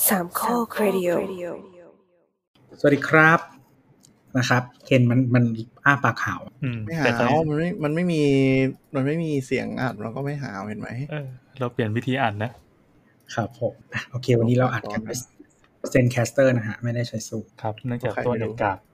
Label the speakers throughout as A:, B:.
A: สามข้อครดิโอ
B: สวัสดีครับนะครับเคนมันอ้าปากหาว
C: ไม่หาวมันไม่มีเสียงอัดเราก็ไม่หาวเห็นไหม
D: เราเปลี่ยนวิธีอ่านนะครับ
B: ผมโอเควันนี้เราอัดกันด้วยเซนแคสเตอร์นะฮะไม่ได้ใช้ซูม
D: ครับเนื่องจากตัวเน็ตกาก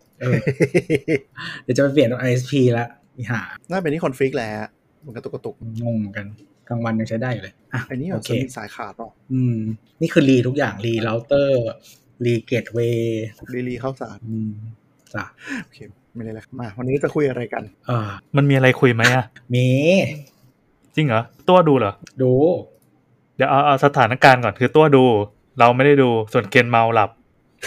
B: เดี๋ยวจะไปเปลี่ยน ISP แล้วหา
C: น่าเป็นที่คอนฟิกแหละมันกระตุก
B: งงกันกลางวันยังใช้ได้อยู่เลย
C: อันนี้โอเคสายขาดหรอ
B: นี่คือรีทุกอย่างรีเราเตอร์รีเกตเวย์
C: รีเข้าสาร
B: จ้ะ
C: โอเคไม่ได้แล้วมาวันนี้จะคุยอะไรกัน
D: มันมีอะไรคุยไหมอ่ะ
B: มี
D: จริงเหรอตัวดูเหรอ
B: ดู
D: เดี๋ยวเอาสถานการณ์ก่อนคือตัวดูเราไม่ได้ดูส่วนเคนเมาหลับ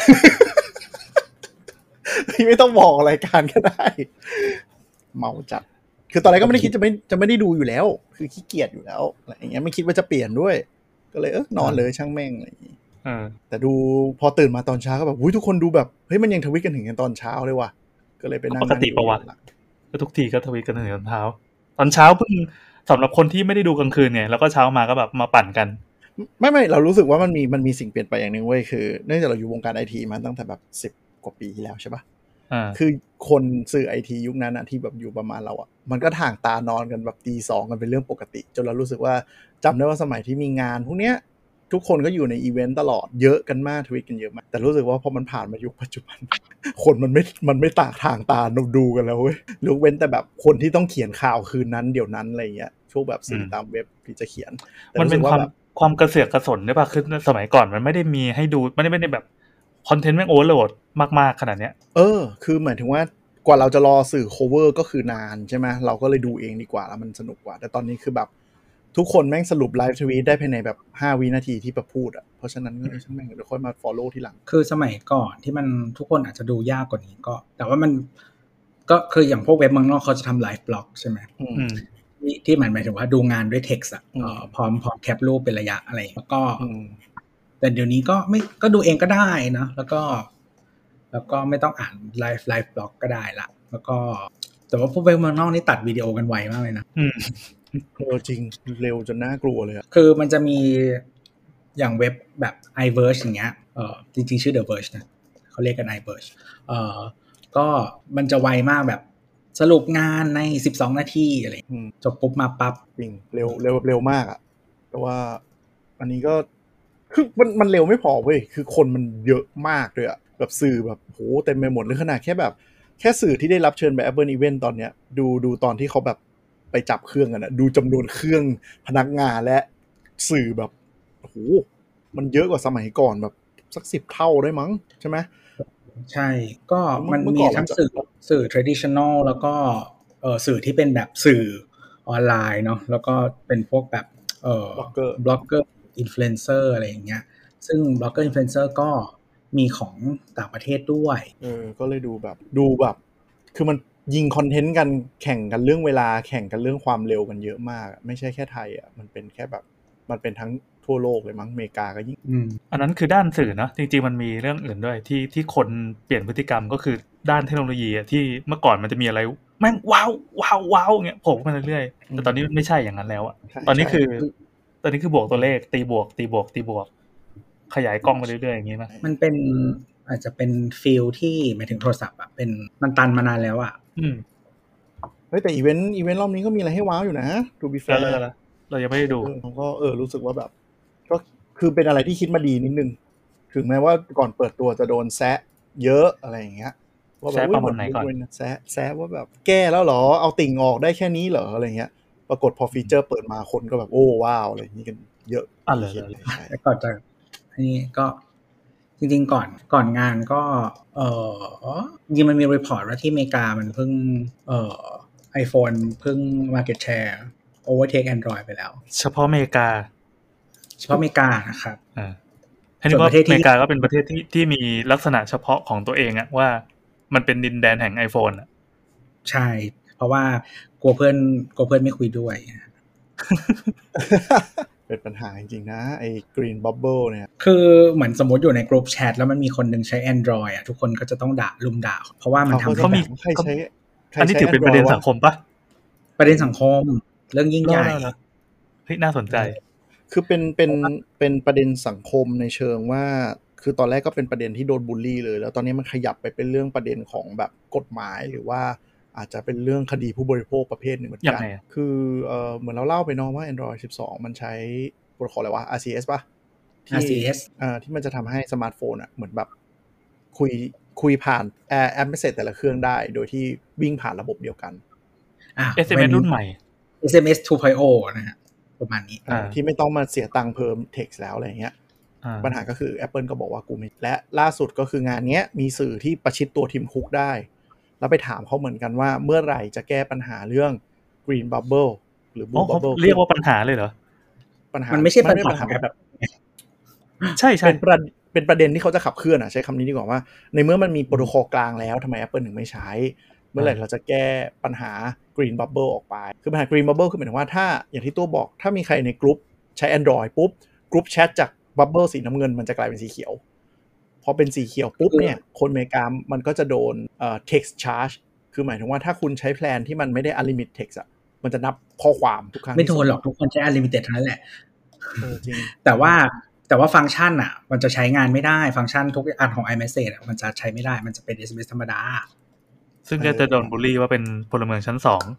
C: ไม่ต้องบอกรายการก็ได้เมาจัดคือตอนแรกก็ไม่ได้คิดจะไม่ได้ดูอยู่แล้วคือขี้เกียจอยู่แล้วอะไรอย่างเงี้ยไม่คิดว่าจะเปลี่ยนด้วยก็เลยนอนเลยช่างแม่งอะไรอย่างงี้แต่ดูพอตื่นมาตอนเช้าก็แบบทุกคนดูแบบเฮ้ยมันยังทวิตกันถึงตอนเช้าเลยว่ะก็เลยไปนั่ง
D: ปกติประวัติก็ทุกทีก็ทวิตกันถึงตอนเช้าตอนเช้าเพิ่งสำหรับคนที่ไม่ได้ดูกลางคืนเนี่ยแล้วก็เช้ามาก็แบบมาปั่นกัน
C: ไม่เรารู้สึกว่ามันมีสิ่งเปลี่ยนไปอย่างนึงเว้ยคือเนื่องจากเราอยู่วงการไอทีมาตั้งแต่แบบ10กว่าปีที่แล้วใช่ป่ะคือคนสื่อไอทียุคนั้นที่แบบอยู่ประมาณเรามันก็ถ่างตานอนกันแบบตี 2กันเป็นเรื่องปกติจนเรารู้สึกว่าจำได้ว่าสมัยที่มีงานพวกเนี้ยทุกคนก็อยู่ในอีเวนต์ตลอดเยอะกันมากทวิตกันเยอะมากแต่รู้สึกว่าพอมันผ่านมายุคปัจจุบันคนมันไม่ตากถ่างตาดูกันแล้วเว้ยยกเว้นแต่แบบคนที่ต้องเขียนข่าวคืนนั้นเดี๋ยวนั้นอะไรเงี้ยพวกแบบสื่อตามเว็บที่จะเขียน
D: มันเป็นความกระเสือกกระสนใช่ป่ะคือสมัยก่อนมันไม่ได้มีให้ดูไม่ได้แบบคอนเทนต์แม่งโอเวอร์โหลดมากๆขนาดเนี้ย
C: คือหมายถึงว่ากว่าเราจะรอสื่อ cover ก็คือนานใช่ไหมเราก็เลยดูเองดีกว่าแล้วมันสนุกกว่าแต่ตอนนี้คือแบบทุกคนแม่งสรุปไลฟ์ทวีตได้ภายในแบบ5วินาทีที่ประพูดเพราะฉะนั้นช่างแม่งเดี๋ยวค่อยมา follow ทีหลัง
B: คือสมัยก่อนที่มันทุกคนอาจจะดูยากกว่านี้ก็แต่ว่ามันก็คืออย่างพวกเว็บเมืองนอกเขาจะทำไลฟ์บล็อกใช่ไหมที่หมายถึงว่าดูงานด้วยเท็กซ์พร้อมแคปรูปเป็นระยะอะไรแล้วก็แต่เดี๋ยวนี้ก็ดูเองก็ได้นะแล้วก็ไม่ต้องอ่านไลฟ์บล็อกก็ได้ละแล้วก็แต่ว่าพวกเว็บเมืองนอกนี่ตัดวิดีโอกันไวมากเลยนะ
C: จริงเร็วจนน่ากลัวเลย
B: คือมันจะมีอย่างเว็บแบบ iVerge อย่างเงี้ยจริงๆชื่อ The Verge นะเขาเรียกกัน iVerge ก็มันจะไวมากแบบสรุปงานใน12นาทีอะไรจบปุ๊บมาปั๊บ
C: จริงเร็วมากแต่ว่าอันนี้ก็คือมันเร็วไม่พอเว้ยคือคนมันเยอะมากเลยแบบสื่อแบบโหเต็มไปหมดเลยขนาดแค่สื่อที่ได้รับเชิญไป Apple Event ตอนเนี้ยดูตอนที่เขาแบบไปจับเครื่องกันดูจำนวนเครื่องพนักงานและสื่อแบบโหมันเยอะกว่าสมัยก่อนแบบสัก10เท่าได้มั้งใช่ไหม
B: ใช่ก็มันมีทั้งสื่อ traditional แล้วก็สื่อที่เป็นแบบสื่อออนไลน์เนาะแล้วก็เป็นพวกแบบบล็อกเกอร์อินฟลูเอนเซอร์อะไรอย่างเงี้ยซึ่งบล็อกเกอร์อินฟลูเอนเซอร์ก็มีของต่างประเทศด้วย
C: ก็เลยดูแบบคือมันยิงคอนเทนต์กันแข่งกันเรื่องเวลาแข่งกันเรื่องความเร็วกันเยอะมากไม่ใช่แค่ไทยมันเป็นแค่แบบมันเป็นทั้งทั่วโลกเลยมั้งอเมริกาก็ยิ่ง
D: อันนั้นคือด้านสื่อนะจริงๆมันมีเรื่องอื่นด้วยที่คนเปลี่ยนพฤติกรรมก็คือด้านเทคโนโลยีที่เมื่อก่อนมันจะมีอะไรแม่งว้าวเงี้ยโผล่มาเรื่อยๆแต่ตอนนี้ไม่ใช่อย่างนั้นแล้วตอนนี้คือบวกตัวเลขตีบวกขยายกล้องไปเรื่อยๆอย่างงี้มั้ย
B: มันเป็นอาจจะเป็นฟีลที่หมายถึงโทรศัพท์เป็นมันตันมานานแล้ว
C: เฮ้ยแต่อีเวนต์รอบนี้ก็มีอะไรให้ว้าวอยู่นะดูบีแฟร์
D: เรายังไม่ได้ดู
C: ผมก็รู้สึกว่าแบบก็คือเป็นอะไรที่คิดมาดีนิดนึงถึงแม้ว่าก่อนเปิดตัวจะโดนแซะเยอะอะไรอย่างเงี้ย
D: ว่าแบบประมาณไหนก่อน
C: แซะว่าแบบแก้แล้วเหรอเอาติ่งออกได้แค่นี้เหรออะไรเงี้ยปรากฏพอฟีเจอร์เปิดมาคนก็แบบโอ้ว้าวอะไรอย่างงี้กันเยอะ
B: เลยแต่ก่อนจะอันนี้ก็จริงๆก่อนงานก็จริงมันมีรีพอร์ตว่าที่อเมริกามันเพิ่งiPhone เพิ่ง market share overtake Android ไปแล้ว
D: เฉพาะอเมริกา
B: นะครับ
D: ให้นึกว่าอเมริกาก็เป็นประเทศที่มีลักษณะเฉพาะของตัวเองว่ามันเป็นดินแดนแห่ง iPhone
B: ใช่เพราะว่ากลัวเพื่อนไม่คุยด้วย
C: เป็นปัญหาจริงๆนะไอ้ Green Bubble เนี่ย
B: คือเหมือนสมมติอยู่ในกลุ่มแชทแล้วมันมีคนนึงใช้ Android ทุกคนก็จะต้องลุมด่าเพราะว่ามันทำให้
C: แบบใครใช้
D: อันนี้ถือเป็นประเด็นสังคมปะ
B: ประเด็นสังคมเรื่องยิ่งใหญ่
D: เฮ้ยน่าสนใจ
C: คือเป็นประเด็นสังคมในเชิงว่าคือตอนแรกก็เป็นประเด็นที่โดนบูลลี่เลยแล้วตอนนี้มันขยับไปเป็นเรื่องประเด็นของแบบกฎหมายหรือว่าอาจจะเป็นเรื่องคดีผู้บริโภคประเภทหนึ่งเหมือนกันคือเหมือนเราเล่าไปเนาะว่า Android 12 มันใช้โปรโตคอลอะไรวะ RCS ป่ะ
B: RCS
C: ที่มันจะทำให้สมาร์ทโฟนอ่ะเหมือนแบบคุยผ่านแอปเมสเสจแต่ละเครื่องได้โดยที่วิ่งผ่านระบบเดียวกัน
D: SMS รุ่นใหม่
B: SMS 2.0 นะฮะประมาณนี้
C: ที่ไม่ต้องมาเสียตังค์เพิ่ม text แล้วอะไรเงี้ยปัญหาก็คือ Apple ก็บอกว่ากูไม่และล่าสุดก็คืองานเนี้ยมีสื่อที่ประชิดตัวทีมคุกได้แล้วไปถามเขาเหมือนกันว่าเมื่อไหร่จะแก้ปัญหาเรื่อง Green Bubble หรือ Blue Bubble
D: เรียกว่าปัญหาเลยเหรอ
C: ปัญหา
B: มันไม่ใช่ปัญหาแบบ
C: ใช่เป็นประเด็นที่เขาจะขับเคลื่อนใช้คำนี้ดีกว่าว่าในเมื่อมันมีโปรโตคอลกลางแล้วทำไม Apple ถึงไม่ใช้เมื่อไหร่เราจะแก้ปัญหา Green Bubble ออกไปคือปัญหา Green Bubble คือหมายถึงว่าถ้าอย่างที่ตัวบอกถ้ามีใครในกลุ่มใช้ Android ปุ๊บกลุ่มแชทจาก Bubble สีน้ำเงินมันจะกลายเป็นสีเขียวพอเป็นสีเขียวปุ๊บเนี่ยคนอเมริกามันก็จะโดนtext charge คือหมายถึงว่าถ้าคุณใช้แพลนที่มันไม่ได้ unlimited text มันจะนับข้อความทุกครั้ง
B: ไม่โดนหรอกทุกคนใช้ unlimited เท่านั้นแหละ
C: จริง
B: แต่ว่าฟังก์ชันมันจะใช้งานไม่ได้ฟังก์ชันทุกอันของ iMessage มันจะใช้ไม่ได้มันจะเป็น SMS ธรรมดา
D: ซึ่งก็จะโดนบูลลี่ว่าเป็นพลเมืองชั้น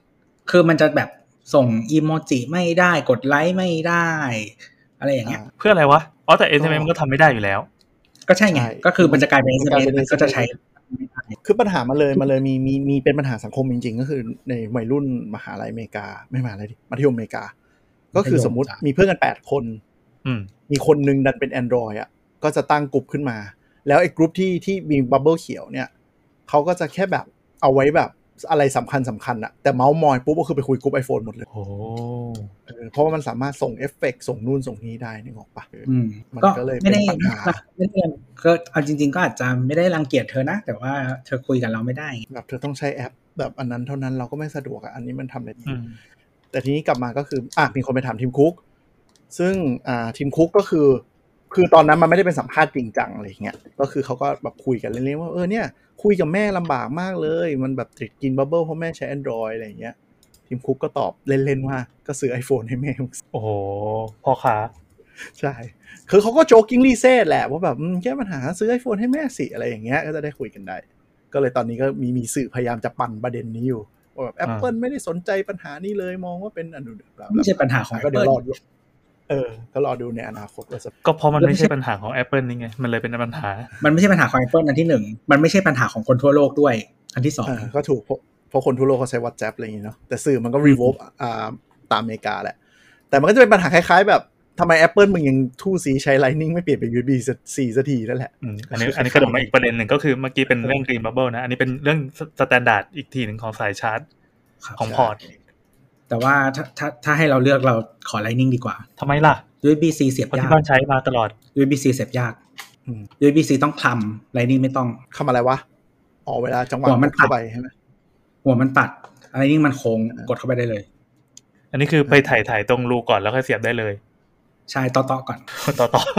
D: 2
B: คือมันจะแบบส่งอีโมจิไม่ได้กดไลค์ไม่ได้อะไรอย่างเงี้ย
D: เพื่ออะไรวะแต่ SMS มันก็ทำไม่ได้อยู่แล้ว
B: ก็ใช่ไงก็คือมันจะกลายเป็น SMS มันก็จะใช้
C: คือปัญหามันเลยมีเป็นปัญหาสังคมจริงๆก็คือในวัยรุ่นมหาลัยอเมริกาไม่มหาลัยดิมัธยมอเมริกาก็คือสมมุติมีเพื่อนกัน8คนมีคนนึงดันเป็น Android ก็จะตั้งกลุ่มขึ้นมาแล้วไอ้กลุ่มที่มีบับเบิ้ลเขียวเนี่ยเขาก็จะแค่แบบเอาไว้แบบอะไรสำคัญแต่เมาส์มอยปุ๊บก็คือไปคุยกลุ่ม iPhone หมดเลยเพราะว่ามันสามารถส่งเอฟเฟกต์ส่งนู่นส่งนี้ได้นึกออกปะ
B: มันก็เลยเป็นปัญหาก็เอาจริงๆก็อาจจะไม่ได้รังเกียจเธอนะแต่ว่าเธอคุยกับเราไม่ได้
C: แบบเธอต้องใช้แอปแบบอันนั้นเท่านั้นเราก็ไม่สะดวกอันนี้มันทำได้ดีแต่ทีนี้กลับมาก็คือมีคนไปถามทีมคุกซึ่งทีมคุกก็คือตอนนั้นมันไม่ได้เป็นสัมภาษณ์จริงจังอะไรเงี้ยก็คือเขาก็แบบคุยกันเล่นๆว่าเนี่ยคุยกับแม่ลำบากมากเลยมันแบบติดกินบับเบิ้ลเพราะแม่ใช้ Android อะไรเงี้ยทีมคุกก็ตอบเล่นๆว่าก็ซื้อ iPhone ให้แม่
D: โอ้โหพ่อค้า
C: ใช่คือเขาก็โจ๊กกิ้งลี่เซ่แหละว่าแบบแก้ปัญหาซื้อ iPhone ให้แม่สิอะไรอย่างเงี้ยก็จะได้คุยกันได้ก็เลยตอนนี้ก็มีสื่อพยายามจะปั่นประเด็นนี้อยู่ว่าแบบ Apple ไม่ได้สนใจปัญหานี้เลยมองว่าเป็น
B: ไม่ใช่ปัญหาของ
C: ก็เดี๋ยวรอดูก็รอดูในอนาคต
D: ก็เพราะมันไม่ใช่ปัญหาของ Apple นี่ไงมันเลยเป็นปัญหา
B: มันไม่ใช่ปัญหาของ Apple อันที่1มันไม่ใช่ปัญหาของคนทั่วโลกด้วยอันที่2
C: ก็ถูกเพราะคนทั่วโลกเขาใช้ WhatsApp อะไรอย่างงี้เนาะแต่สื่อมันก็ revolve ตามอเมริกาแหละแต่มันก็จะเป็นปัญหาคล้ายๆแบบทำไม Apple มึงยังทู่สีใช้ Lightning ไม่เปลี่ยนเป็น USB 4 สักทีนั่นแหละ
D: อันนี้ก็เดี๋ยวมาอีกประเด็นหนึ่งก็คือเมื่อกี้เป็นเรื่อง Green Bubble นะอันนี้เป็นเรื่อง standard อีกทีนึงของสายชาร์จของพอร์ต
B: แต่ว่าถ้าให้เราเลือกเราขอ Lightning ดีกว่า
D: ทำไมล่ะ
B: USB-C เสียบยาก
D: ที่บ้านใช้มาตลอด
B: USB-C เสียบยาก USB-C ต้องคลำ Lightning ไม่ต้อง
C: คลำอะไรวะเวลาจังหวะ
B: มัน
C: เข้าไปใช่ไหม
B: หัวมันตัด Lightning มันโค้งกดเข้าไปได้เลย
D: อันนี้คือไปถ่ายตรงรูก่อนแล้วค่อยเสียบได้เลย
B: ใช่ต่อก่อน
D: ต่อ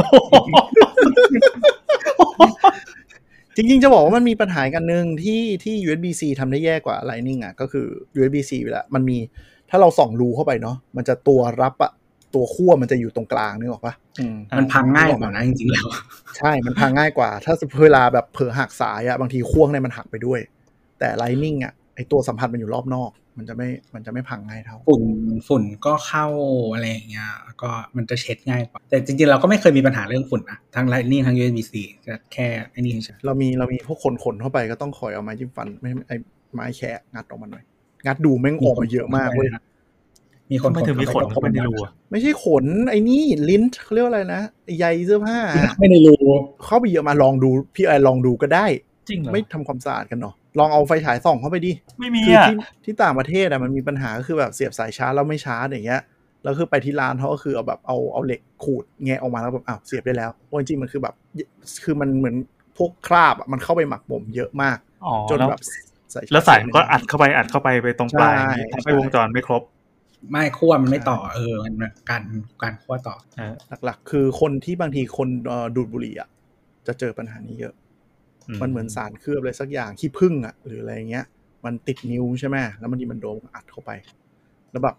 C: จริงๆจะบอกว่ามันมีปัญหากันนึงที่ USB-C ทำได้แย่กว่า Lightning ก็คือ USB-C เวลามันมีถ้าเราส่องรูเข้าไปเนาะมันจะตัวรับตัวขั้วมันจะอยู่ตรงกลางนึกออกปะ
B: มันพังง่ายกว่านะจริงๆแล้ว
C: ใช่มันพังง่ายกว่าถ้าเวลาแบบเผลอหักสายบางทีขั้วในมันหักไปด้วยแต่ Lightning ไอตัวสัมผัสมันอยู่รอบนอกมันจะไม่พังง่ายเท่า
B: ฝุ่นก็เข้าอะไรอย่างเงี้ยก็มันจะเช็ดง่ายกว่าแต่จริงๆเราก็ไม่เคยมีปัญหาเรื่องฝุ่นนะทั้ง Lightning ทั้ง USB-C แค่ไอ้นี่ใช่
C: เรามีพวกคนเข้าไปก็ต้องคอยเอาไม้จิ้มฟันไม่ไอ้ไม้แคะงัดออกมาหน่อยงัดดูแม่งออกมาเยอะมากเว้ย
B: มีคน
D: ถึงมีขนเข้าไปในรู
C: ไม่ใช่ขนไอ้นี่ลิ้นเขาเรียกว่าอะไรนะใยเสื้อผ้า
B: ไม่ในรู
C: เข้าไปเยอะมาลองดูพี่ลองดูก็ได้
D: จริงเหรอ
C: ไม่ทำความสะอาดกันเนาะลองเอาไฟฉายส่องเข้าไปดิ
D: ไม่มี
C: ที่ต่างประเทศมันมีปัญหาก็คือแบบเสียบสายชาร์จแล้วไม่ชาร์จอย่างเงี้ยแล้วคือไปที่ร้านเขาก็คือเอาแบบเอาเหล็กขูดแงะออกมาแล้วแบบเสียบได้แล้วจริงๆมันคือแบบคือมันเหมือนพวกคราบมันเข้าไปหมักหมมเยอะมากจนแบบ
D: แล้วสายมันก็อัดเข้าไปตรงปลายทำให้วงจรไม่ครบ
B: ไม่ขั้วมันไม่ต่อมันการขั้วต่อ
C: หลักๆคือคนที่บางทีคนดูดบุหรี่จะเจอปัญหานี้เยอะมันเหมือนสารเคลือบอะไรสักอย่างขี้ผึ้งหรืออะไรเงี้ยมันติดนิ้วใช่ไหมแล้วบางทีมันโดนอัดเข้าไปแล้วแบบพ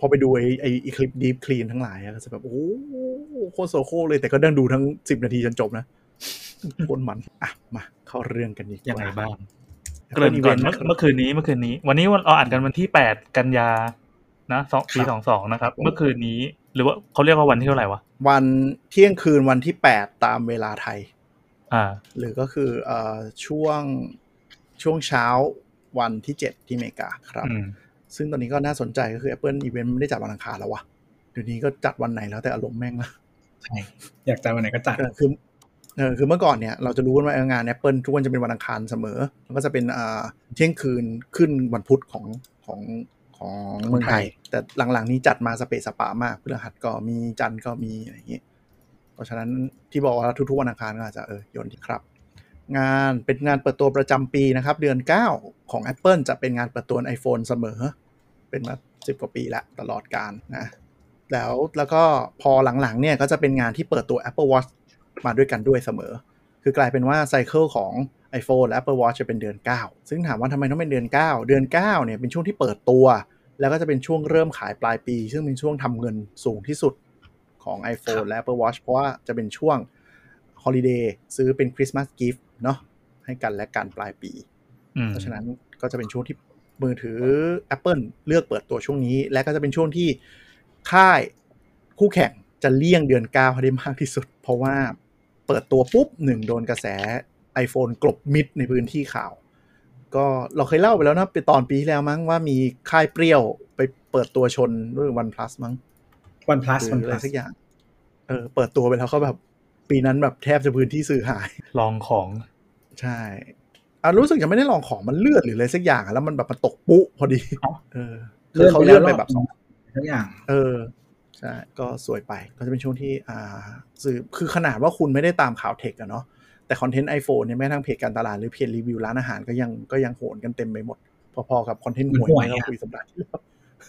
C: พอไปดูไอ้คลิป Deep Clean ทั้งหลายก็จะแบบโอ้โคตรโซโคเลยแต่ก็ดังดูทั้ง10 นาทีจนจบนะโคตรมันอ่ะมาเข้าเรื่องกันดีกว่า
D: ยังไงบ้างเกริ่นก่อนเมื่อคืนนี้วันนี้เราอ่านกันวันที่8กันยานะปี22นะครับเมื่อคืนนี้หรือว่าเขาเรียกว่าวันที่เท่าไหร่วะ
C: วันเที่ยงคืนวันที่8ตามเวลาไทยหรือก็คือช่วงเช้าวันที่7ที่อเมริกาครับซึ่งตอนนี้ก็น่าสนใจก็คือ Apple Event ไม่ได้จัดวันอังคารแล้ววะเดี๋ยวนี้ก็จัดวันไหนแล้วแต่อารมณ์แม่งละ
B: ใช่อยากจัดวันไหนก็จัด
C: คือเมื่อก่อนเนี่ยเราจะรู้กันว่างาน Apple ทุกวันจะเป็นวันอังคารเสมอมันก็จะเป็นเที่ยงคืนขึ้นวันพุธของเมืองไทยแต่หลังๆนี้จัดมาสเปซสปามากพฤหัสก็มีจันทร์ก็มีอะไรอย่างเงี้ยเพราะฉะนั้นที่บอกว่าทุกๆวันอังคารก็อาจจะโยนที่ครับเป็นงานเปิดตัวประจำปีนะครับเดือน9ของ Apple จะเป็นงานเปิดตัว iPhone เสมอเป็นมา10กว่าปีแล้วตลอดกาลนะแล้วก็พอหลังๆเนี่ยก็จะเป็นงานที่เปิดตัว Apple Watch มาด้วยกันด้วยเสมอคือกลายเป็นว่าไซเคิลของ iPhone และ Apple Watch จะเป็นเดือน9ซึ่งถามว่าทำไมต้องเป็นเดือน9เดือน9เนี่ยเป็นช่วงที่เปิดตัวแล้วก็จะเป็นช่วงเริ่มขายปลายปีซึ่งเป็นช่วงทำเงินสูงที่สุดของ iPhone และ Apple Watch เพราะว่าจะเป็นช่วง Holiday ซื้อเป็น Christmas Gift เนาะให้กันและกันปลายปีเพราะฉะนั้นก็จะเป็นช่วงที่มือถือ Apple เลือกเปิดตัวช่วงนี้และก็จะเป็นช่วงที่ค่ายคู่แข่งจะเลี่ยงเดือน9ให้ได้มากที่สุดเพราะว่าเปิดตัวปุ๊บ1โดนกระแส iPhone กลบมิดในพื้นที่ข่าวก็เราเคยเล่าไปแล้วนะไปตอนปีที่แล้วมั้งว่ามีค่ายเปรี้ยวไปเปิดตัวชนด้วย OnePlus มั้ง
B: OnePlus
C: อะไรสักอย่างเปิดตัวไปแล้วเขาแบบปีนั้นแบบแทบจะพื้นที่สื่อหาย
D: ลองของ
C: ใช่รู้สึกจะไม่ได้ลองของมันเลือดหรืออะไรสักอย่างแล้วมันแบบมันตกปุ๊พอดีคือเขาเลื่อนไปแบบ
B: 2ทุกอย่าง
C: ใช่ก็สวยไปก็จะเป็นช่วงที่สื่อคือขนาดว่าคุณไม่ได้ตามข่าวเทคอะเนาะแต่คอนเทนต์ iPhone เนี่ยแม้ทั้งเพจการตลาดหรือเพจรีวิวร้านอาหารก็ยังโหนกันเต็มไปหมดพอๆกับคอนเทนต์ห่วยที่เราคุยสัปดาห์ที่แล้ว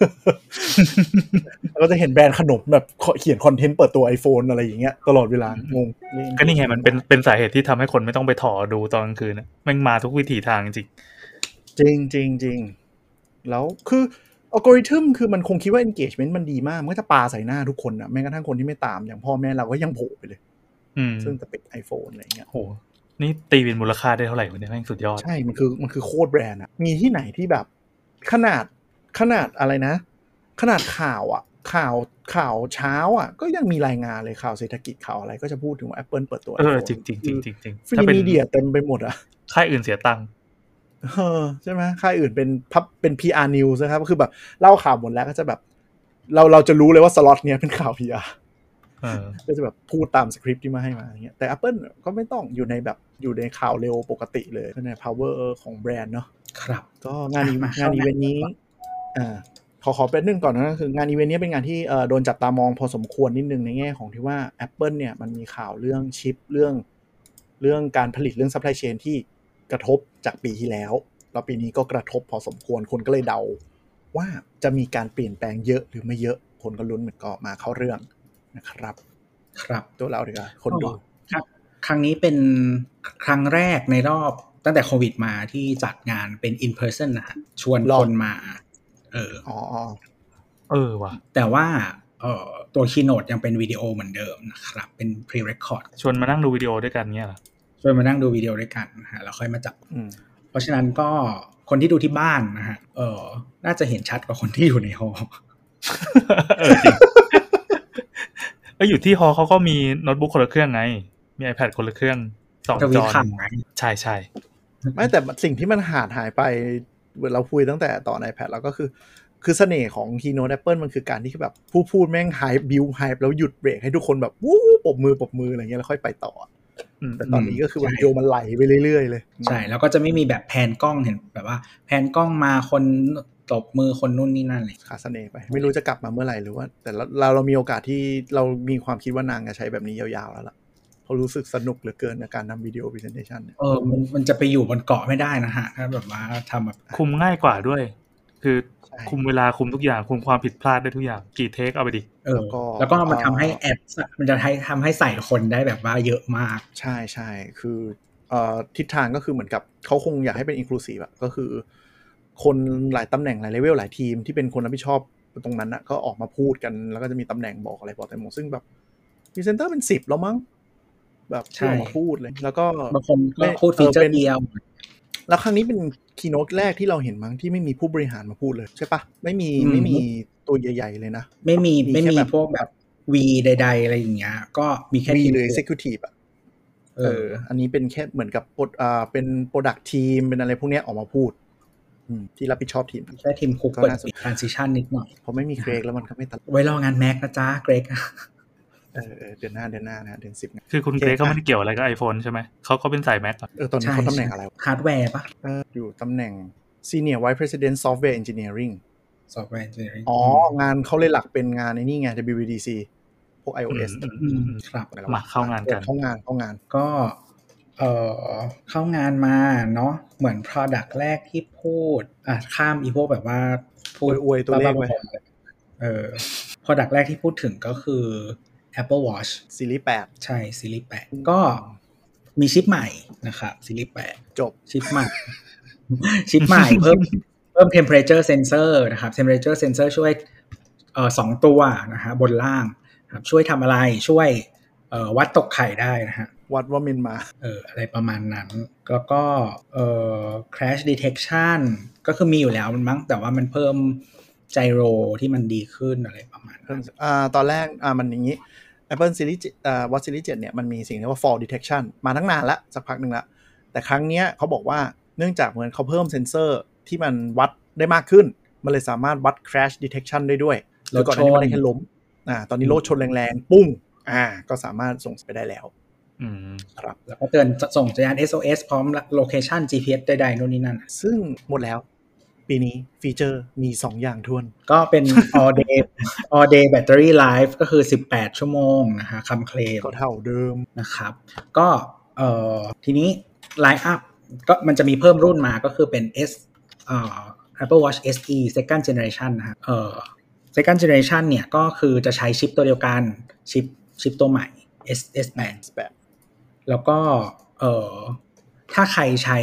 C: แล้วก็จะเห็นแบรนด์ขนมแบบเขียนคอนเทนต์เปิดตัว iPhone อะไรอย่างเงี้ยตลอดเวลางง
D: ก็นี่ไงมันเป็นสาเหตุที่ทำให้คนไม่ต้องไปถอดูตอนกลางคืนนะแม่งมาทุกวิถีทางจ
C: ริงแล้วคืออัลกอริทึมคือมันคงคิดว่า engagement มันดีมากมันก็จะปาใส่หน้าทุกคนนะแม้กระทั่งคนที่ไม่ตามอย่างพ่อแม่เราก็ยังโผล่ไปเลยซึ่งจะเป็น iPhone อะไรเงี้ย
D: โหนี่ตีเป็นมูลค่าได้เท่าไหร่วะเนี่ยแม่งสุดยอด
C: ใช่มันคือโคตรแบรนด์อ่ะมีที่ไหนที่แบบขนาดอะไรนะขนาดข่าวเช้าอ่ะก็ยังมีรายงานเลยข่าวเศรษฐกิจข่าวอะไรก็จะพูดถึงว่า Apple เปิดตัว
D: จริง
C: ฟรีมีเดียเต็มไปหมดอ่ะ
D: ค่ายอื่นเสียตังค์
C: ใช่ไหมค่ายอื่นเป็น PR news นะครับก็คือแบบเล่าข่าวหมดแล้วก็จะแบบเราจะรู้เลยว่าสล็อตเนี้ยเป็นข่าว PR ก็จะแบบพูดตามสคริปต์ที่มาให้มาอย่างเงี้ยแต่ Apple ก็ไม่ต้องอยู่ในข่าวเร็วปกติเลยใน power ของแบรนด์เนาะ
B: ครับ
C: ก็งานอีเวนต์นี้ขอเป็นนึงก่อนนะคืองานอีเวนต์นี้เป็นงานที่โดนจับตามองพอสมควรนิดนึงในแง่ของที่ว่า Apple เนี่ยมันมีข่าวเรื่องชิปเรื่องการผลิตเรื่อง supply chain ที่กระทบจากปีที่แล้วปีนี้ก็กระทบพอสมควรคนก็เลยเดาว่าจะมีการเปลี่ยนแปลงเยอะหรือไม่เยอะคนก็ลุ้นเหมือนก็มาเข้าเรื่องนะครับตัวเราดีกว่าคนดู
B: ครั้งนี้เป็นครั้งแรกในรอบตั้งแต่โควิดมาที่จัดงานเป็น in person นะฮะชวนคนมา
C: ว่ะ
B: แต่ว่าตัวคีย์โนตยังเป็นวิดีโอเหมือนเดิมนะครับเป็น pre-record
D: ชวนมานั่งดูวิดีโอด้วยกันเงี้ยเหรอ
B: ชวนมานั่งดูวิดีโอด้วยกันนะฮะแล้วค่อยมาจับเพราะฉะนั้นก็คนที่ดูที่บ้านนะฮะน่าจะเห็นชัดกว่าคนที่อยู่ในฮอลล์
D: จริงอยู่ที่ฮอลล์เขาก็มีโน้ตบุ๊กคนละเครื่องไงมี iPad คนละเครื่อง2 จอใช่
C: ไม่แต่สิ่งที่มันหายไปเราคุยตั้งแต่ตอน iPad แล้วก็คือเสน่ห์ของ Keynote Apple มันคือการที่แบบผู้พูดแม่งไฮป์บิวไฮป์แล้วหยุดเบรกให้ทุกคนแบบวู้ปรบมืออะไรเงี้ยแล้วค่อยไปต่อแต่ตอนนี้ก็คือวิดีโอมันไหลไปเรื่อยๆเลย
B: ใช่แล้วก็จะไม่มีแบบแพนกล้องเห็นแบบว่าแพนกล้องมาคนตบมือคนนู่นนี่นั่นเลย
C: ขาดเสน่ห์ไปไม่รู้จะกลับมาเมื่อไหร่หรือว่าแต่เรามีโอกาสที่เรามีความคิดว่านางจะใช้แบบนี้ยาวๆแล้วล่ะเขารู้สึกสนุกเหลือเกินในการทำวิดีโอ presentation เนี่ย
B: มันจะไปอยู่บนเกาะไม่ได้นะฮะถ้าแบบว่าทำแบบ
D: คุมง่ายกว่าด้วยคือคุมเวลาคุมทุกอย่างคุมความผิดพลาดได้ทุกอย่างกี่เทคเอาไปดิ
B: แล้วก็มันทำให้แอปมันจะทำให้ใส่คนได้แบบว่าเยอะมาก
C: ใช่คือทิศทางก็คือเหมือนกับเขาคงอยากให้เป็น inclusive อะก็คือคนหลายตำแหน่งหลายเลเวลหลายทีมที่เป็นคนรับผิดชอบตรงนั้นนะก็ออกมาพูดกันแล้วก็จะมีตำแหน่งบอกอะไรบอกแต่หมดซึ่งแบบพรีเซนเตอร์เป็น10แล้วมั้งแบบที่ออกมาพูดเลยแล้วก็
B: บางคนก็พูดฟีเจอร์เดียว
C: แล้วครั้งนี้เป็นคีโนตแรกที่เราเห็นมั้งที่ไม่มีผู้บริหารมาพูดเลยใช่ปะไม่มีตัวใหญ่ๆเลยนะ
B: ไม่มีพวกแบบวีใดๆอะไรอย่างเงี้ยก็มีแค่
C: ทีมเลย executive อ่ะอันนี้เป็นแค่เหมือนกับเป็น product team เป็นอะไรพวกนี้ออกมาพูดที่รับผิดชอบทีม
B: แค่ทีมคุกเปิด transition นิดหน่อย
C: เพราะไม่มีเกรกแล้วมันก็ไม่ตัด
B: ไว้รองานแม็กนะจ๊ะเกรก
C: เดือนหน้านะเดือน10
D: คือคุณเกรกก็ไม่ได้เกี่ยวอะไรกับ iPhone ใช่ไหมเขาเป็นสายแม็ก
C: ตอนนี้เขาตำแหน่งอะไร
B: ฮาร์ดแวร์ปะ
C: อยู่ตำแหน่ง Senior Vice President Software Engineering งานเขาเลยหลักเป็นงานในนี่ไง WWDC พวก iOS
B: ครับ
D: มาเข้างานกัน
C: เข้างาน
B: ก็เข้างานมาเนาะเหมือน product แรกที่พูดข้ามอีพวกแบบว่า
C: พูดอวยตัวเลขไป
B: product แรกที่พูดถึงก็คือ Apple Watch
C: ซีรีส์8
B: ใช่ซีรีส์8ก็มีชิปใหม่นะครับซีรีส์8
C: จบ
B: ชิปใหม่เพิ่ม temperature sensor นะครับ temperature sensor ช่วย2ตัวนะฮะบนล่างครับช่วยทำอะไรช่วยวัดตกไข่ได้นะฮะ
C: วัดว่ามินมา
B: อะไรประมาณนั้นแล้วก็crash detection ก็คือมีอยู่แล้วมั้งแต่ว่ามันเพิ่มไจโรที่มันดีขึ้นอะไรประมาณนั้น
C: ตอนแรกมันอย่างนี้ Apple Series Watch Series 7เนี่ยมันมีสิ่งที่เรียกว่า fall detection มาตั้งนานแล้วสักพักนึงแล้วแต่ครั้งเนี้ยเขาบอกว่าเนื่องจากเหมือนเขาเพิ่มเซ็นเซอร์ที่มันวัดได้มากขึ้นมันเลยสามารถวัด crash detection ได้ด้วยแล้วก่อนหน้านี้มันได้แค่ล้มตอนนี้รถชนแรงๆปุ้งก็สามารถส่งไปได้แล้ว
B: ครับแล้วก็เตือนส่งสัญญาณ SOS พร้อมโลเคชั่น GPS ใดๆโน่นนี่นั่น
C: ซึ่งหมดแล้วปีนี้ฟีเจอร์มี2อย่างทวน
B: ก็เป็น all day battery life ก็คือ18ชั่วโมงนะฮะคำเคลม
C: ก็เท่าเดิม
B: นะครับก็ทีนี้ line up ก็มันจะมีเพิ่มรุ่นมาก็คือเป็น Apple Watch SE second generation นะฮะsecond generation เนี่ยก็คือจะใช้ชิปตัวเดียวกันชิปตัวใหม่ S8 แล้วก็ถ้าใครใช้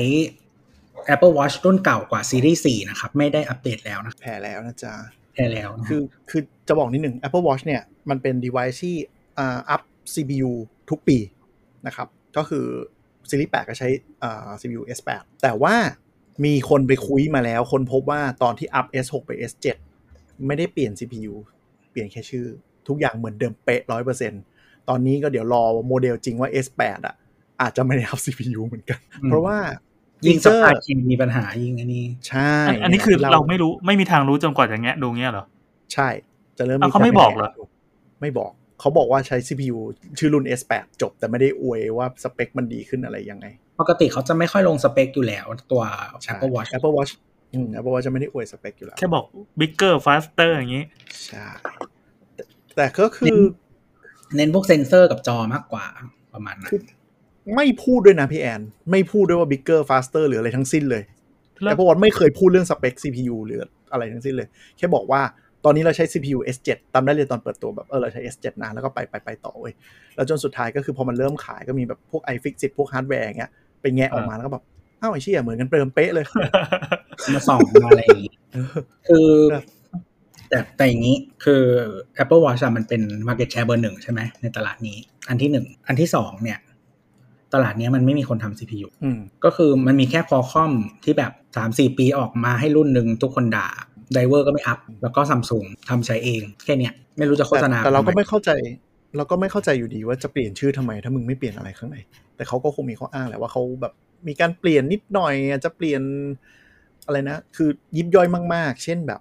B: Apple Watch รุ่นเก่ากว่าซีรีส์4นะครับไม่ได้อัปเดตแล้วนะ
C: แพ้แล้วนะจ๊ะ
B: แพ้แล้ว
C: คือจะบอกนิดนึง Apple Watch เนี่ยมันเป็น device ที่อัพ CPU ทุกปีนะครับก็คือซีรีส์8ก็ใช้CPU S8 แต่ว่ามีคนไปคุยมาแล้วคนพบว่าตอนที่อัพ S6 ไป S7 ไม่ได้เปลี่ยน CPU เปลี่ยนแค่ชื่อทุกอย่างเหมือนเดิมเป๊ะ 100% ตอนนี้ก็เดี๋ยวรอโมเดลจริงว่า S8 อาจจะไม่ได้อัพ CPU เหมือนกันเพราะว่า
B: ยิ่งสปาร์คิงมีปัญหายิ่งอันนี้
C: ใช่
D: อันนี้คือเราไม่รู้ไม่มีทางรู้จนกว่าจะแงะดูเงี้ยเหรอ
C: ใช่จะเริ่ม
D: เขาไม่บอกเหรอ
C: ไม่บอกเขาบอกว่าใช้ CPU ชื่อรุ่น S8 จบแต่ไม่ได้อวยว่าสเปคมันดีขึ้นอะไรยังไง
B: ปกติเขาจะไม่ค่อยลงสเปคอยู่แล้วตัว Apple Watch
C: Apple Watch Apple Watch จะไม่ได้อวยสเปคอยู่แล้ว
D: แค่บอก bigger faster อย่างงี้
C: ใช่แต่ก็คือ
B: เน้นพวกเซนเซอร์กับจอมากกว่าประมาณนั้น
C: ไม่พูดด้วยนะพี่แอนไม่พูดด้วยว่า bigger faster หรืออะไรทั้งสิ้นเลย Apple Watch ไม่เคยพูดเรื่องสเปค CPU หรืออะไรทั้งสิ้นเลยแค่บอกว่าตอนนี้เราใช้ CPU S7 ตามได้เลยตอนเปิดตัวแบบเราใช้ S7 นะแล้วก็ไปต่อเว้ยแล้วจนสุดท้ายก็คือพอมันเริ่มขายก็มีแบบพวก iFixit พวกฮาร์ดแวร์อย่างเงี้ยไปแงะออกมาแล้วก็แบบอ้าวไอ้เชี่ยเหมือนกันเป๊ะเลย
B: มาส่องมาอะไรอย่างงี้คือแต่อย่างนี้คือ Apple Watch มันเป็น market share เบอร์1ใช่ไหมในตลาดนี้อันที่1อันที่2เนี่ยตลาดนี้มันไม่มีคนทำ CPU ก็คือมันมีแค่ Qualcomm ที่แบบ 3-4 ปีออกมาให้รุ่นหนึ่งทุกคนด่าไดเวอร์ก็ไม่อัพแล้วก็ Samsung ทำใช้เองแค่เนี้ยไม่รู้จะโฆษณา
C: แต่เราก็ไม่เข้าใจอยู่ดีว่าจะเปลี่ยนชื่อทำไมถ้ามึงไม่เปลี่ยนอะไรข้างในแต่เขาก็คงมีข้ออ้างแหละว่าเขาแบบมีการเปลี่ยนนิดหน่อยจะเปลี่ยนอะไรนะคือยิบย่อยมากๆเช่นแบบ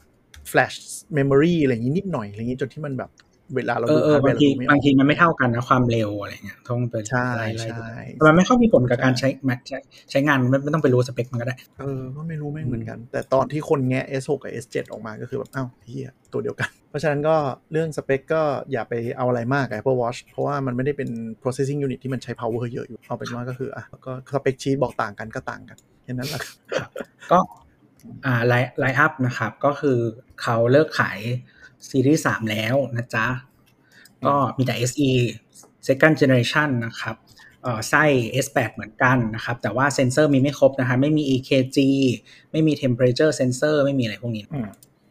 C: flash memory อะไรอย่างนี้นิดหน่อยอะไรอย่างนี้จนที่มันแบบเวลาเราดู
B: บางทีมันไม่เท่ากันนะความเร็วอะไรเงี้ยต้องไป
C: ใช่
B: แต่มันไม่ค่อยมีผลกับการใช้งานไม่ต้องไปรู้สเปคมันก็ได้
C: ก็ไม่รู้แม่งเหมือนกันแต่ตอนที่คนแงะ S6 กับ S7 ออกมาก็คือแบบอ้าวเหี้ยตัวเดียวกันเพราะฉะนั้นก็เรื่องสเปคก็อย่าไปเอาอะไรมากกับ Apple Watch เพราะว่ามันไม่ได้เป็น processing unit ที่มันใช้ power เยอะอยู่เอาเป็นว่าก็คือก็สเปคชีทบอกต่างกันก็ต่างกันแค่นั้นแหละ
B: ก็ไลน์อัพนะครับก็คือเขาเลิกขายซีรีส์3แล้วนะจ๊ะก็มีแต่ SE second generation นะครับไส้ S8 เหมือนกันนะครับแต่ว่าเซ็นเซอร์มีไม่ครบนะคะไม่มี EKG ไม่มี temperature sensor ไม่มีอะไรพวกนี้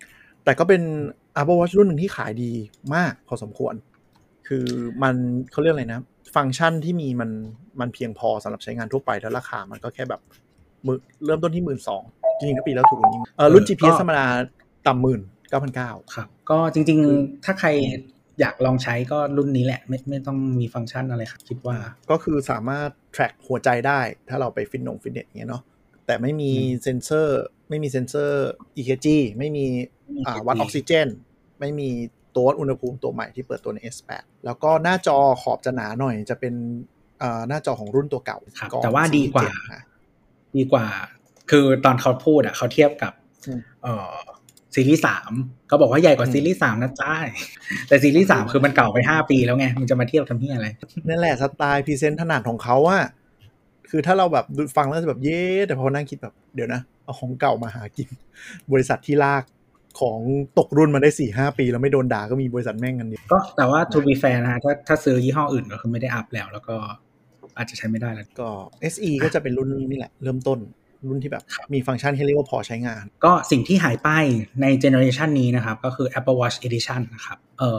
C: แต่ก็เป็น Apple Watch รุ่นหนึ่งที่ขายดีมากพอสมควรคือมันเขาเรียกอะไรนะฟังก์ชันที่มีมันเพียงพอสำหรับใช้งานทั่วไปแล้วราคามันก็แค่แบบเริ่มต้นที่ 12,000 จริงๆก็ปีแล้วถูกกว่านี้รุ่น GPS ธรรมดาต่ำ 19,900
B: ครับก็จริงๆถ้าใครอยากลองใช้ก็รุ่นนี้แหละไม่ต้องมีฟังก์ชันอะไรครับคิดว่า
C: ก็คือสามารถ track หัวใจได้ถ้าเราไปฟิตเนสอย่างเงี้ยเนาะแต่ไม่มีเซ็นเซอร์ EKG ไม่มีวัดออกซิเจนไม่มีตัววัดอุณหภูมิตัวใหม่ที่เปิดตัวใน S8 แล้วก็หน้าจอขอบจะหนาหน่อยจะเป็นหน้าจอของรุ่นตัวเก่า
B: แต่ว่าดีกว่าคือตอนเขาพูดอ่ะเขาเทียบกับซีรีส์3เขาบอกว่าใหญ่กว่าซีรีส์3นะจ้าแต่ซีรีส์3คือมันเก่าไป5ปีแล้วไงมันจะมาเทียบทำเหี้ยอะไร
C: นั่นแหละสไตล์พรีเซนต์ถนัดของเขาอ่ะคือถ้าเราแบบฟังแล้วจะแบบเย้แต่พอนั่งคิดแบบเดี๋ยวนะเอาของเก่ามาหากินบริษัทที่ลากของตกรุ่นมาได้ 4-5 ปีแล้วไม่โดนด่าก็มีบริษัทแม่งกันเดียว
B: ก็แต่ว่า to be fair นะฮะถ้าซื้อยี่ห้ออื่นก็คือไม่ได้อัพแล้วก็อาจจะใช้ไม่ได้แล้ว
C: ก็ SE ก็จะเป็นรุ่นนี่แหละเริ่มต้นรุ่นที่แบบมีฟังก์ชันที่เรียกว่าพอใช้งาน
B: ก็สิ่งที่หายไปในเจเนอเรชันนี้นะครับก็คือ Apple Watch Edition นะครับ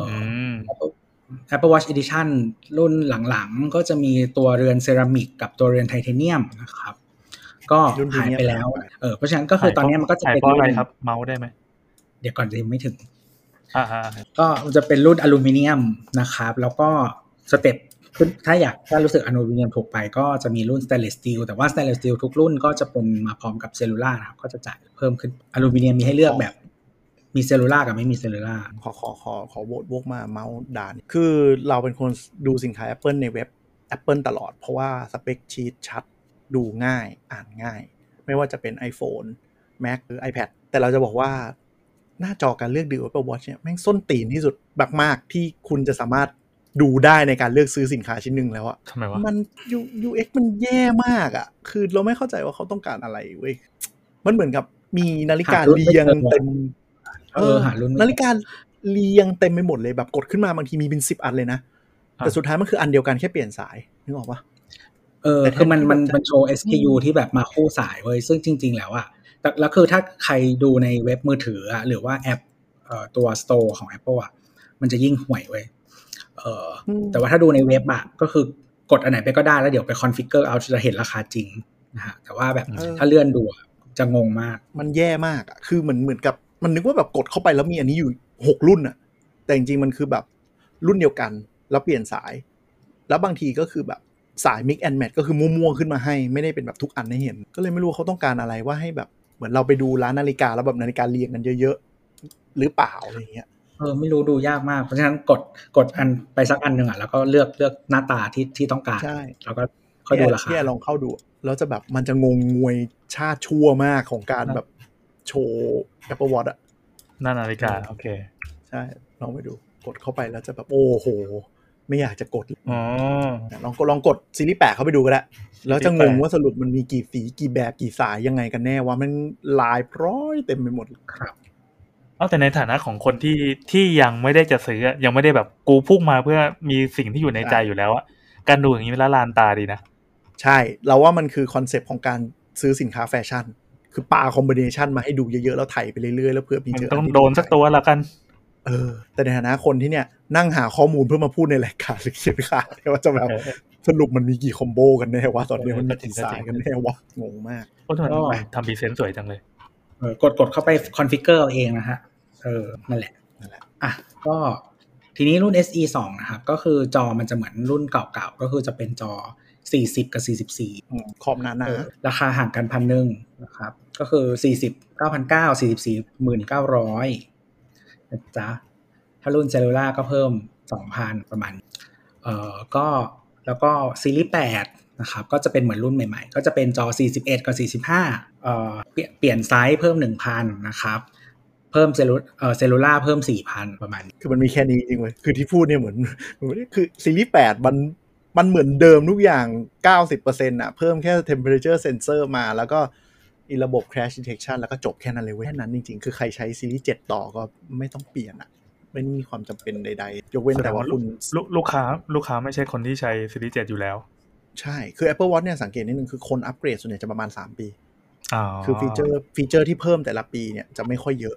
B: Apple Watch Edition รุ่นหลังๆก็จะมีตัวเรือนเซรามิกกับตัวเรือนไทเทเนียมนะครับก็หายไปแล้วเพราะฉะนั้นก็คือตอนนี้มันก็จะเป็น
D: รุ่นอะไรครับเมาส์ได้ไหม
B: เดี๋ยวก่อนจะไม่ถึงก็จะเป็นรุ่นอลูมิเนียมนะครับแล้วก็สเต็ปถ้ารู้สึกอลูมิเนียมถูกไปก็จะมีรุ่น Stainless Steel แต่ว่า Stainless Steel ทุกรุ่นก็จะเป็นมาพร้อมกับเซลลูล่านะครับก็จะจ่ายเพิ่มขึ้นอลูมิเนียมมีให้เลือกแบบมีเซลลูล่ากับไม่มีเซลลูล่า
C: ขอโหวตวกมาเมาส์ด่านคือเราเป็นคนดูสินค้า Apple ในเว็บ Apple ตลอดเพราะว่าสเปคชีทชัดดูง่ายอ่านง่ายไม่ว่าจะเป็น iPhone Mac หรือ iPad แต่เราจะบอกว่าหน้าจอการเลือกดู Apple Watch เนี่ยแม่งส้นตีนที่สุดมากๆที่คุณจะสามารถดูได้ในการเลือกซื้อสินค้าชิ้นหนึ่งแล้วอะ
D: ทำไมวะ
C: มัน UX มันแย่มากอะคือเราไม่เข้าใจว่าเขาต้องการอะไรเว้ยมันเหมือนกับมีนาฬิกาเรียงเต็มนาฬิกาเรียงเต็มไปหมดเลยแบบกดขึ้นมาบางทีมีเป็น10 อันเลยนะแต่สุดท้ายมันคืออันเดียวกันแค่เปลี่ยนสายนึกออกปะ
B: คือมันโชว์ SKU ที่แบบมาคู่สายเว้ยซึ่งจริงๆแล้วอะแล้วคือถ้าใครดูในเว็บมือถืออะหรือว่าแอปตัว Store ของ Apple อะมันจะยิ่งห่วยเว้ยแต่ว่าถ้าดูในเว็บอะก็คือกดอันไหนไปก็ได้แล้วเดี๋ยวไปคอนฟิกเกอร์เอาจะเห็นราคาจริงนะฮะแต่ว่าแบบถ้าเลื่อนดูจะงงมาก
C: มันแย่มากอะคือเหมือนกับมันนึกว่าแบบกดเข้าไปแล้วมีอันนี้อยู่6รุ่นอะแต่จริงๆมันคือแบบรุ่นเดียวกันแล้วเปลี่ยนสายแล้วบางทีก็คือแบบสาย mix and match ก็คือมั่วๆขึ้นมาให้ไม่ได้เป็นแบบทุกอันให้เห็นก็เลยไม่รู้เขาต้องการอะไรว่าให้แบบเหมือนเราไปดูร้านนาฬิกาแล้วแบบนาฬิกาเรียงกันเยอะๆหรือเปล่าอะไรเงี้ย
B: ไม่รู้ดูยากมากเพราะฉะนั้นกดอันไปสักอันนึงอ่ะแล้วก็เลือกหน้าตาที่ต้องการแล้วก็ค่อยดูราคา
C: พี่ลองเข้าดูแล้วจะแบบมันจะงงงวยชาติชั่วมากของการแบบโชว์ Apple Watch อ่ะ
D: หน้านาฬิกาโอเค
C: ใช่ลองไปดูกดเข้าไปแล้วจะแบบโอ้โหไม่อยากจะกดลองกดซีรีส์8เข้าไปดูก็ได้แล้วจะงงว่าสรุปมันมีกี่สีกี่แบบกี่สายยังไงกันแน่ว่ามันลายพร้อยเต็มไปหมด
B: ครับ
D: แต่ในฐานะของคนที่ยังไม่ได้จะซื้อยังไม่ได้แบบกูพุ่งมาเพื่อมีสิ่งที่อยู่ในใจอยู่แล้วอะการดูอย่างนี้ละลานตาดีนะ
C: ใช่เราว่ามันคือคอนเซปต์ของการซื้อสินค้าแฟชั่นคือปาคอมบิเนชันมาให้ดูเยอะๆแล้วไถไปเรื่อยๆแล้วเพื่อมีเจอ
D: ต้องโดนสักตัวละกัน
C: แต่ในฐานะคนที่เนี่ยนั่งหาข้อมูลเพื่อมาพูดในรายการหรือเขียนข่าวว่าจะแบบสรุปมันมีกี่คอมโบกันแน่วะตอนนี้มันมีกี่สายกันแน่วะงงมาก
D: ก็ทำพรีเซนต์สวยจังเลย
B: กดเข้าไปคอนฟิกเกอร์เอาเองนะฮะนั่นแหละอ่ะก็ทีนี้รุ่น SE 2นะครับก็คือจอมันจะเหมือนรุ่นเก่าๆก็คือจะเป็นจอ40กับ44
C: ขอบหนา
B: ราคาห่างกัน 1,000 นะครับก็คือ40 9,900 44 1,900นะจ๊ะถ้ารุ่นเซลลูล่าก็เพิ่ม 2,000 ประมาณก็แล้วก็ซีรีส์8นะครับก็จะเป็นเหมือนรุ่นใหม่ๆก็จะเป็นจอ41กับ45เปลี่ยนไซส์เพิ่ม 1,000 นะครับเพิ่มเซลลูล่าเพิ่ม 4,000 ประมาณ
C: คือมันมีแค่นี้จริงเว้ยคือที่พูดเนี่ยเหมือนคือซีรีส์8มันเหมือนเดิมทุกอย่าง 90% อ่ะเพิ่มแค่ temperature sensor มาแล้วก็อีระบบ crash detection แล้วก็จบแค่นั้นเลยเว้ยแค่นั้นจริงๆคือใครใช้ซีรีส์7ต่อก็ไม่ต้องเปลี่ยนอ่ะไม่มีความจำเป็นใดๆยกเว้นแต่ว่าคุณ
D: ลูกค้าไม่ใช่คนที่ใช้ซีรีส์7อยู่แล้ว
C: ใช่คือ Apple Watch เนี่ยสังเกตนิดนึงคือคนอัปเกรดส่วนใหญ่จะประมาณ3 ปีคือฟีเจอร์ที่เพิ่มแต่ละปีเนี่ยจะไม่ค่อยเยอะ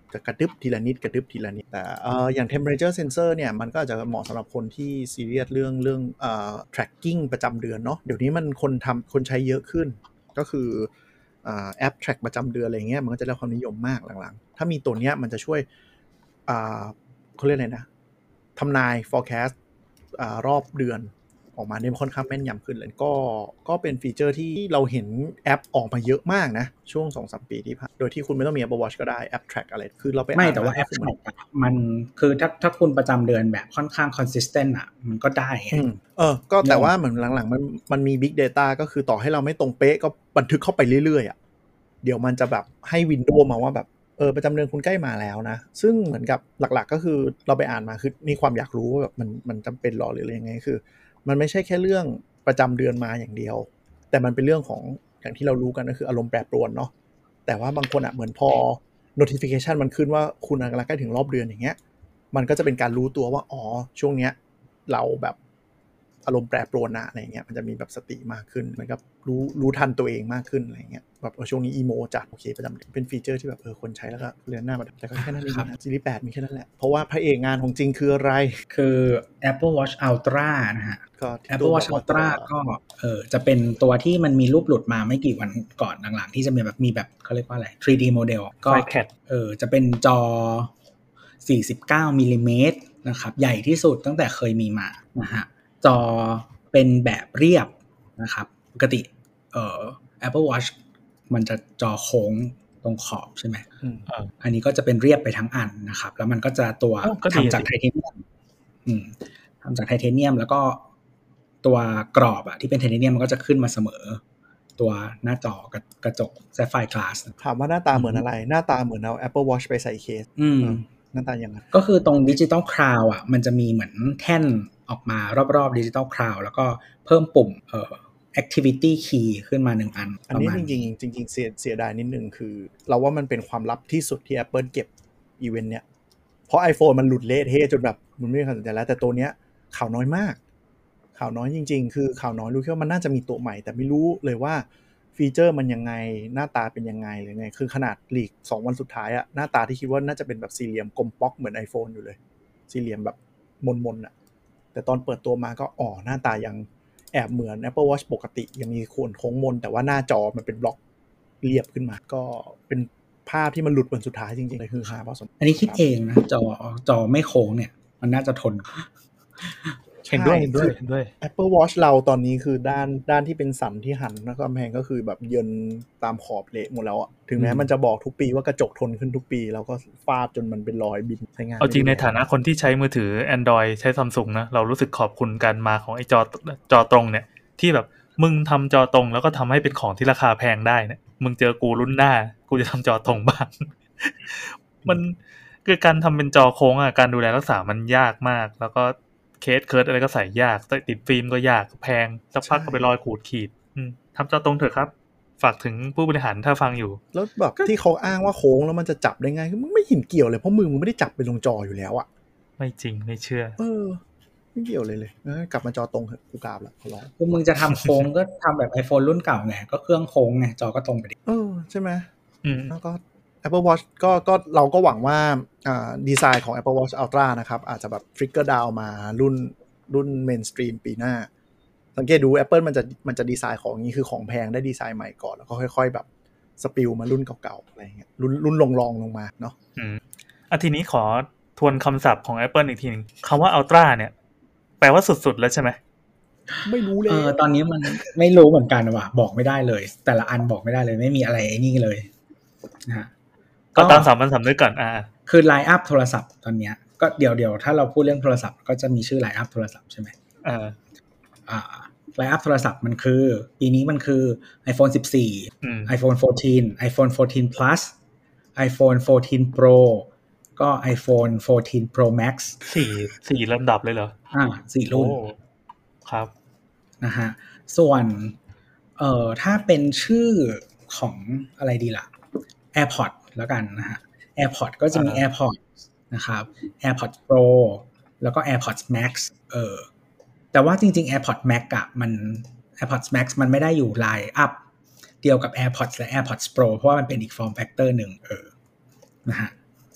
C: จะกระดึบทีละนิดแต่อย่าง temperature sensor เนี่ยมันก็อาจจะเหมาะสำหรับคนที่ซีเรียสเรื่องtracking ประจำเดือนเนาะเดี๋ยวนี้มันคนใช้เยอะขึ้นก็คือแอป track ประจำเดือนอะไรเงี้ยมันก็จะได้ความนิยมมากหลังๆถ้ามีตัวเนี้ยมันจะช่วยเขาเรียกอะไรนะทำนาย forecast รอบเดือนออกมาเนี่ยค่อนข้างแม่นยำขึ้นเลยก็เป็นฟีเจอร์ที่เราเห็นแอปออกมาเยอะมากนะช่วง 2-3 ปีที่ผ่านโดยที่คุณไม่ต้องมี Apple Watch ก็ได้แอป track อะไรคือเราไป
B: ไม่แต่ว่าแอป track มันคือถ้าคุณประจำเดือนแบบค่อนข้าง consistent อ่ะมันก็ได้
C: ก็แต่ว่าเหมือนหลังๆมันมี big data ก็คือต่อให้เราไม่ตรงเป๊ะก็บันทึกเข้าไปเรื่อยๆอ่ะเดี๋ยวมันจะแบบให้วินโดว์มาว่าแบบประจำเดือนคุณใกล้มาแล้วนะซึ่งเหมือนกับหลักๆก็คือเราไปอ่านมาคือมีความอยากรู้ว่าแบบมันจำเป็นหรอหรืออะไรยังไงคือมันไม่ใช่แค่เรื่องประจำเดือนมาอย่างเดียวแต่มันเป็นเรื่องของอย่างที่เรารู้กันก็คืออารมณ์แปรปรวนเนาะแต่ว่าบางคนเหมือนพอ notification มันขึ้นว่าคุณกำลังใกล้ถึงรอบเดือนอย่างเงี้ยมันก็จะเป็นการรู้ตัวว่าอ๋อช่วงเนี้ยเราแบบอารมณ์แปรปรวนนะอะไรเงี้ยมันจะมีแบบสติมากขึ้นเหมือนกับรู้ทันตัวเองมากขึ้นอะไรเงี้ยแบบช่วงนี้อีโมจัดโอเคประจำเป็นฟีเจอร์ที่แบบคนใช้แล้วก็เรียนหน้ามาแต่ก็แค่นั้นเองนะซีรีส์8มีแค่นั้นแหละเพราะว่าพระเอกงานของจริงคืออะไร
B: คือ Apple Watch Ultra นะฮะก็ Apple Watch Ultra ก็จะเป็นตัวที่มันมีรูปหลุดมาไม่กี่วันก่อนหลังๆที่จะมีแบบเขาเรียกว่าอะไร 3D โมเดลก็จะเป็นจอ49มิลลิเมตรนะครับใหญ่ที่สุดตั้งแต่เคยมีมานะฮะจอเป็นแบบเรียบนะครับปกติApple Watch มันจะจอโค้งตรงขอบใช่ไหมอันนี้ก็จะเป็นเรียบไปทั้งอันนะครับแล้วมันก็จะตัวทำจากไทเทเนียมทำจากไทเทเนียมแล้วก็ตัวกรอบที่เป็นไทเทเนียมมันก็จะขึ้นมาเสมอตัวหน้าจอกระจกแซฟไฟร์กลาส
C: ถามว่าหน้าตาเหมือนอะไรหน้าตาเหมือนเอา Apple Watch ไปใส่เคสหน้าตาอย่างไร
B: ก็คือตรงดิจิตอลคราวมันจะมีเหมือนแท่นออกมารอบๆดิจิตอลคราวแล้วก็เพิ่มปุ่มactivity key ขึ้นมา1อัน
C: นี้จริงเสียดายนิดนึงคือเราว่ามันเป็นความลับที่สุดที่ Apple เก็บอีเวนต์เนี้ยเพราะ iPhone มันหลุดเละเทะจนแบบมันไม่มีความสนใจแล้วแต่ตัวเนี้ยข่าวน้อยมากข่าวน้อยจริงๆคือข่าวน้อยรู้แค่ว่ามันน่าจะมีตัวใหม่แต่ไม่รู้เลยว่าฟีเจอร์มันยังไงหน้าตาเป็นยังไงหรือไงคือขนาดลีก2วันสุดท้ายหน้าตาที่คิดว่าน่าจะเป็นแบบสี่เหลี่ยมกลมป๊อกเหมือน iPhone อยู่เลยสี่เหลี่ยมแบบมนแต่ตอนเปิดตัวมาก็หน้าตายังแอบเหมือน Apple Watch ปกติยังมีโค้งมนแต่ว่าหน้าจอมันเป็นบล็อกเรียบขึ้นมาก็เป็นภาพที่มันหลุดวันสุดท้ายจริงๆเลยคือพอสม
B: อันนี้คิดเองนะจอไม่โค้งเนี่ยมันน่าจะทน
D: เห็นด้วย
C: Apple Watch เราตอนนี้คือด้านที่เป็นสันที่หันแล้วก็กำแพงก็คือแบบเยินตามขอบเละหมดแล้วถึงแม้มันจะบอกทุกปีว่ากระจกทนขึ้นทุกปีเราก็ฟาดจนมันเป็นรอยบินใช้งาน
D: เอาจริงในฐานะคนที่ใช้มือถือ Android ใช้ Samsung นะเรารู้สึกขอบคุณการมาของไอ้จอตรงเนี่ยที่แบบมึงทำจอตรงแล้วก็ทำให้เป็นของที่ราคาแพงได้เนี่ยมึงเจอกูรุ่นหน้ากูจะทำจอตรงบ้าง มันคือการทำเป็นจอโค้งการดูแลรักษามันยากมากแล้วก็เคสอะไรก็ใส่ยากติดฟิล์มก็ยากแพงสักพักก็ไปรอยขูดขีดทำจอตรงเถอะครับฝากถึงผู้บริหารถ้าฟังอยู่
C: แล้วแบบที่เขาอ้างว่าโค้งแล้วมันจะจับได้ไงคือมึงไม่เห็นเกี่ยวเลยเพราะมือมึงไม่ได้จับไปลงจออยู่แล้ว
D: ไม่จริงไม่เชื่อ
C: ไม่เกี่ยวเลยกลับมาจอตรงเถอะกูกราบละขอร้อง
B: คือมึงจะทำโค้งก็ทำแบบ iPhone รุ่นเก่าไงก็เครื่องโค้งไงจอก็ตรงไปดิ
C: ใช่ไหมแล้วก็Apple Watch ก็เราก็หวังว่าดีไซน์ของ Apple Watch Ultra นะครับอาจจะแบบทริกเกอร์ดาวมารุ่นเมนสตรีมปีหน้าสังเกตดู Apple มันจะดีไซน์ของนี้คือของแพงได้ดีไซน์ใหม่ก่อนแล้วก็ค่อยๆแบบสปิลมารุ่นเก่าๆอะไรเงี้ยรุ่นลองลงมาเนาะ
D: ทีนี้ขอทวนคำศัพท์ของ Apple อีกทีนึงคำว่า Ultra เนี่ยแปลว่าสุดๆแล้วใช่ไหม
C: ไม่รู้เลย
B: ตอนนี้มันไม่รู้เหมือนกันว่ะบอกไม่ได้เลยแต่ละอันบอกไม่ได้เลยไม่มีอะไรนี่เลยนะฮะ
D: ก็ตามสามัญสำนึกก่อน
B: คือไลน์อัพโทรศัพท์ตอนเนี้ยก็เดี๋ยวถ้าเราพูดเรื่องโทรศัพท์ก็จะมีชื่อไลน์อัพโทรศัพท์ใช่ไหมไลน์อัพโทรศัพท์มันคือปีนี้มันคือ iPhone 14 iPhone 14 iPhone 14 Plus iPhone 14 Pro ก็ iPhone 14 Pro Max
D: 4ลำดับเลยเหรอ
B: 4รุ่น
D: ครับ
B: นะฮะส่วนถ้าเป็นชื่อของอะไรดีล่ะ AirPods แล้วกันนะฮะ AirPods ก็จะมี AirPods นะครับ AirPods Pro แล้วก็ AirPods Max แต่ว่าจริงๆ AirPods Max AirPods Max มันไม่ได้อยู่ไลน์อัพเดียวกับ AirPods และ AirPods Pro เพราะว่ามันเป็นอีก form factor หนึ่งนะฮะ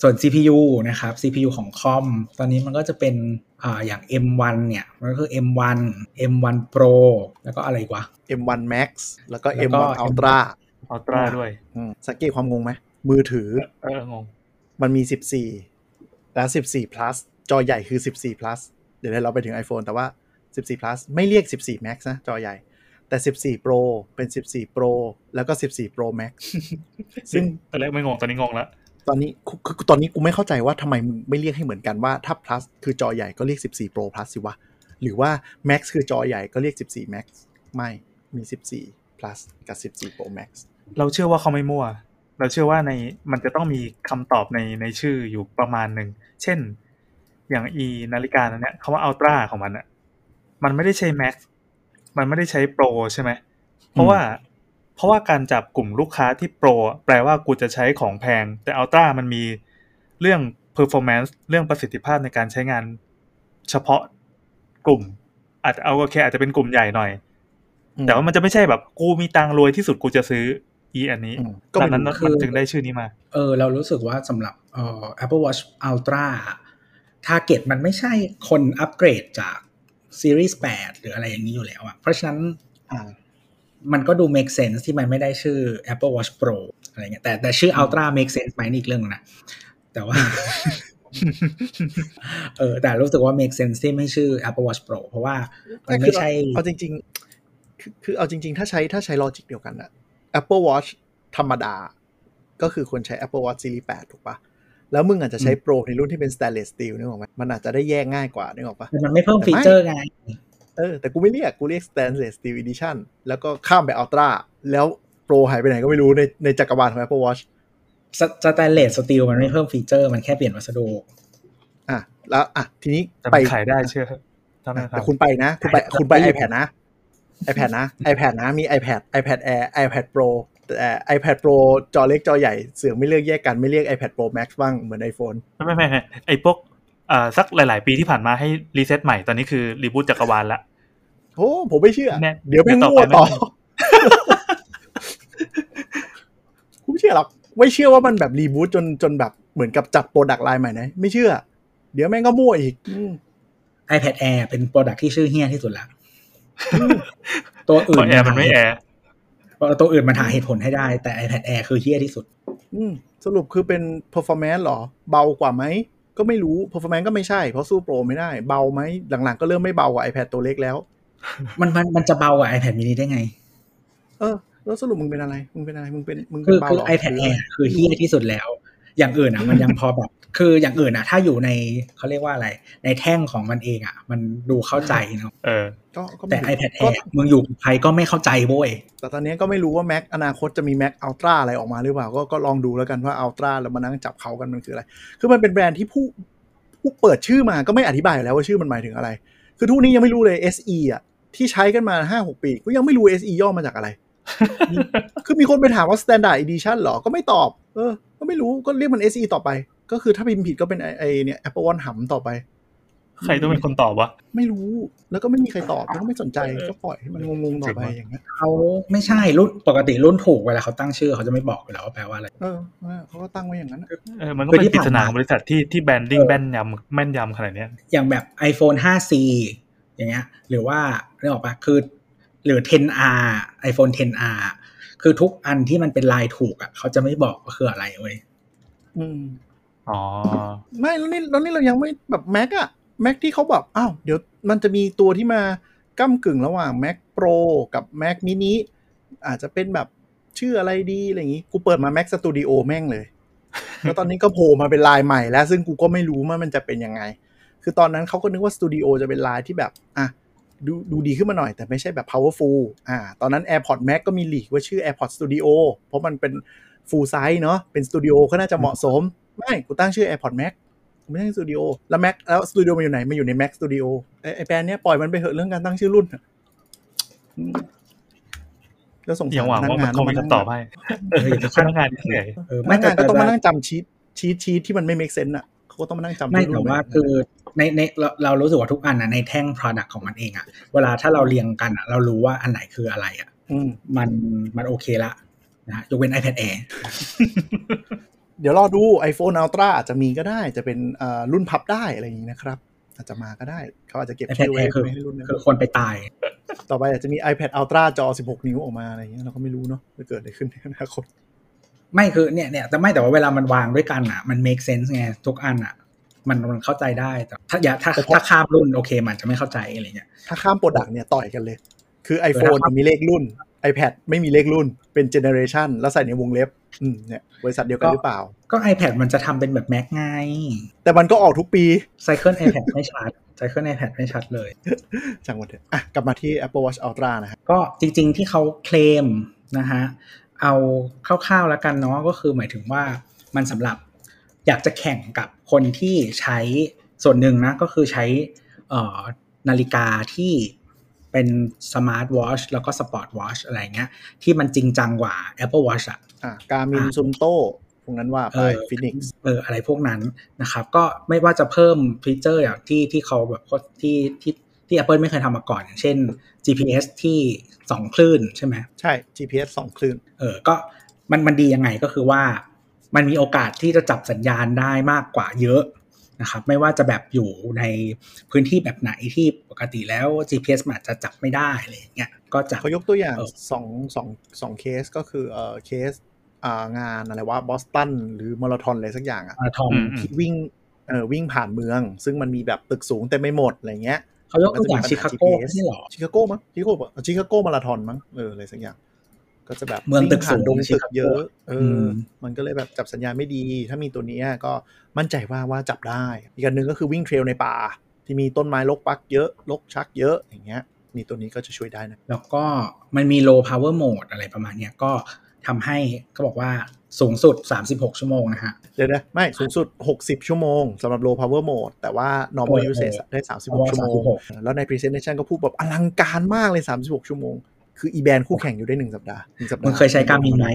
B: ส่วน CPU นะครับ CPU ของคอมตอนนี้มันก็จะเป็นอย่าง M1 เนี่ยมันก็คือ M1 M1 Pro แล้วก็อะไรอีกวะ
C: M1 Max แล้วก็ M1 Ultra
D: ด้วย
C: สังเกตความงงไหมมือถือง
D: ง
C: มันมี14แล้ว14 plus จอใหญ่คือ14 plus เดี๋ยวเราไปถึง iPhone แต่ว่า14 plus ไม่เรียก14 Max นะจอใหญ่แต่14 Pro เป็น14 Pro แล้วก็14 Pro Max ซึ่ง
D: ตอนแรกไม่งงตอนนี้งงแล้ว
C: ตอนนี้กูไม่เข้าใจว่าทำไมมึงไม่เรียกให้เหมือนกันว่าถ้า plus คือจอใหญ่ก็เรียก14 Pro plus สิวะหรือว่า Max คือจอใหญ่ก็เรียก14 Max ไม่มี14 plus กับ14 Pro Max
D: เราเชื่อว่าเขาไม่มั่วเราเชื่อว่ามันจะต้องมีคำตอบในชื่ออยู่ประมาณหนึ่งเช่นอย่างนาฬิกานั้นเนี่ยคำว่า Ultra ของมันอ่ะมันไม่ได้ใช้ Max มันไม่ได้ใช้ Pro ใช่ไหมเพราะว่าการจับกลุ่มลูกค้าที่ Pro แปลว่ากูจะใช้ของแพงแต่ Ultra มันมีเรื่อง performance เรื่องประสิทธิภาพในการใช้งานเฉพาะกลุ่มอาจจะเป็นกลุ่มใหญ่หน่อยแต่ว่ามันจะไม่ใช่แบบกูมีตังค์รวยที่สุดกูจะซื้ออันนี้ตอนนั้นมันจึงได้ชื่อนี้มา
B: เรารู้สึกว่าสำหรับApple Watch Ultra target มันไม่ใช่คนอัปเกรดจาก Series 8 หรืออะไรอย่างนี้อยู่แล้วอ่ะเพราะฉะนั้นมันก็ดู make sense ที่มันไม่ได้ชื่อ Apple Watch Pro อะไรเงี้ยแต่ชื่อ Ultra make sense ไหมนี่อีกเรื่องนะแต่ว่า แต่รู้สึกว่า make sense ที่ไม่ชื่อ Apple Watch Pro เพราะว่ามันไม่ใช่
C: เอาจริงๆคือเอาจริงๆถ้าใช้ลอจิกเดียวกันอะ Apple Watch ธรรมดาก็คือควรใช้ Apple Watch Series 8 ถูกปะแล้วมึงอาจจะใช้ Pro ในรุ่นที่เป็น Stainless Steel นึกออกไหมมันอาจจะได้แยกง่ายกว่านึกออกปะ
B: มันไม่เพิ่มฟีเจอร์ไง
C: แต่กูไม่เรียกStainless Steel Edition แล้วก็ข้ามไป Ultra แล้ว Pro หายไปไหนก็ไม่รู้ในจักรวาลของ Apple Watch
B: Stainless Steel มันไม่เพิ่มฟีเจอร์มันแค่เปลี่ยนวัสดุ
C: แล้วทีนี้
D: ไปขายได้เชื่อ
C: แต่คุณไปนะคุณไป iPad นะ iPad นะมี iPad Air iPad Pro แต่ iPad Pro จอเล็กจอใหญ่เสือกไม่เลือกแยกกันไม่เรียก iPad Pro Max บ้างเหมือน iPhone
D: ไม่ไอ้พวกสักหลายๆปีที่ผ่านมาให้รีเซ็ตใหม่ตอนนี้คือรีบูตจักรวาลละ
C: โอ้ผมไม่เชื่อเดี๋ยวแม่งมั่วต่อผมไม่เชื่อหรอกไม่เชื่อว่ามันแบบรีบูตจนแบบเหมือนกับจัดโปรดักต์ไลน์ใหม่นะไม่เชื่อเดี๋ยวแม่งก็มั่วอีก
B: iPad Air เป็นโปรดักต์ที่ชื่อเหี้ยที่สุดละตัวอื่น
D: มันไม่แอร์
B: ตัวอื่นมันหาเหตุผลให้ได้แต่ iPad Air คือเหี้ยที่สุด
C: สรุปคือเป็น performance หรอเบากว่าไหมก็ไม่รู้ performance ก็ไม่ใช่เพราะสู้ Pro ไม่ได้เบาไหมหลังๆก็เริ่มไม่เบากว่า iPad ตัวเล็กแล้ว
B: มันจะเบากว่า iPad mini ได้ไง
C: แล้วสรุปมึงเป็นอะไรมึง
B: เบาหรอ iPad Air คือเหี้ยที่สุดแล้วอย่างอื่นมันยังพอแบบคืออย่างอื่นถ้าอยู่ในเขาเรียกว่าอะไรในแท่งของมันเองมันดูเข้าใจเนาะแต่ iPad Air มึงอยู่ใครก็ไม่เข้าใจโว้ย
C: แต่ตอนนี้ก็ไม่รู้ว่า Mac อนาคตจะมี Mac Ultra อะไรออกมาหรือเปล่าก็ลองดูแล้วกันว่า Ultra แล้วมานั่งจับเขากันมันคืออะไรคือมันเป็นแบรนด์ที่ผู้เปิดชื่อมาก็ไม่อธิบายแล้วว่าชื่อมันหมายถึงอะไรคือทุกนี้ยังไม่รู้เลย SE ที่ใช้กันมา 5-6 ปีก็ยังไม่รู้ SE ย่อมาจากอะไร คือมีคนไปถามว่า Standard Edition หรอก็ไม่ตอบก็ไม่รู้ก็เรียกมัน SE ต่อไปก็คือถ้าพิมพ์ผิดก็เป็นไอเนี่ย Apple Watch หำต่อไป
D: ใครต้องเป็นคนตอบวะ
C: ไม่รู้แล้วก็ไม่มีใครตอบแล้วก็ไม่สนใจก็ปล่อยให้มันงงๆต่อไปอย่างเงี้ย
B: เขาไม่ใช่รุ่นปกติรุ่นถูกเวลาเขาตั้งชื่อเขาจะไม่บอกอยู่แล้วว่าแปลว่าอะไร
C: เขาก็ตั้งไว้อย่างนั้น
D: มันก็เป็นปริศนาของบริษัทที่แบรนดิ้งแม่นยำขนาดนี้
B: อย่างแบบ iPhone 5C อย่างเงี้ยหรือว่านึกออกปะคือหรือ 10R iPhone 10R คือทุกอันที่มันเป็นลายถูกเขาจะไม่บอกว่าคืออะไรเว้ย
C: ไม่แล้วนี่เรายังไม่แบบ Mac ที่เขาแบบเดี๋ยวมันจะมีตัวที่มาก้ำกึ่งระหว่าง Mac Pro กับ Mac Mini อาจจะเป็นแบบชื่ออะไรดีอะไรอย่างงี้กูเปิดมา Mac Studio แม่งเลยแล้วตอนนี้ก็โผล่มาเป็นลายใหม่แล้วซึ่งกูก็ไม่รู้ว่ามันจะเป็นยังไงคือตอนนั้นเขาก็นึกว่า Studio จะเป็นลายที่แบบดูดีขึ้นมาหน่อยแต่ไม่ใช่แบบ powerful ตอนนั้น AirPods Max ก็มีลีกว่าชื่อ AirPods Studio เพราะมันเป็น full size เนาะเป็น Studio ก็น่าจะเหมาะสมไม่กูตั้งชื่อ AirPods Max ไม่ใช่ Studio แล้ว Mac แล้ว Studio มันอยู่ไหนมันอยู่ใน Mac Studio ไอ้แบรนด์เนี้ยปล่อยมันไปเหอะเรื่องการตั้งชื่อรุ่นแล้วส่ง
D: อย่างหวังว่ามันคงมีคำตอบให้พนักงานเหนื่อย
C: พนักงานก็ต้องมานั่งจำชีทที่มันไม่ make sense เขาก็ต้องมานั่งจำ
B: ไม่แต่ว่าคือในเรารู้สึกว่าทุกอันในแท่ง product ของมันเองเวลาถ้าเราเรียงกันเรารู้ว่าอันไหนคืออะไรมันโอเคละนะยกเว้น iPad Air
C: เดี๋ยวรอดู iPhone Ultra อาจจะมีก็ได้จะเป็นรุ่นพับได้อะไรอย่างนี้นะครับอาจจะมาก็ได้เขาอาจจะเก็บชื่อไว้ให้รุ่นนั้น
B: คือคนไปตาย
C: ต่อไปอาจจะมี iPad Ultra จอ16นิ้วออกมาอะไรอย่างเงี้ยเราก็ไม่รู้เนาะจะเกิดอะไรขึ้นในอนาคต
B: ไม่คือเนี่ยแต่ว่าเวลามันวางด้วยกันอ่ะมัน make sense ไงทุกอันอ่ะมันเข้าใจได้แต่ถ้าข้ามรุ่นโอเคมันจะไม่เข้าใจอะไรเงี้ย
C: ถ้าข้ามโปรดักต์เนี่ยต่อยกันเลยคือ iPhone มีเลขรุ่น iPad ไม่มีเลขรุ่นเป็น generation แล้วใส่ในวงเล็บเนี่ยบริษัทเดียวกันหรือเปล่า
B: ก็ iPad มันจะทำเป็นแบบ Mac ไง
C: แต่มันก็ออกทุกปี
B: ไซเคิล iPad ไม่ชัดไซเคิล iPad ไม่ชัดเลย
C: จังหวะเถอะกลับมาที่ Apple Watch Ultra นะฮะ
B: ก็จริงๆที่เขาเคลมนะฮะเอาคร่าวๆแล้วกันเนาะก็คือหมายถึงว่ามันสำหรับอยากจะแข่งกับคนที่ใช้ส่วนหนึ่งนะก็คือใช้นาฬิกาที่เป็นสมาร์ทวอชแล้วก็สปอร์ตวอชอะไรเงี้ยที่มันจริงจังกว่า Apple Watch
C: Garmin Suunto พวกนั้นว่าไป Phoenix
B: อะไรพวกนั้นนะครับก็ไม่ว่าจะเพิ่มฟีเจอร์อย่างที่เขาแบบที่ Apple ไม่เคยทำมาก่อนอย่างเช่น GPS ที่2คลื่นใช่ไหม
C: ใช่ GPS 2คลื่น
B: ก็มันดียังไงก็คือว่ามันมีโอกาสที่จะจับสัญญาณได้มากกว่าเยอะนะครับไม่ว่าจะแบบอยู่ในพื้นที่แบบไหนที่ปกติแล้ว GPS อาจจะจับไม่ได้อะไรอย่างเงี้ยก็จะ
C: เขายกตัวอย่าง2เคสก็คือเคสงานอะไรว่าบอสตันหรือมาราธอนอะไรสักอย่างที่วิ่งผ่านเมืองซึ่งมันมีแบบตึกสูงเต็มไปหมดอะไรเงี้ย
B: เขายกตัวอย่างชิคาโกไม่ใช่หรอ
C: ชิคาโกมั้งชิคาโกมาราธอนมั้งอะไรสักอย่างก็จะแบบ
B: เมืองตึกสูง
C: ตึกเยอะมันก็เลยแบบจับสัญญาณไม่ดีถ้ามีตัวนี้ก็มั่นใจว่าจับได้อีกอันนึงก็คือวิ่งเทรลในป่าที่มีต้นไม้รกปักเยอะรกชักเยอะอย่างเงี้ยมีตัวนี้ก็จะช่วยได้นะ
B: แล้วก็มันมี low power mode อะไรประมาณเนี้ยก็ทำให้เขาบอกว่าสูงสุด36ชั่วโมงนะฮะ
C: เดี๋ยวนะไม่สูงสุด60ชั่วโมงสำหรับ low power mode แต่ว่า normal usage ได้36ชั่วโมงแล้วใน presentation ก็พูดแบบอลังการมากเลย36ชั่วโมงคืออีแบนคู่แข่งอยู่ได้1สัปดาห์
B: มึงเคยใช้ Garmin ไหม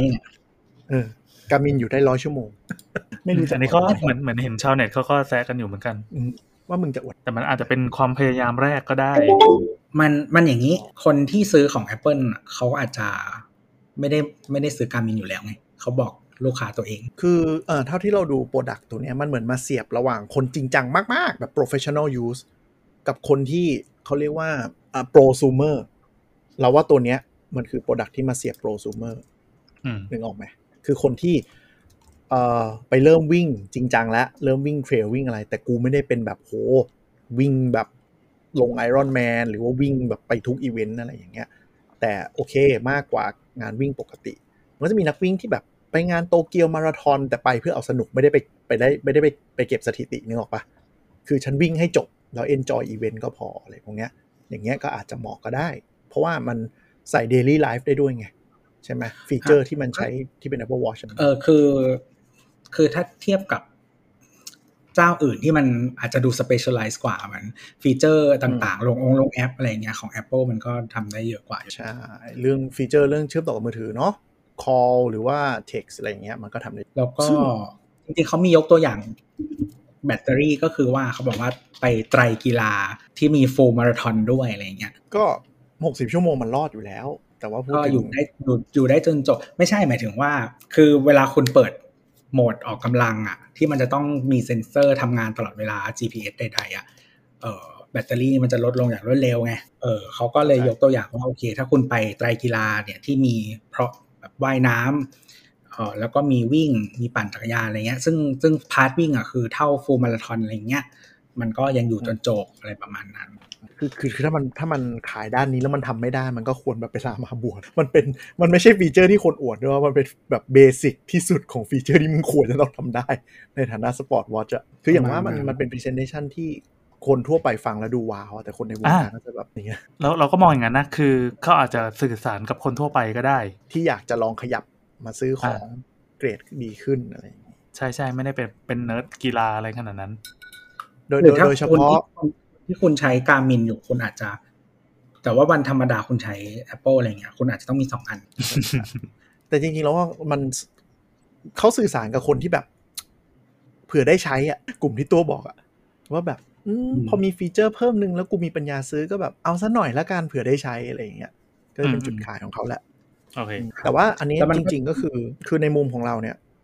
C: Garmin อยู่ได้100ชั่วโมง
D: ไม่รู้จักอันนี้ก็เหมือนเห็นชาวเน็ตเขาก็แซะกันอยู่เหมือนกัน
C: ว่ามึงจะอวด
D: แต่มันอาจจะเป็นความพยายามแรกก็ได้
B: มันอย่างนี้คนที่ซื้อของ Apple เขาอาจจะไม่ได้ซื้อ Garmin อยู่แล้วไงเขาบอกลูกค้าตัวเอง
C: คือเท่าที่เราดูโปรดักต์ตัวนี้มันเหมือนมาเสียบระหว่างคนจริงจังมากๆแบบ professional use กับคนที่เขาเรียกว่าprosumer เราว่าตัวเนี้ยมันคือโปรดักต์ที่มาเสียบ prosumer นึกออกไหมคือคนที่ไปเริ่มวิ่งจริงจังแล้วเริ่มวิ่งเทรลวิ่งอะไรแต่กูไม่ได้เป็นแบบโหวิ่งแบบลงไอรอนแมนหรือว่าวิ่งแบบไปทุกอีเวนต์อะไรอย่างเงี้ยแต่โอเคมากกว่างานวิ่งปกติมันจะมีนักวิ่งที่แบบไปงานโตเกียวมาราธอนแต่ไปเพื่อเอาสนุกไม่ได้ไปเก็บสถิตินึกออกปะคือฉันวิ่งให้จบแล้วเอนจอยอีเวนต์ก็พออะไรพวกเนี้ยอย่างเงี้ยก็อาจจะเหมาะก็ได้เพราะว่ามันใส่ daily life ได้ด้วยไงใช่ไหมฟีเจอร์ที่มันใช้ที่เป็น Apple Watch
B: คือถ้าเทียบกับเจ้าอื่นที่มันอาจจะดู specialize กว่ามันฟีเจอร์ต่างๆลงแอปอะไรเงี้ยของ Apple มันก็ทำได้เยอะกว่า
C: ใช่เรื่องฟีเจอร์เรื่องเชื่อมต่อกับมือถือเนาะ call หรือว่า text อะไรเงี้ยมันก็ทำได้
B: แล้วก็จริงๆเขามียกตัวอย่างแบตเตอรี่ก็คือว่าเขาบอกว่าไปไตรกีฬาที่มีฟูลมาราธอนด้วยอะไรเงี้ย
C: ก็60ชั่วโมงมันรอดอยู่แล้วแต่ว่า
B: ก็อยู่ได้จนจบไม่ใช่หมายถึงว่าคือเวลาคุณเปิดโหมดออกกำลังที่มันจะต้องมีเซ็นเซอร์ทำงานตลอดเวลา GPS ใดๆแบตเตอรี่มันจะลดลงอย่างรวดเร็วไงเขาก็เลยยกตัวอย่างว่าโอเคถ้าคุณไปไตรกีฬาเนี่ยที่มีเพราะแบบว่ายน้ำแล้วก็มีวิ่งมีปั่นจักรยานอะไรเงี้ยซึ่งพาร์ทวิ่งคือเท่าฟูลมาราธอนอะไรเงี้ยมันก็ยังอยู่จนจบอะไรประมาณนั้น
C: คือถ้ามันขายด้านนี้แล้วมันทำไม่ได้มันก็ควรแบบไปลามาบวชมันไม่ใช่ฟีเจอร์ที่คนอวดด้วยว่ามันเป็นแบบเบสิกที่สุดของฟีเจอร์ที่มึงควรจะต้องทำได้ในฐานะสปอร์ตวอทช์คืออย่างว่ามันเป็นพรีเซนเทชันที่คนทั่วไปฟังแล้วดูว้าวแต่คนในวงการก็จะแบบนี้
D: แล้วเราก็มองอย่างนั้นนะคือเขาอาจจะสื่อสารกับคนทั่วไปก็ได้
C: ที่อยากจะลองขยับมาซื้อของเกรดดีขึ้นอะไรอย่างนี้
D: ใช่ไม่ได้เป็นเนิร์ดกีฬาอะไรขนาดนั้น
C: โดยเฉพาะ
B: ที่คุณใช้ Garmin อยู่คุณอาจจะแต่ว่าวันธรรมดาคุณใช้ Apple อะไรเงี้ยคุณอาจจะต้องมี2อัน
C: แต่จริงๆแล้วว่ามันเขาสื่อสารกับคนที่แบบเผื่อได้ใช้กลุ่มที่ตัวบอกว่าแบบพอมีฟีเจอร์เพิ่มนึงแล้วกูมีปัญญาซื้อก็แบบเอาซะหน่อยละกันเผื่อได้ใช้อะไรอย่างเงี้ยก็เป็นจุดขายของเขาแหละ
D: โอเค
C: แต่ว่าอันนี้จริงๆก็คือในมุมของเราเนี่ย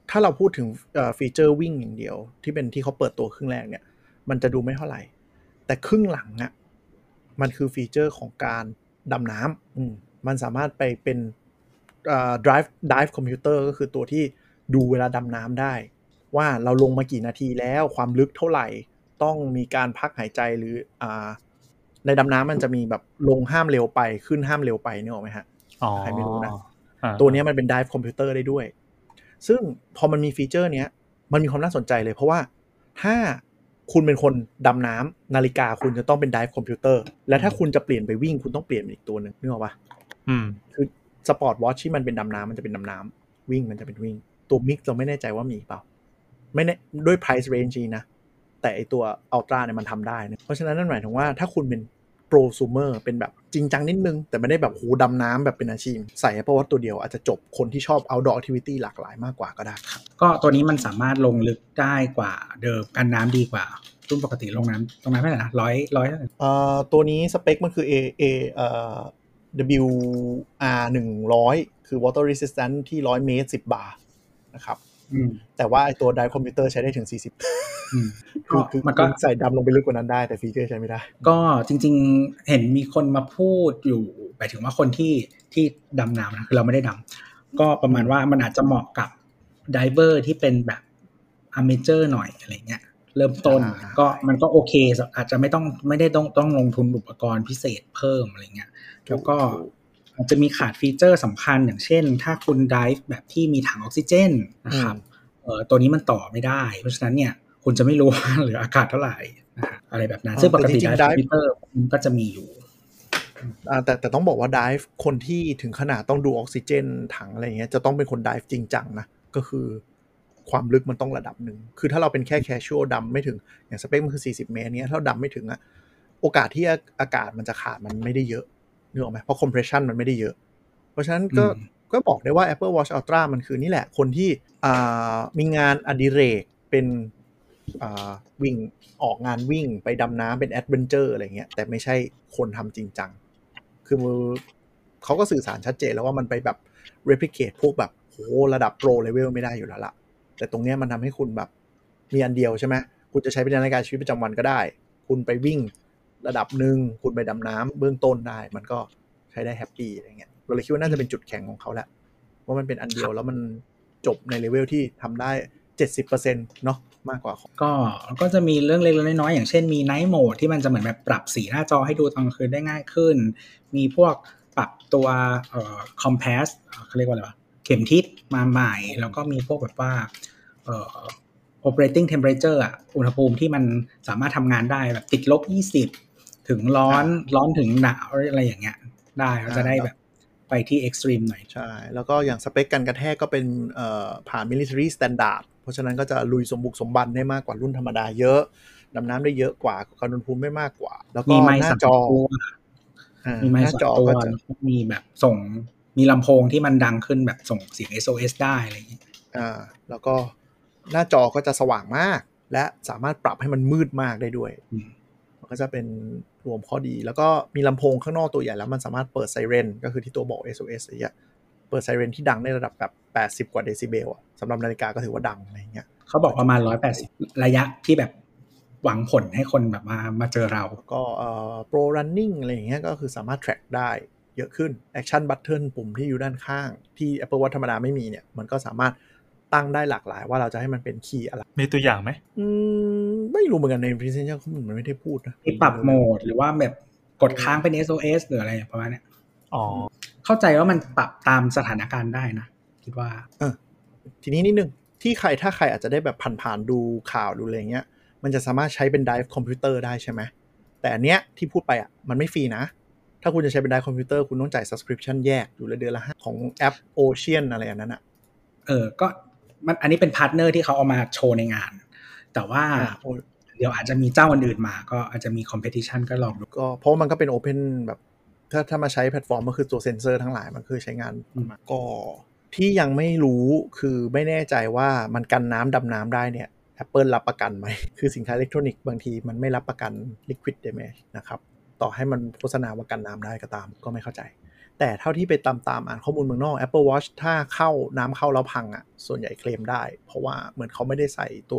C: ถ้าเราพูดถึงฟีเจอร์วิ่งอย่างเดียวที่เป็นที่เขาเปิดตัวครึ่งแรกเนี่ยมันจะดูไม่เท่าไหร่แต่ครึ่งหลังอ่ะมันคือฟีเจอร์ของการดำน้ำมันสามารถไปเป็นdive computer ก็คือตัวที่ดูเวลาดำน้ำได้ว่าเราลงมากี่นาทีแล้วความลึกเท่าไหร่ต้องมีการพักหายใจหรือในดำน้ำมันจะมีแบบลงห้ามเร็วไปขึ้นห้ามเร็วไปนึกออกไหมฮะใครไม่รู้นะตัวนี้มันเป็น dive computer ได้ด้วยซึ่งพอมันมีฟีเจอร์เนี้ยมันมีความน่าสนใจเลยเพราะว่าถ้าคุณเป็นคนดำน้ำนาฬิกาคุณจะต้องเป็น dive computer และถ้าคุณจะเปลี่ยนไปวิ่งคุณต้องเปลี่ยนอีกตัวนึงนึกออกปะคือสปอร์ตวอทช์ที่มันเป็นดำน้ำมันจะเป็นดำน้ำวิ่งมันจะเป็นวิ่งตัวมิกเราไม่แน่ใจว่ามีเปล่าไม่แน่ด้วย price range นะแต่ไอตัว Ultra เนี่ยมันทำได้นะเพราะฉะนั้นนั่นหมายถึงว่าถ้าคุณเป็นโปรซูเมอร์เป็นแบบจริงจังนิดนึงแต่ไม่ได้แบบโหดำน้ำแบบเป็นอาชีพใส่ Apple Watch ตัวเดียวอาจจะจบคนที่ชอบ outdoor activity หลากหลายมากกว่าก็ได้ครับ
B: ก็ตัวนี้มันสามารถลงลึกได้กว่าเดิมกันน้ำดีกว่ารุ่นปกติลงน้ำตรงนั้นเท่าไหร่นะ100
C: ตัวนี้สเปคมันคือ WR 100คือ water resistant ที่100 เมตร10 บาร์นะครับแต่ว่าไอตัว dive computer ใช้ได้ถึง40คือมันก็ใส่ดำลงไปลึกกว่านั้นได้แต่ฟีเจอร์ใช้ไม่ได้
B: ก็จริงๆเห็นมีคนมาพูดอยู่หมายถึงว่าคนที่ดำน้ำนะคือเราไม่ได้ดำก็ประมาณว่ามันอาจจะเหมาะกับไดเวอร์ที่เป็นแบบอเมเจอร์หน่อยอะไรเงี้ยเริ่มต้นก็มันก็โอเคอาจจะไม่ได้ต้องลงทุนอุปกรณ์พิเศษเพิ่มอะไรเงี้ยแล้วก็อาจจะมีขาดฟีเจอร์สำคัญอย่างเช่นถ้าคุณไดฟ์แบบที่มีถังออกซิเจนนะครับตัวนี้มันต่อไม่ได้เพราะฉะนั้นเนี่ยคุณจะไม่รู้ว่าเหลืออากาศเท่าไหร่อะไรแบบนั้นซึ่งปกติไดฟ์คอมพิวเตอร์มันก็จะมีอยู่
C: แต่ต้องบอกว่าไดฟ์คนที่ถึงขนาดต้องดูออกซิเจนถังอะไรเงี้ยจะต้องเป็นคนไดฟ์จริงจังนะก็คือความลึกมันต้องระดับหนึ่งคือถ้าเราเป็นแค่แคชชวลดำไม่ถึงอย่างสเปคมันคือ40 เมตรเนี้ยถ้าดำไม่ถึงอะโอกาสที่อากาศมันจะขาดมันไม่ได้เยอะนึกออกไหมเพราะคอมเพรสชันมันไม่ได้เยอะเพราะฉะนั้นก็บอกได้ว่า Apple Watch Ultra มันคือนี่แหละคนที่มีงานอดิเรกเป็นวิ่งออกงานวิ่งไปดำน้ำเป็นแอดเวนเจอร์อะไรเงี้ยแต่ไม่ใช่คนทำจริงจังคือเขาก็สื่อสารชัดเจนแล้วว่ามันไปแบบ replicate พวกแบบโหระดับโปรเลเวลไม่ได้อยู่แล้วล่ะแต่ตรงเนี้ยมันทำให้คุณแบบมีอันเดียวใช่ไหมคุณจะใช้เป็นในการชีวิตประจำวันก็ได้คุณไปวิ่งระดับหนึ่งคุณไปดำน้ำเบื้องต้นได้มันก็ใช้ได้แฮปปี้อะไรเงี้ยเราเลยคิดว่าน่าจะเป็นจุดแข็งของเขาแหละว่ามันเป็นอันเดียวแล้วมันจบในเลเวลที่ทำได้ 70% เนาะมากกว่า
B: ก็จะมีเรื่องเล็กๆน้อยๆอย่างเช่นมี Night Mode ที่มันจะเหมือนแบบปรับสีหน้าจอให้ดูตอนกลางคืนได้ง่ายขึ้นมีพวกปรับตัวCompass เขาเรียกว่าอะไรวะเข็มทิศมาใหม่แล้วก็มีพวกแบบว่าoperating temperature อ่ะอุณหภูมิที่มันสามารถทำงานได้แบบติด-20ถึงร้อนถึงหนาวอะไรอย่างเงี้ยได้ก็จะได้แบบไปที่ extreme หน่อย
C: ใช่แล้วก็อย่างสเปคกันกระแทกก็เป็นผ่าน military standard เพราะฉะนั้นก็จะลุยสมบุกสมบันได้มากกว่ารุ่นธรรมดาเยอะดำน้ำได้เยอะกว่าการอุณหภูมิไม่มากกว่าแล้วก็หน้าจอ
B: มีไมค์2 ตัวแล้วมีแบบส่งมีลำโพงที่มันดังขึ้นแบบส่งเสียง SOS ได้อะไรอย่างเงี้ย
C: แล้วก็หน้าจอก็จะสว่างมากและสามารถปรับให้มันมืดมากได้ด้วยมันก็จะเป็นรวมข้อดีแล้วก็มีลำโพงข้างนอกตัวใหญ่แล้วมันสามารถเปิดไซเรนก็คือที่ตัวบอก SOS อะไรอย่างเงี้ยเปิดไซเรนที่ดังในระดับแบบ80กว่าเดซิเบลอ่ะสำหรับนาฬิกาก็ถือว่าดังอะไรอย่างเงี้ย
B: เขาบอกประมาณ180ระยะที่แบบหวังผลให้คนแบบมาเจอเรา
C: ก็pro running อะไรอย่างเงี้ยก็คือสามารถ track ได้เยอะขึ้น action button ปุ่มที่อยู่ด้านข้างที่ Apple Watch ธรรมดาไม่มีเนี่ยมันก็สามารถตั้งได้หลากหลายว่าเราจะให้มันเป็นคีย์อะไร
D: มีตัวอย่างไหม
C: ไม่รู้เหมือนกันใน presentation เขามันไม่ได้พูดนะ
B: มีปรับโหมดหรือว่าแบบกดค้างเป็น SOS หรืออะไรประมาณนี้เข้าใจว่ามันปรับตามสถานการณ์ได้นะคิดว่า
C: ทีนี้นิดนึงที่ถ้าใครอาจจะได้แบบผ่านๆดูข่าวดูอะไรเงี้ยมันจะสามารถใช้เป็น Dive Computer ได้ใช่ไหมแต่อันเนี้ยที่พูดไปอ่ะมันไม่ฟรีนะถ้าคุณจะใช้เป็น Dive Computer คุณต้องจ่าย subscription แยกอยู่เดือนละ5ของแอป Ocean อะไรอย่างนั้นอ่ะ
B: ก็มันอันนี้เป็นพาร์ทเนอร์ที่เขาเอามาโชว์ในงานแต่ว่าเดี๋ยวอาจจะมีเจ้าอื่นๆมาก็อาจจะมี competition ก็ลองดู
C: ก็เพราะมันก็เป็น open แบบถ้ามาใช้แพลตฟอร์มก็คือตัวเซ็นเซอร์ทั้งหลายมันคือใช้งานก็ที่ยังไม่รู้คือไม่แน่ใจว่ามันกันน้ำดำน้ำได้เนี่ย Apple รับประกันไหมคือสินค้าอิเล็กทรอนิกส์บางทีมันไม่รับประกัน liquid damage นะครับต่อให้มันโฆษณาว่ากันน้ำได้ก็ตามก็ไม่เข้าใจแต่เท่าที่ไปตามอ่านข้อมูลเมืองนอก Apple Watch ถ้าน้ำเข้าแล้วพังอ่ะส่วนใหญ่เคลมได้เพราะว่าเหมือนเขาไม่ได้ใส่ตัว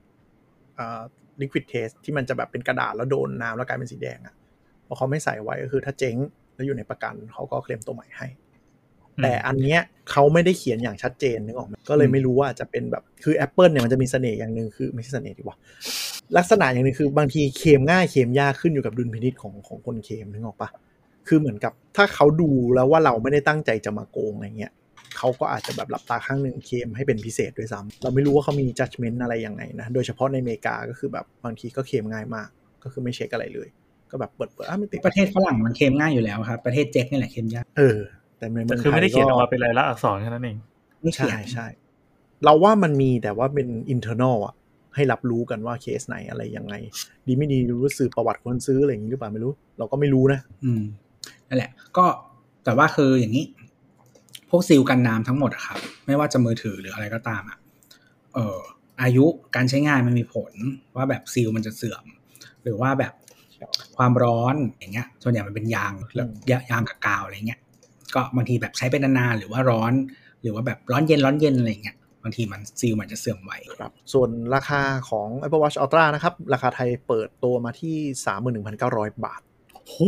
C: liquid test ที่มันจะแบบเป็นกระดาษแล้วโดนน้ำแล้วกลายเป็นสีแดงอ่ะเพราะเขาไม่ใส่ไว้ก็คือถ้าเจ๊งแล้วอยู่ในประกันเขาก็เคลมตัวใหม่ให้แต่อันเนี้ยเขาไม่ได้เขียนอย่างชัดเจนนึกออกไหมก็เลยไม่รู้ว่าจะเป็นแบบคือ Apple เนี่ยมันจะมีเสน่ห์อย่างนึงคือไม่ใช่เสน่ห์ดีกว่าลักษณะอย่างนึงคือบางทีเคลมง่ายเคลมยากขึ้นอยู่กับดุลพินิจของคนเคลมนึกออกปะคือเหมือนกับถ้าเขาดูแล้วว่าเราไม่ได้ตั้งใจจะมาโกงอะไรเงี้ยเขาก็อาจจะแบบหลับตาข้างนึงเคลมให้เป็นพิเศษด้วยซ้ำเราไม่รู้ว่าเขามี judgment อะไรยังไงนะโดยเฉพาะในอเมริกาก็คือแบบบางทีก็เคลมง่ายมากก็คือไม่เช็คอะไรเลยก็แบบเปิดไม่ติด
B: ประเทศฝรั่งมันเคลมง่ายอยู่แล้วครับประเทศเจ๊กนี่แหละเคลมยาก
C: แต่ในเมืองไทย
D: คือไม่ได้เขียนออกมาเป็นลายลักษณ์อักษรแค่นั้นเอง
C: ใช่เราว่ามันมีแต่ว่าเป็น internal อ่ะให้รับรู้กันว่าเคสไหนอะไรยังไงดีไม่ดีรู้สื่อประวัติคนซื้ออะไรอย่างนี้หรือเปล่าไม่รู้เราก็ไม่รู้นะ
B: นั่นแหละก็แต่ว่าคืออย่างนี้พวกซีลกันน้ำทั้งหมดอะครับไม่ว่าจะมือถือหรืออะไรก็ตามอายุการใช้งานมันมีผลว่าแบบซีลมันจะเสื่อมหรือว่าแบบความร้อนอย่างเงี้ยส่วนใหญ่มันเป็นยางแล้วยางกับกาวอะไรเงี้ยก็บางทีแบบใช้ไปนานๆหรือว่าร้อนหรือว่าแบบร้อนเย็นอะไรเงี้ยบางทีมันซีลมันจะเสื่อมไว
C: ครับส่วนราคาของ Apple Watch Ultra นะครับราคาไทยเปิดตัวมาที่ 31,900 บาท
D: โห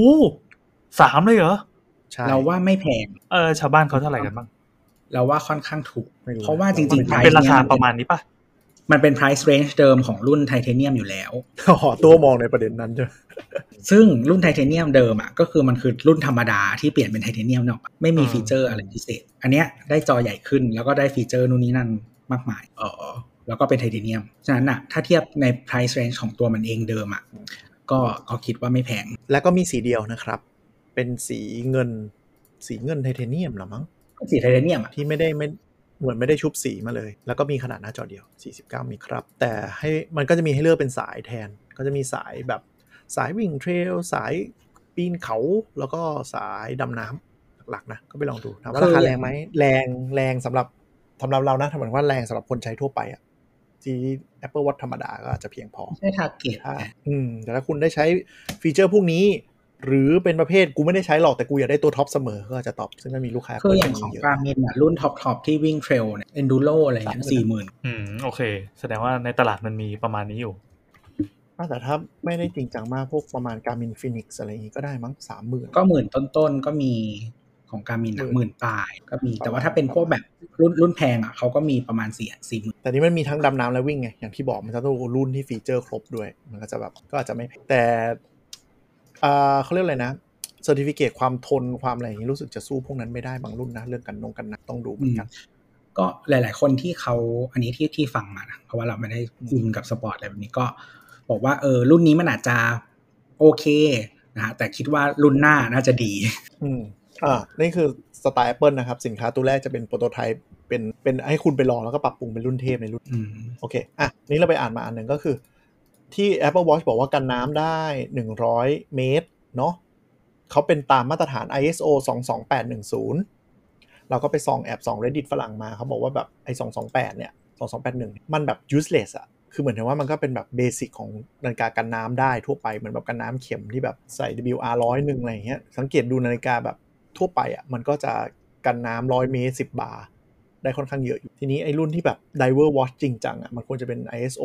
D: 3เลยเหรอ
B: ใช่เราว่าไม่แพง
D: ชาวบ้านเขาเท่าไหร่กันบ้าง
B: เราว่าค่อนข้างถูกเพราะว่าจริงๆ
D: มันเป็นราคาประมาณนี้ป่ะ
B: มันเป็น price range เดิมของรุ่นไทเทเนียมอยู่แล้ว
C: ตัวมองในประเด็นนั้นใช่
B: ซึ่งรุ่นไทเทเนียมเดิมอ่ะก็คือมันคือรุ่นธรรมดาที่เปลี่ยนเป็นไทเทเนียมเนาะไม่มีฟีเจอร์อะไรพิเศษอันเนี้ยได้จอใหญ่ขึ้นแล้วก็ได้ฟีเจอร์นู่นนี่นั่นมากมายแล้วก็เป็นไทเทเนียมฉะนั้นน่ะถ้าเทียบใน price range ของตัวมันเองเดิมอ่ะก็คิดว่าไม่แพง
C: แล้วก็มีสีเดียวนะครับเป็นสีเงินไทเทเนียมหรอมั้ง
B: สีไทเทเนียม
C: ที่ไม่ได้เหมือนไม่ได้ชุบสีมาเลยแล้วก็มีขนาดหน้าจอเดียว49มิลครับแต่ให้มันก็จะมีให้เลือกเป็นสายแทนก็จะมีสายแบบสายวิ่งเทรลสายปีนเขาแล้วก็สายดำน้ำหลักๆนะก็ไปลองดูถามว่าราคาแรงไหมแรงสำหรับเรานะถ้าเหมือนว่าแรงสำหรับคนใช้ทั่วไปอ่ะที่ Apple Watch ธรรมดาก็อาจจะเพียงพอ
B: ใช่ทาร์เก็ต
C: แต่ถ้าคุณได้ใช้ฟีเจอร์พวกนี้หรือเป็นประเภทกูไม่ได้ใช้หรอกแต่กูอยากได้ตัวท็อปเสมอก็จะตอบซึ่งก็มีลูกค้า
B: คืออย่างของ Garmin อ่ะรุ่นท็อปที่วิ่งเทรลเนี่ย Enduro อะไรอย่างเงี้ย 40,000
D: โอเคแสดงว่าในตลาดมันมีประมาณนี้อยู่
C: แต่ถ้าไม่ได้จริงจังมากพวกประมาณ Garmin Phoenix อะไรอย่างงี้ก็ได้มั้ง 30,000
B: ก็หมื่นต้นๆก็มีของ Garmin อ่ะ10,000ปลายก็มีแต่ว่าถ้าเป็นพวกแบบรุ่นแพงอ่ะเขาก็มีประมาณ40,000
C: แต่นี่มันมีทั้งดำน้ำและวิ่งไงอย่างที่บอกมันจะต้องรุ่นที่ฟีเจอร์ครบด้วยมันก็จะแบบก็อาจจะไม่แต่เขาเรียกอะไรนะเซอร์ติฟิเคตความทนความอะไรอย่างนี้รู้สึกจะสู้พวกนั้นไม่ได้บางรุ่นนะเรื่องกันนะต้องดูเหมือนกัน
B: ก็หลายๆคนที่เขาอันนี้ที่ฟังมานะเพราะว่าเราไม่ได้อินกับสปอร์ตอะไรแบบนี้ก็บอกว่ารุ่นนี้มันอาจจะโอเคนะฮะแต่คิดว่ารุ่นหน้าน่าจะดี
C: นี่คือสไตล์ Apple นะครับสินค้าตัวแรกจะเป็นโปรโตไทป์เป็นให้คุณไปลองแล้วก็ปรับปรุงเป็นรุ่นเทพในรุ่นโอเคนี่เราไปอ่านมาอันหนึ่งก็คือที่ Apple Watch บอกว่ากันน้ำได้100เมตรเนาะเขาเป็นตามมาตรฐาน ISO 22810เราก็ไปส่องReddit ฝรั่งมาเขาบอกว่าแบบไอ้228เนี่ย2281มันแบบ useless อะคือเหมือนว่ามันก็เป็นแบบเบสิกของนาฬิกากันน้ำได้ทั่วไปเหมือนแบบกันน้ำเข็มที่แบบใส่ WR 100นึงอะไรอย่างเงี้ยสังเกตดูนาฬิกาแบบทั่วไปอ่ะมันก็จะกันน้ำ100 เมตร10 บาร์ได้ค่อนข้างเยอะอยู่ทีนี้ไอ้รุ่นที่แบบ Diver Watch จริงจังอ่ะมันควรจะเป็น ISO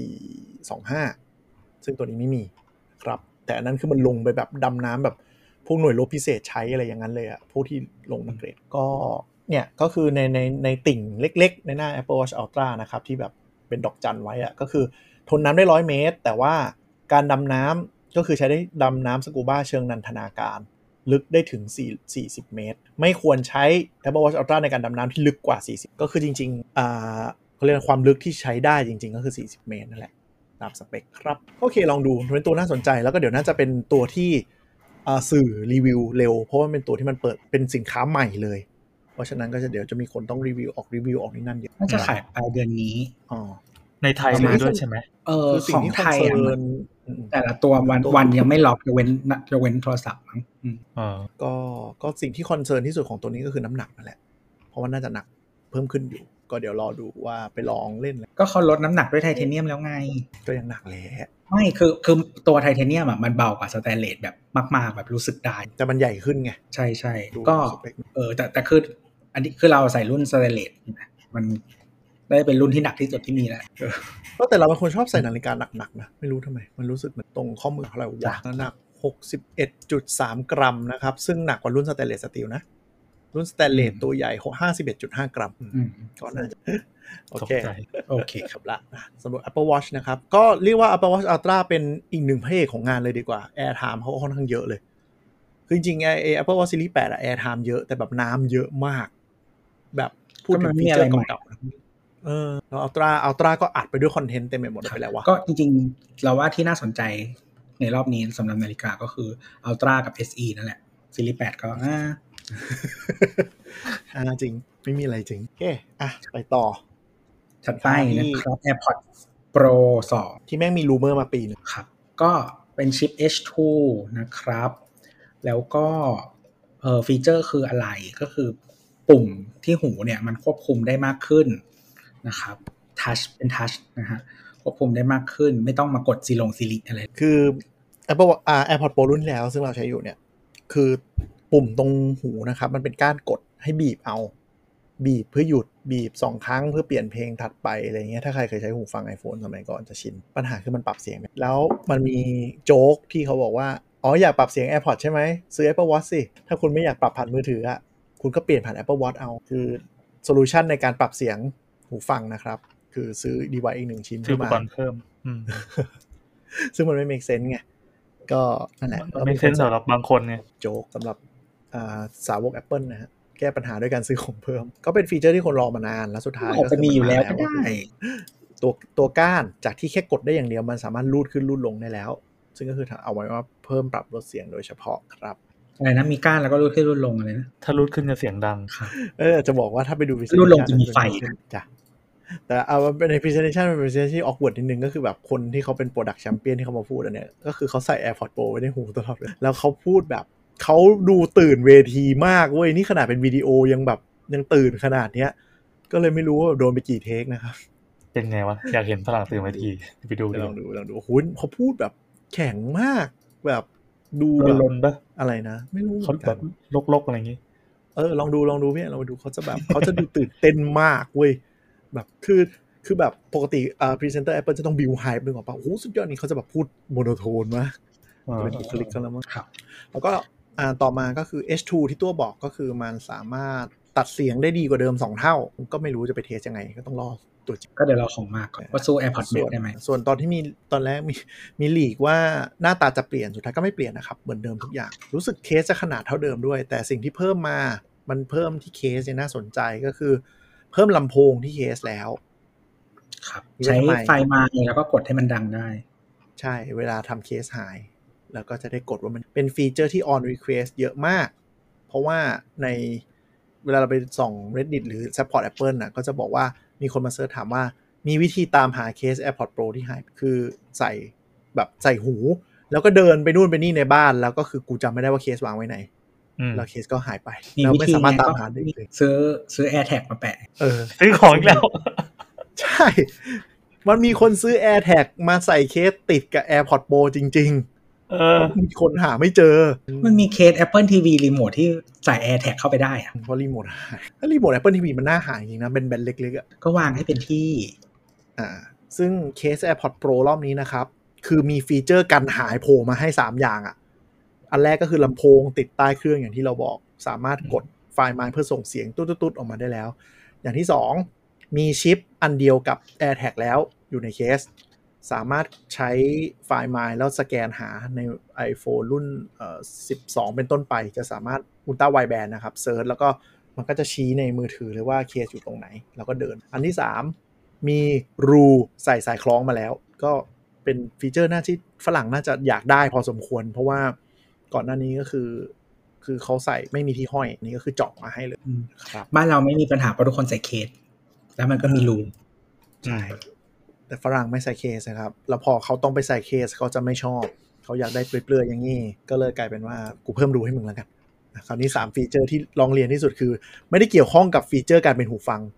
C: 6425ซึ่งตัวนี้ไม่มีครับแต่อันนั้นคือมันลงไปแบบดำน้ำแบบพวกหน่วยรบพิเศษใช้อะไรอย่างนั้นเลยอ่ะพวกที่ลงนักเรียนก็เนี่ยก็คือในติ่งเล็กๆในหน้า Apple Watch Ultra นะครับที่แบบเป็นดอกจันไว้อะก็คือทนน้ำได้100 เมตรแต่ว่าการดำน้ำก็คือใช้ได้ดำน้ำสกูบ้าเชิงนันทนาการลึกได้ถึง40 เมตรไม่ควรใช้ Apple Watch Ultra ในการดำน้ำที่ลึกกว่า40ก็คือจริงๆเขาเรียกความลึกที่ใช้ได้จริงๆก็คือ40 เมตรนั่นแหละตามสเปคครับโอเคลองดูเป็นตัวน่าสนใจแล้วก็เดี๋ยวน่าจะเป็นตัวที่สื่อรีวิวเร็วเพราะว่าเป็นตัวที่มันเปิดเป็นสินค้าใหม่เลยเพราะฉะนั้นก็จะเดี๋ยวจะมีคนต้องรีวิวออกนี่นั่นเยอะ
B: น่าจะขายปลายเดือนนี้
D: ในไทยมาด้วยใช่ไหม
C: คือสิ่งที่ไทย
B: แต่ละตัววันยังไม่ล็อกจะเว้นโทรศัพท์มั้ง
C: ก็สิ่งที่คอนเซิร์นที่สุดของตัวนี้ก็คือน้ำหนักนั่นแหละเพราะว่าน่าจะหนักเพิ่มขึ้นอยู่ก็เดี๋ยวรอดูว่าไปลองเล่น
B: ก็เขาลดน้ำหนักด้วยไทเทเนียมแล้วไง
C: ก็ยังหนักแหละ
B: ไม่คือตัวไทเทเนียมมันเบากว่าสแตนเลสแบบมากๆแบบรู้สึกได้
C: แต่มันใหญ่ขึ้นไง
B: ใช่ๆก็แต่คืออันนี้คือเราใส่รุ่นสแตนเลสมันได้เป็นรุ่นที่หนักที่สุดที่มีแล้ว
C: ก็แต่เราเป็นคนชอบใส่นาฬิกาหนักๆนะไม่รู้ทำไมมันรู้สึกเหมือนตรงข้อมือเท่าไหร่วะหนัก 61.3 กรัมนะครับซึ่งหนักกว่ารุ่นสแตนเลสสตีลนะรุ่นสแตนเลสตัวใหญ่ 51.5 กรัมก็น่าจะโอเคครับละสำหรับ Apple Watch นะครับก็เรียกว่า Apple Watch Ultra เป็นอีกหนึ่งพระเอกของงานเลยดีกว่า Air Time เขาค่อนข้างเยอะเลยคือจริงๆApple Watch Series 8 Air Time เยอะแต่แบบน้ำเยอะมากแบบพูดถึงฟีเจอร์เก่าๆแล้ว Ultra ก็อัดไปด้วยคอนเทนต์เต็มไปหมดไปแล้ววะ
B: ก็จริงๆเราว่าที่น่าสนใจในรอบนี้สำหรับนาฬิกาก็คือ Ultra กับ SE นั่นแหละ Series 8 ก็
C: จริงไม่มีอะไรจริงโอเคไปต่อ
B: ถัดไปนะครับ AirPods Pro 2
C: ที่แม่งมีรูเมอร์มาปีนึง
B: ครับก็เป็นชิป H2 นะครับแล้วก็ฟีเจอร์คืออะไรก็คือปุ่มที่หูเนี่ยมันควบคุมได้มากขึ้นนะครับเป็นทัชนะฮะควบคุมได้มากขึ้นไม่ต้องมากดซีรีอะไร
C: คือ Apple AirPods Pro รุ่นแล้วซึ่งเราใช้อยู่เนี่ยคือปุ่มตรงหูนะครับมันเป็นการกดให้บีบเพื่อหยุดบีบ2ครั้งเพื่อเปลี่ยนเพลงถัดไปอะไรเงี้ยถ้าใครเคยใช้หูฟัง iPhone สมัยก่อนจะชินปัญหาคือมันปรับเสียงแล้วมันมีโจ๊กที่เขาบอกว่าอยากปรับเสียง AirPods ใช่ไหมซื้อ Apple Watch สิถ้าคุณไม่อยากปรับผ่านมือถือคุณก็เปลี่ยนผ่าน Apple Watch เอาคือโซลูชันในการปรับเสียงหูฟังนะครับคือซื้อ device อีก1ชิ้น
D: ซื้ออุปกรณ์เพิ่ม
C: ซึ่งมันไม่ make sense ไงก็นั่นแหละ
D: ไม่ make sense สำหรับบางคนไง
C: โจ๊กสำหรับสาวก Apple นะฮะแก้ปัญหาด้วยการซื้อของเพิ่มก็เป็นฟีเจอร์ที่คนรอมานานแล้วสุดท้าย
B: ก็จะมีอยู่แล้วก็ได้
C: ตัวก้านจากที่แค่กดได้อย่างเดียวมันสามารถลูดขึ้นลูดลงได้แล้วซึ่งก็คือเอาไว้ว่าเพิ่มปรับลดเสียงโดยเฉพาะครับ
B: อะไรนะมีก้านแล้วก็ลูดขึ้นลูดลงอะไรนะ
D: ถ้าลูดขึ้นจะเสียงดัง
C: จะบอกว่าถ้าไปดู
B: ลูดลงจะมีไฟ
C: จ้ะแต่เอาใน presentation เป็น presentation ที่ awkward นิดนึงก็คือแบบคนที่เขาเป็น product champion ที่เขามาพูดอันเนี้ยก็คือเขาใส่ AirPods Pro ไว้ในหูตลอดเลยแล้วเขาพูดแบบเขาดูตื่นเวทีมากเว้ยนี่ขนาดเป็นวิดีโอยังตื่นขนาดเนี้ยก็เลยไม่รู้ว่าโดนไปกี่เทคนะครับ
D: เป็นไงวะอยากเห็นฝรั่งตื่นเวทีไปดู
C: ลองดูโอ้โหเขาพูดแบบแข็งมากแบบดู
D: ลนปะ
C: อะไรนะไม่รู้
D: เขาแบบลกๆอะไรอย่างงี้
C: ลองดูพี่เราดูเขาจะแบบเขาจะดูตื่นเต้นมากเว้ยแบบคือแบบปกติพรีเซนเตอร์ Apple จะต้องบิวไฮป์นึงออกป่ะโอ้โหสุดยอดนี่เขาจะแบบพูดโมโนโทนมากเป็นบุคลิกกันแล้วมั้ง
B: ครับ
C: แล้วก็ต่อมาก็คือ H2 ที่ตัวบอกก็คือมันสามารถตัดเสียงได้ดีกว่าเดิม2เท่าก็ไม่รู้จะไปเทสยังไงก็ต้องรอตัวจริง
B: ก็เดี๋ยวเราของมากก่อนว่าสู้ AirPods Max ได้ไหม
C: ส่วนตอนที่ตอนแรกมีลีกว่าหน้าตาจะเปลี่ยนสุดท้ายก็ไม่เปลี่ยนนะครับเหมือนเดิมทุกอย่างรู้สึกเคสจะขนาดเท่าเดิมด้วยแต่สิ่งที่เพิ่มมามันเพิ่มที่เคสน่าสนใจก็คือเพิ่มลำโพงที่เคสแล้ว
B: ครับใช้ไฟมาแล้วก็กดให้มันดังได้
C: ใช่เวลาทำเคสหายแล้วก็จะได้กดว่ามันเป็นฟีเจอร์ที่ on request เยอะมากเพราะว่าในเวลาเราไปส่อง Reddit หรือ support Apple น่ะก็จะบอกว่ามีคนมาเสิร์ชถามว่ามีวิธีตามหาเคส AirPods Pro ที่หายคือใส่หูแล้วก็เดินไปนู่นไปนี่ในบ้านแล้วก็คือกูจำไม่ได้ว่าเคสวางไว้ไหนแล้วเคสก็หายไปแล้วไม่สามารถตามหาได้เลย
B: ซื้อ AirTag มาแปะ
D: ซื้อของอีกแล้ว
C: ใช่มันมีคนซื้อ AirTag มาใส่เคสติดกับ AirPods Pro จริงๆมีคนหาไม่เจอ
B: มันมีเคส Apple TV รีโมทที่ใส่ AirTag เข้าไปได้อะ
C: เพราะรีโมทหายถ้ารีโมท Apple TV มันน่าหายจริงนะเป็นแบนเล็กๆ
B: ก็วางให้เป็นที่
C: ซึ่งเคส AirPods Pro รอบนี้นะครับคือมีฟีเจอร์กันหายโผล่มาให้3อย่างอันแรกก็คือลำโพงติดใต้เครื่องอย่างที่เราบอกสามารถกดไฟล์มาเพื่อส่งเสียงตุ๊ดๆออกมาได้แล้วอย่างที่2มีชิปอันเดียวกับ AirTag แล้วอยู่ในเคสสามารถใช้ไฟล์ My แล้วสแกนหาใน iPhone รุ่น12เป็นต้นไปจะสามารถ Ultra Wideband นะครับเซิร์ชแล้วก็มันก็จะชี้ในมือถือเลยว่าเคสอยู่ตรงไหนแล้วก็เดินอันที่3มีรูใส่สายคล้องมาแล้วก็เป็นฟีเจอร์ที่ฝรั่งน่าจะอยากได้พอสมควรเพราะว่าก่อนหน้านี้ก็คือเขาใส่ไม่มีที่ห้อยนี่ก็คือเจาะมาให้เลย
B: ครับบ้านเราไม่มีปัญหาเพราะทุกคนใส่เคสแล้วมันก็มีรู
C: ใช่แต่ฝรั่งไม่ใส่เคสนะครับแล้วพอเขาต้องไปใส่เคสเขาจะไม่ชอบเขาอยากได้เปลือยๆอย่างนี้ก็เลยกลายเป็นว่ากูเพิ่มรูให้มึงแล้วกันคราวนี้3ฟีเจอร์ที่ลองเรียนที่สุดคือไม่ได้เกี่ยวข้องกับฟีเจอร์การเป็นหูฟัง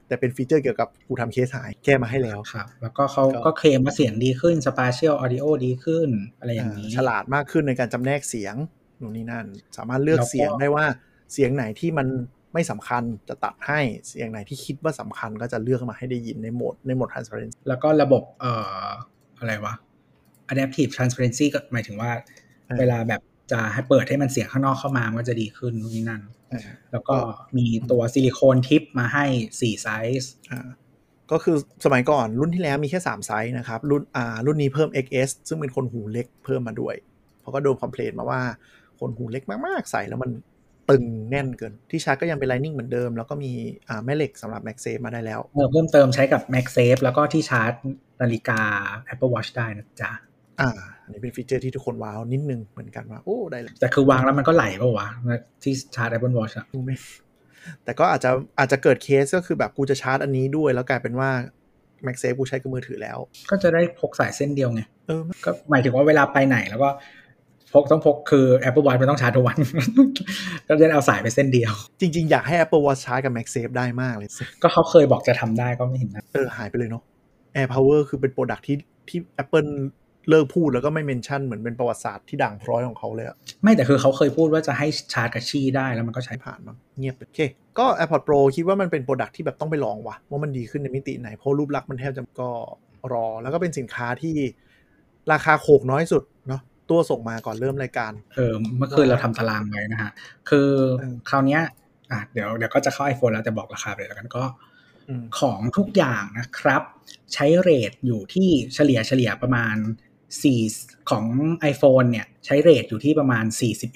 C: แต่เป็นฟีเจอร์เกี่ยวกับกูทำเคสหายแก้มาให้แล้ว
B: ครับแล้วก็เขาก็เคลมว่าเสียงดีขึ้น Spatial Audio ดีขึ้นอะไรอย่างนี้
C: ฉลาดมากขึ้นในการจำแนกเสียงนู่นนี่นั่นสามารถเลือกเสียงได้ว่าเสียงไหนที่มันไม่สำคัญจะตัดให้เสียงไหนที่คิดว่าสำคัญก็จะเลือกมาให้ได้ยินในโหมด transparency
B: แล้วก็ระบบอะไรวะ adaptive transparency ก็หมายถึงว่าเวลาแบบจะให้เปิดให้มันเสียงข้างนอกเข้ามามันก็จะดีขึ้นนู่นนี่นั่นแล้วก็มีตัวซิลิโคนทิปมาให้4ไซส์
C: ก็คือสมัยก่อนรุ่นที่แล้วมีแค่3ไซส์นะครับรุ่นนี้เพิ่ม XS ซึ่งเป็นคนหูเล็กเพิ่มมาด้วยเพราะก็โดนคอมเพลนมาว่าคนหูเล็กมากๆใส่แล้วมันตึงแน่นเกินที่ชาร์จก็ยังเป็น Lightning เหมือนเดิมแล้วก็มีแม่เหล็กสำหรับ MagSafe มาได้แล้ว
B: เพิ่มเติมใช้กับ MagSafe แล้วก็ที่ชาร์จนาฬิกา Apple Watch ได้นะจ๊ะ
C: อันนี้เป็นฟีเจอร์ที่ทุกคนว้าวนิดนึงเหมือนกันว่าโอ้ได้เลย
B: แต่คือวางแล้วมันก็ไหลป่ะวะที่ชาร์จ Apple Watch อ่ะ
C: แต่ก็อาจจะเกิดเคสก็คือแบบกูจะชาร์จอันนี้ด้วยแล้วกลายเป็นว่า MagSafe กูใช้กับมือถือแล้ว
B: ก็จะได้พกสายเส้นเดียวไงก็หมายถึงว่าเวลาไปไหนแล้วก็ต้องพกคือ Apple Watch มันต้องชาร์จทุกวัน ก็จะเอาสายไปเส้นเดียว
C: จริงๆอยากให้ Apple Watch ชาร์จกับ MagSafe ได้มากเลย
B: ก็เขาเคยบอกจะทำได้ก็ไม่เห็นนะ
C: หายไปเลยเนาะ Air Power คือเป็นโปรดักต์ที่ Apple เลิกพูดแล้วก็ไม่เมนชั่นเหมือนเป็นประวัติศาสตร์ที่ด่างพร้อยของเขาเลยอะ
B: ไม่แต่คือเขาเคยพูดว่าจะให้ชาร์จกับชี่ได้แล้วมันก็ใช้
C: ผ่านมั้งเงียบโอเคก็ AirPods Pro คิดว่ามันเป็นโปรดักต์ที่แบบต้องไปลองว่ะว่ามันดีขึ้นในมิติไหนเพราะรูปลักษณ์มันแทบจะก็รอแล้วก็เป็นสินค้าที่ราคาโขกน้อยสุดเนาะตัวส่งมาก่อนเริ่มรายการ
B: เมื่อคืนเราทำตารางไว้นะฮะคือคราวนี้เดี๋ยวก็จะเข้า iPhone แล้วแต่บอกราคาเลยแล้วกันก็ของทุกอย่างนะครับใช้เรทอยู่ที่เฉลี่ยประมาณ4ของ iPhone เนี่ยใช้เรทอยู่ที่ประมาณ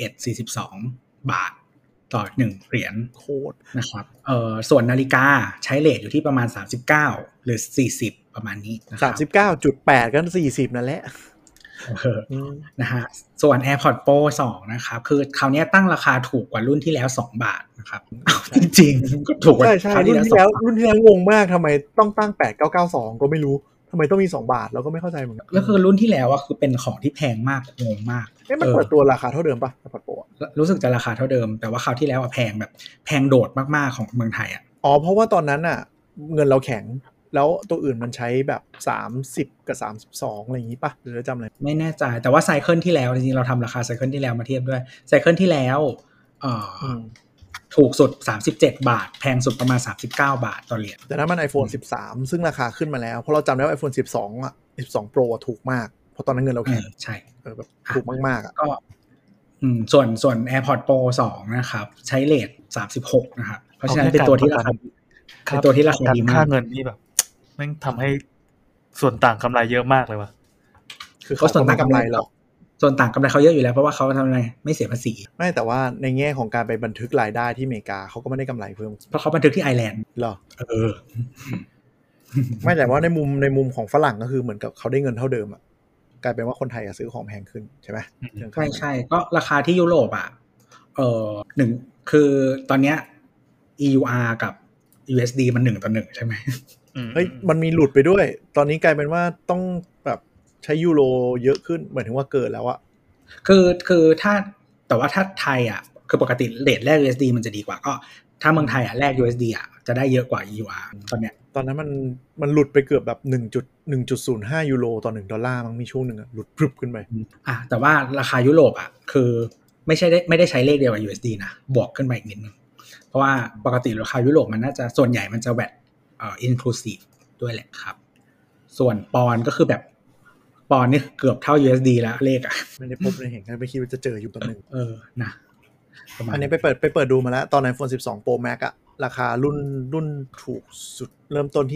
B: 41-42 บาทต่อ1เหรียญ
C: โคตร
B: นะครับส่วนนาฬิกาใช้เรทอยู่ที่ประมาณ39หรือ40ประมาณนี้นะครับ
C: 39.8 ก็40นั่นแหละ
B: นะฮะส่วน AirPods Pro 2นะครับคือคราวนี้ตั้งราคาถูกกว่ารุ่นที่แล้ว2 บาทนะครับจริงๆก็ถูกกว่า
C: รุ่นที่แล้วงงมากทำไมต้องตั้ง8992ก็ไม่รู้ทำไมต้องมี2 บาทเราก็ไม่เข้าใจเหมือนกัน
B: แล้วคือรุ่นที่แล้วคือเป็นของที่แพงมากงงมาก
C: มันเปิดตัวราคาเท่าเดิมป่ะ AirPods Pro
B: รู้สึกจะราคาเท่าเดิมแต่ว่าคราวที่แล้วแพงแบบแพงโดดมากๆของเมืองไทย
C: เพราะว่าตอนนั้นเงินเราแข็งแล้วตัวอื่นมันใช้แบบ30กับ32อะไรอย่างงี้ป่ะหรือจำอะไร
B: ไม่แน่ใจแต่ว่าไซเคิลที่แล้วจริงๆเราทำราคาไซเคิลที่แล้วมาเทียบด้วยไซเคิลที่แล้วถูกสุด37 บาทแพงสุดประมาณ39 บาทต่อเหรียญ
C: แต่ถ้ามัน iPhone 13ซึ่งราคาขึ้นมาแล้วเพราะเราจำได้ว่า iPhone 12 Pro ถูกมากเพราะตอนนั้นเงินเราแข็ง
B: ใช่
C: แบบถูกมากๆ
B: ก็ส่วน AirPods Pro 2นะครับใช้เรท36นะครับเพราะฉะนั้นเป็นตัวที่ราคาดีมาก
D: ค่าเงินนี่แบบแม่งทำให้ส่วนต่างกำไรเยอะมากเลยว่ะ
C: คือเขาส่วนต่างกำไรหรอก
B: ส่วนต่างกำไรเขาเยอะอยู่แล้วเพราะว่าเขาทำอะไรไม่เสียภาษี
C: ไม่แต่ว่าในแง่ของการไปบันทึกรายได้ที่อเมริกาเขาก็ไม่ได้กำไรเพิ่ม
B: เพราะเขาบันทึกที่ไอร์แลนด์
C: เหรอไม่แต่ว่าในมุมของฝรั่งก็คือเหมือนกับเขาได้เงินเท่าเดิมกลายเป็นว่าคนไทยซื้อของแพงขึ้นใช่ไหม
B: ใช่ก็ราคาที่ยุโรปหนึ่งคือตอนเนี้ย EUR กับ USD มัน1-1ใช่ไหม
C: เฮ้ยมันมีหลุดไปด้วยตอนนี้กลายเป็นว่าต้องแบบใช้ยูโรเยอะขึ้นหมายถึงว่าเกิดแล้ว
B: คือแต่ว่าถ้าไทยคือปกติเรทแรก USD มันจะดีกว่าก็ถ้าเมืองไทยแรก USD จะได้เยอะกว่า EUR ต
C: อนนั้นมันหลุดไปเกือบแบบ 1.05 ยูโรต่อ1 ดอลลาร์มั้งมีช่วงหนึ่งหลุดพรึบขึ้นไป
B: แต่ว่าราคายุโรปคือไม่ได้ใช้เลขเดียวกับ USD นะบวกขึ้นไปอีกนิดนึงเพราะว่าปกติราคายุโรปมันน่าจะส่วนใหญ่มันจะVAT inclusive ด้วยแหละครับส่วนปอนด์ก็คือแบบปอนด์นี่เกือบเท่า USD แล้วเลข
C: ไม่ได้พบเลยเห็นกันไม่คิดว่าจะเจออยู่ตอนนึง
B: นะ
C: อันนี้ไปเปิดดูมาแล้วตอน iPhone 12 Pro Max ราคารุ่นถูกสุดเริ่มต้นที่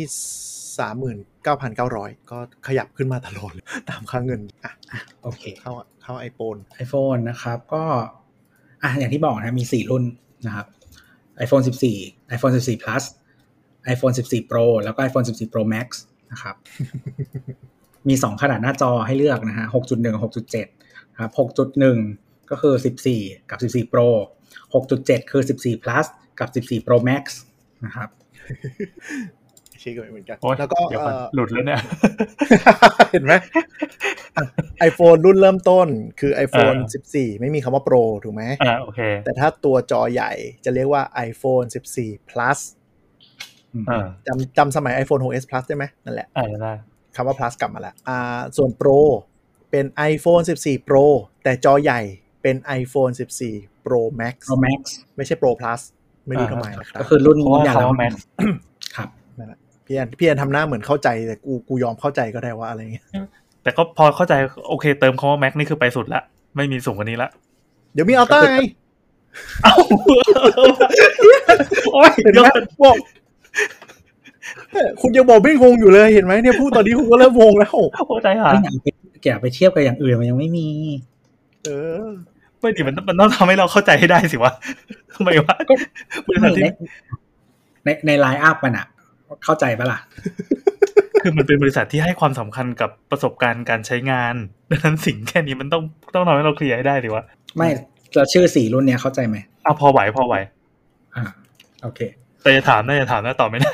C: 39,900 ก็ขยับขึ้นมาตลอดเลยตามค่าเงิน
B: โอเค
C: เข้า iPhone
B: นะครับก็อย่างที่บอกนะมี4รุ่นนะครับ iPhone 14 iPhone 14 Plus iPhone 14 Pro แล้วก็ iPhone 14 Pro Max นะครับ มี2ขนาดหน้าจอให้เลือกนะฮะ 6.1 กับ 6.7 ครับ 6.1 ก็คือ14กับ14 Pro 6.7 คือ14 Plus กับ14 Pro Max นะครับ
C: ชี้กันเหมือนกัน
D: แล้วก็หลุดแล้วเนี่ย
C: เห็นไหม iPhone รุ่นเริ่มต้นคือ iPhone 14 ไม่มีคำว่า Pro ถูกไหม
D: โอเค
C: แต่ถ้าตัวจอใหญ่จะเรียกว่า iPhone 14 Plus จำสมัย iPhone 6s Plus ได้ไหมนั่นแหละ
D: ได้
C: คำว่า Plus กลับมาแล้วส่วน Pro เป็น iPhone 14 Pro แต่จอใหญ่เป็น iPhone 14 Pro Max ไม่ใช่ Pro Plus ไม่รู้ทำไมนะครับ
B: ก็คือรุ่นใหญ่แล้ว
D: Max
C: ครับนั่นแหละพี่แอนทำหน้าเหมือนเข้าใจแต่กูยอมเข้าใจก็ได้ว่าอะไรเงี้ย
D: แต่ก็พอเข้าใจโอเคเติมคำว่า Max นี่คือไปสุดละไม่มีสูงกว่านี้ละ
C: เดี๋ยวมี Ultra ไง
D: เอ้าโอ๊ย
C: เดี๋ยวบอกคุณยังบอกไม่งงอยู่เลยเห็นไหมเนี่ยพูดตอนนี้คุณก็เริ่มงงแล้ว
D: โอ้ใจหาย
B: แกไปเทียบกับอย่างอื่นมันยังไม่มี
D: ไม่ดิมันต้องทำให้เราเข้าใจให้ได้สิวะทำไมวะบริษัทที่
B: ในไลน์อัพมันอะเข้าใจปะล่ะ
D: คือมันเป็นบริษัทที่ให้ความสำคัญกับประสบการณ์การใช้งานดังนั้นสิ่งแค่นี้มันต้องทำให้เราเคลียร์ให้ได้ดิวะ
B: ไม่เราชื่อ4รุ่นเนี้ยเข้าใจไหม
D: พอไหว
B: โอเค
D: แต่จะถามน่าตอบไม่ได้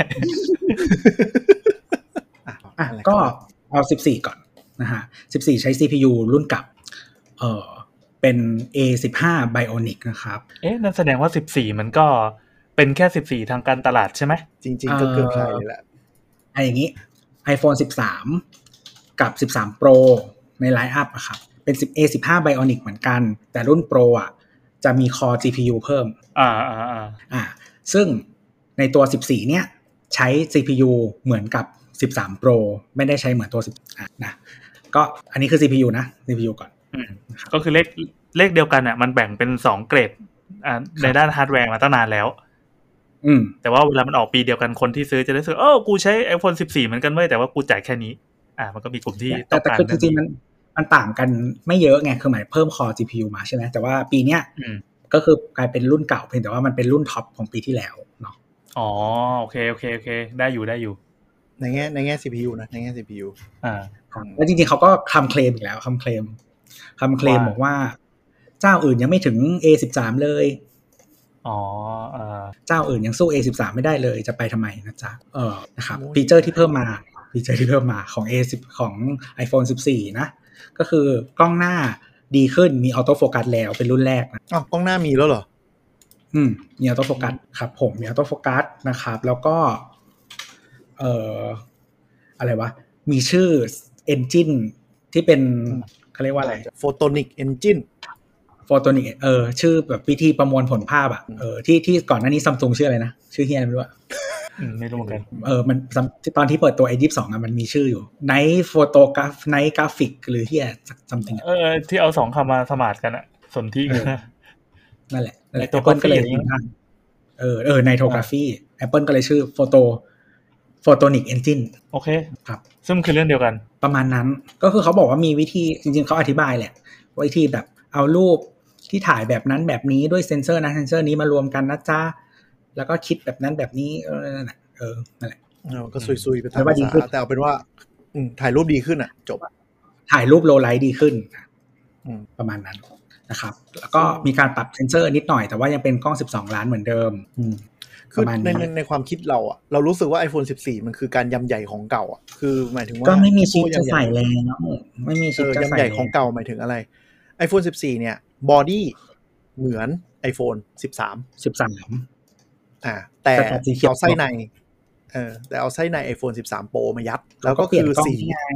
B: ก็เอา14ก่อนนะฮะ14ใช้ CPU รุ่นเก่าเป็น A15 Bionic นะครับ
D: นั่นแสดงว่า14มันก็เป็นแค่14ทางการตลาดใช่ไหม
C: จริงๆก็เกือบใช่เลยแหละ
B: อย่างนี้ iPhone 13กับ13 Pro ในไลน์อัพอะครับเป็น A15 Bionic เหมือนกันแต่รุ่น Pro อ่ะจะมี Core GPU เพิ่มซึ่งในตัว14เนี่ยใช้ CPU เหมือนกับ13 Pro ไม่ได้ใช้เหมือนตัว10นะก็อันนี้คือ CPU นะ CPU ก่อน
D: ก็คือเลขเดียวกันอ่ะมันแบ่งเป็น2เกรดในด้านฮาร์ดแวร์มาตั้งนานแล้วแต่ว่าเวลามันออกปีเดียวกันคนที่ซื้อจะได้ซื้อกูใช้ iPhone 14เหมือนกันเว้ยแต่ว่ากูจ่ายแค่นี้มันก็มีกลุ่มที่
B: ต้องการแต่คือจริงๆมันต่างกันไม่เยอะไงคือหมายเพิ่ม Core GPU มาใช่ไหมแต่ว่าปีเนี้ยก็คือกลายเป็นรุ่นเก่าเพียงแต่ว่ามันเป็นรุ่นท็อปของปีที่แล้วเนาะ
D: โอเคได้อยู่
C: ในแง่ CPU นะในแง่ CPU
B: แล้วจริงๆเขาก็คำเคลมอีกแล้วคำเคลมบอกว่าเจ้าอื่นยังไม่ถึง A13 เลยเจ้าอื่นยังสู้ A13 ไม่ได้เลยจะไปทำไมนะจ๊ะนะครับฟีเจอร์ที่เพิ่มมาของ A10 ของ iPhone 14นะก็คือกล้องหน้าดีขึ้นมีออโต้โฟกัสแล้วเป็นรุ่นแรกนะ
C: กล้องหน้ามีแล้วเหรอ
B: มีออโต้โฟกัสครับผมมีออโต้โฟกัสนะครับแล้วก็อะไรวะมีชื่อ engine ที่เป็นเขาเรียกว่าอะไร
C: Photonic Engine
B: Photonic ชื่อแบบวิธีประมวลผลภาพอ่ะที่ก่อนหน้านี้ Samsung ชื่ออะไรนะชื่อเฮียอะไรไม่รู้
D: ไม่รู้เหมือนกัน
B: มันตอนที่เปิดตัว A22 อ่ะมันมีชื่ออยู่ Night Photograph Night Graphic หรือที่something
D: ที่เอา2คำมาสมาร์ทกันอ่ะสนที่
B: นั่นแหละ Apple ก็เลยNightography Apple ก็เลยชื่อPhotonic Engine
D: โอเค
B: ครับ
D: ซึ่งคือเรื่องเดียวกัน
B: ประมาณนั้นก็คือเขาบอกว่ามีวิธีจริงๆเขาอธิบายแหละวิธีแบบเอารูปที่ถ่ายแบบนั้นแบบนี้ด้วยเซ็นเซอร์นะเซ็นเซอร์นี้มารวมกันนะจ๊ะแล้วก็คิดแบบนั้นแบบนี้นั่นแหละ
C: ก็ซุยๆไปตามภาษาแต่เอาเป็นว่าถ่ายรูปดีขึ้นอ่ะจบ
B: ถ่ายรูปโลไลท์ดีขึ้นประมาณนั้นนะครับแล้วก็มีการปรับเซ็นเซอร์นิดหน่อยแต่ว่ายังเป็นกล้อง12ล้านเหมือนเดิม
C: คือในความคิดเราอ่ะเรารู้สึกว่า iPhone 14มันคือการยำใหญ่ของเก่าอ่ะคือหมายถึงว่า
B: ก็ไม่มีชิปจะใส่แล้วไม่มีชิปจะใส่
C: ยำใหญ่ของเก่าหมายถึงอะไร iPhone 14เนี่ยบอดี้เหมือน iPhone 13แต่เอาไส้ในแต่เอาไส้ใน iPhone 13 Pro มายัดแล้วก็คือสี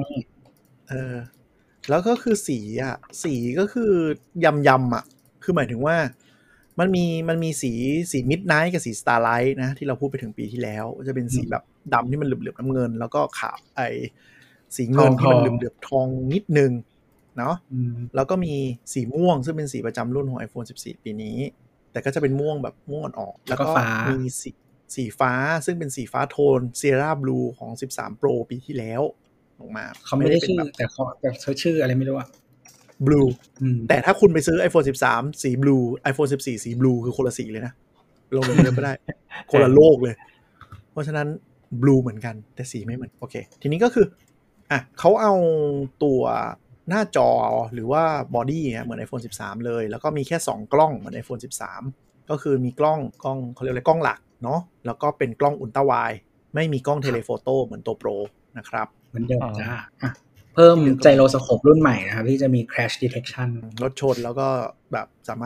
C: แล้วก็คือสีก็คือยำอ่ะคือหมายถึงว่ามันมีสีมิดไนท์กับสีสตาร์ไลท์นะที่เราพูดไปถึงปีที่แล้วจะเป็นสีแบบดำที่มันเหลือบๆน้ำเงินแล้วก็ขาวสีเงินที่มันเหลือบๆทองนิดนึงเนาะแล้วก็มีสีม่วงซึ่งเป็นสีประจำรุ่นของ iPhone 14 ปีนี้แต่ก็จะเป็นม่วงแบบม่วงอ่อนๆแล้วก็มีสีฟ้าซึ่งเป็นสีฟ้าโทนเซียร่าบลูของ13 Pro ปีที่แล้วออกมา
B: เขาไม่ได้ชื่อแต่เขาชื่ออะไรไม่รู้อะ
C: blue แต่ถ้าคุณไปซื้อ iPhone 13 สี blue iPhone 14 สี blue คือคนละสีเลยนะลงเลยไม่ได้คนละโลกเลยเพราะฉะนั้น blue เหมือนกันแต่สีไม่เหมือนโอเคทีนี้ก็คือเขาเอาตัวหน้าจอหรือว่าบอดี้เหมือน iPhone 13 เลยแล้วก็มีแค่2กล้องเหมือน iPhone 13 ก็คือมีกล้องเขาเรียกอะไรกล้องหลักเนาะแล้วก็เป็นกล้องอุลตร้าไวด์ไม่มีกล้องเทเลโฟโต้เหมือนตัว Pro นะครับ
B: เหมือนเดิมจ้าเพิ่มไจโรสโคปรุ่นใหม่นะครับที่จะมี crash detection
C: รถชนแล้วก็แบบสามารถ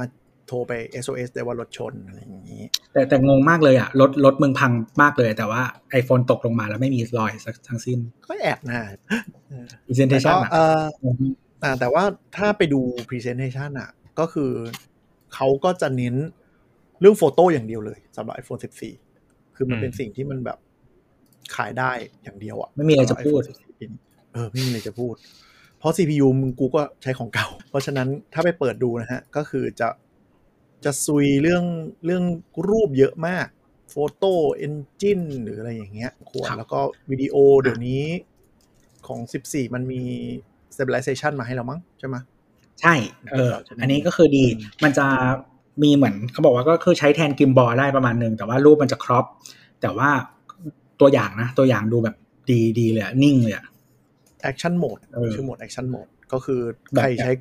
C: โทรไป SOS ได้ว่ารถชนอะไรอย่างนี้
B: แต่งงมากเลยอ่ะรถมึงพังมากเลยแต่ว่า iPhone ตกลงมาแล้วไม่มีรอยสักทั้งสิ้น
C: ก็แอบนะ
B: presentation
C: อ่ะแต่ว่าถ้าไปดู presentation อ่ะก็คือเขาก็จะเน้นเรื่องโฟโต้อย่างเดียวเลยสำหรับ iPhone 14คือมันเป็นสิ่งที่มันแบบขายได้อย่างเดียวอ่ะ
B: ไม่มีอะไรจะพูด
C: ไม่มีอะไรจะพูดเพราะ CPU มึงกูก็ใช้ของเก่าเพราะฉะนั้นถ้าไปเปิดดูนะฮะก็คือจะซุยเรื่องรูปเยอะมากโฟโต้เอนจินหรืออะไรอย่างเงี้ยควรแล้วก็วิดีโอเดี๋ยวนี้ของ14มันมี stabilization มาให้เรามั้งใช่ไหม
B: ใช่อันนี้ก็คือดีมันจะมีเหมือนเขาบอกว่าก็คือใช้แทนกิมบอลได้ประมาณนึงแต่ว่ารูปมันจะครอปแต่ว่าตัวอย่างดูแบบดีเลยนิ่งเลยอะ
C: Action Mode ชื่อโหมด Action Mode ก็คือใครใช้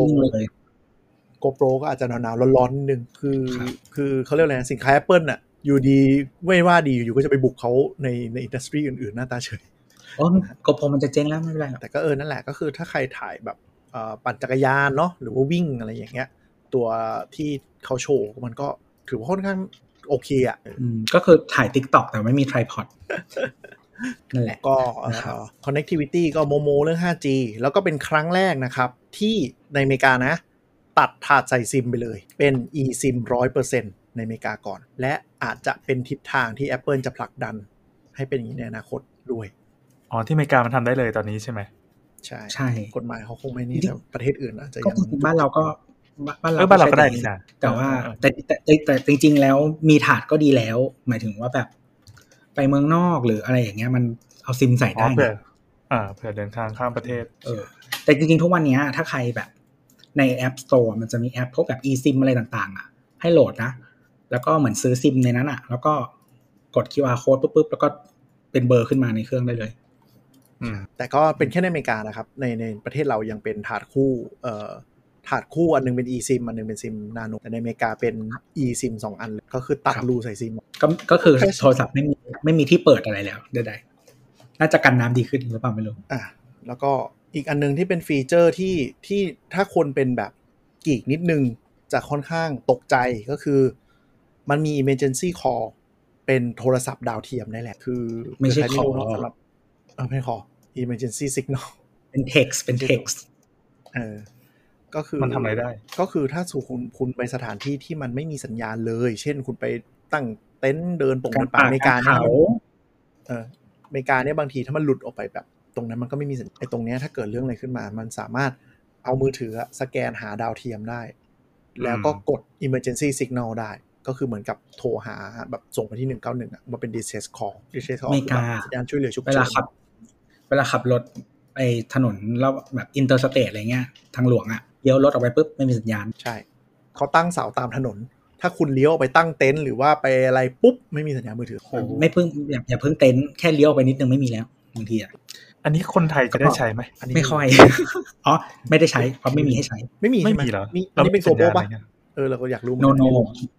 C: GoPro ก็อาจจะหนาวๆร้อนๆนิดนึงคือเขาเรียกอะไรนะสินค้า Apple น่ะอยู่ดีไม่ว่าดีอยู่ก็จะไปบุกเขาในอินดัสทรีอื่นๆหน้าตาเฉย
B: GoPro มันจะเจ๊งแล้วไม่เป็นไร
C: แต่ก็นั่นแหละก็คือถ้าใครถ่ายแบบปั่นจักรยานเนาะหรือว่าวิ่งอะไรอย่างเงี้ยตัวที่เขาโชว์มันก็ถือว่าค่อนข้างโอเคอ่ะ
B: ก็คือถ่าย TikTok แต่ไม่มี tripod นั่นแหละ
C: ก็connectivity ก็โมเรื่อง 5G แล้วก็เป็นครั้งแรกนะครับที่ในอเมริกานะตัดถาดใส่ซิมไปเลยเป็น eSIM 100% ในอเมริกาก่อนและอาจจะเป็นทิศทางที่ Apple จะผลักดันให้เป็นอย่างนี้ในอนาคตด้วย
D: ที่อเมริกามันทำได้เลยตอนนี้ใช่ไหม
C: ใช่กฎหมายเขาคงไม่นี่แต่ประเทศอื่นอาจจะยัง
B: บ้านเราก็
D: ได้นี่นะ
B: แต่ว่าแต่จริงๆแล้วมีถาดก็ดีแล้วหมายถึงว่าแบบไปเมืองนอกหรืออะไรอย่างเงี้ยมันเอาซิมใส่ได้
D: เผื่อเดินทางข้ามประเทศ
B: แต่จริงๆทุกวันนี้ถ้าใครแบบใน App Store มันจะมีแอปพวกแบบ eSIM อะไรต่างๆอ่ะให้โหลดนะแล้วก็เหมือนซื้อซิมในนั้นอ่ะแล้วก็กด QR code ปุ๊บแล้วก็เป็นเบอร์ขึ้นมาในเครื่องได้เลย
C: แต่ก็เป็นแค่ในอเมริกานะครับในประเทศเรายังเป็นถาดคู่ถาดคู่อันนึงเป็น eSIM อันนึงเป็นซิมนาโนแต่ในอเมริกาเป็น eSIM 2 อันเลยก็คือตัดรูใส่ซิม
B: ก็คือโทรศัพท์ไม่มีที่เปิดอะไรแล้วใดๆน่าจะกันน้ำดีขึ้นหรือเปล่าไม่รู้
C: แล้วก็อีกอันนึงที่เป็นฟีเจอร์ที่ถ้าคนเป็นแบบกีกนิดนึงจะค่อนข้างตกใจก็คือมันมี emergency call เป็นโทรศัพท์ดาวเทียมได้แหละคือ
B: ไม่ใช่ call
C: สำหรับไม่ call emergency signal
B: เป็น text
C: ก็คือ
D: มันทำอะไรได้
C: ก็คือถ้าคุณไปสถานที่ที่มันไม่มีสัญญาณเลยเช่นคุณไปตั้งเต็นท์เดินป่าอเมริกาเนี่ยอเมริกาเนี่ยบางทีถ้ามันหลุดออกไปแบบตรงนั้นมันก็ไม่มีไอ้ตรงเนี้ยถ้าเกิดเรื่องอะไรขึ้นมามันสามารถเอามือถือสแกนหาดาวเทียมได้แล้วก็กด emergency signal ได้ก็คือเหมือนกับโทรหาแบบส่งไปที่191อ่ะมาเป็น distress call
B: อเมริกา
C: สัญญาณช่วยเหลือฉุกเฉิน
B: เวลาขับรถไอ้ถนนแล้วแบบอินเตอร์สเตทอะไรเงี้ยทางหลวงอ่ะเลี้ยวรถออกไปปุ๊บไม่มีสัญญาณ
C: ใช่เขาตั้งเสาตามถนนถ้าคุณเลี้ยวไปตั้งเต็นท์หรือว่าไปอะไรปุ๊บไม่มีสัญญาณมือถือ
B: ไม่เพิ่งอย่าเพิ่งเต็นท์แค่เลี้ยวไปนิดนึงไม่มีแล้วบางทีอ่ะ
D: อันนี้คนไทยจะได้ใช้ไหม
B: ไม่ค่อยไม่ได้ใช้เพราะไม่มีให้ใช้
C: ไม่มี
D: เหรอ
C: อันนี้เป็นโกลบอลป่ะเราก็อยากรู้
B: no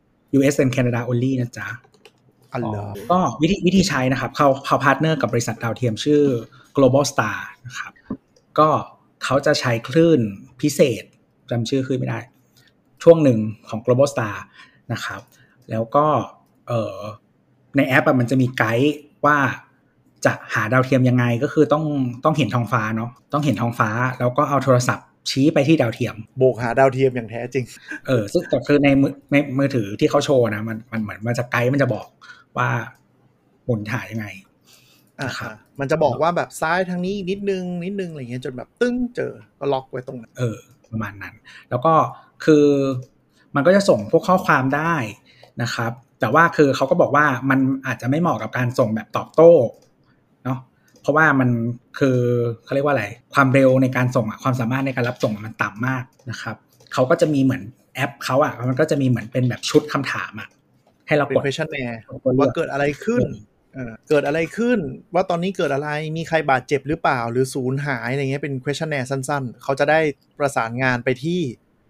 B: US and Canada only นะจ๊ะก็วิธีใช้นะครับเขาพาร์ทเนอร์กับบริษัทดาวเทียมชื่อ Global Star นะครับก็เขาจะใช้คลื่นพิเศษจำชื่อคลื่นไม่ได้ช่วงหนึ่งของ Global Star นะครับแล้วก็ในแอปมันจะมีไกด์ว่าจะหาดาวเทียมยังไงก็คือต้องเห็นท้องฟ้าเนาะต้องเห็นท้องฟ้าแล้วก็เอาโทรศัพท์ชี้ไปที่ดาวเทียม
C: โบกหาดาวเทียมอย่างแท้จริง
B: ซึ่งแต่คือในมือถือที่เขาโชว์นะมันเหมือนมันจะไกด์มันจะบอกว่าหมุนถ่ายยังไง
C: นะครับมันจะบอกว่าแบบซ้ายทางนี้นิดนึงอะไรเงี้ยจนแบบตึ้งเจอก็ล็อกไว้ตรงนั้น
B: ประมาณนั้นแล้วก็คือมันก็จะส่งพวกข้อความได้นะครับแต่ว่าคือเขาก็บอกว่ามันอาจจะไม่เหมาะกับการส่งแบบตอบโต้เนาะเพราะว่ามันคือเขาเรียกว่าอะไรความเร็วในการส่งความสามารถในการรับส่งมันต่ำมากนะครับเขาก็จะมีเหมือนแอปเขามันก็จะมีเหมือนเป็นแบบชุดคำถามให้เรากด
C: questionnaire ว่าเกิดอะไรขึ้นว่าตอนนี้เกิดอะไรมีใครบาดเจ็บหรือเปล่าหรือสูญหายอะไรเงี้ยเป็น questionnaire สั้นๆเขาจะได้ประสานงานไปที่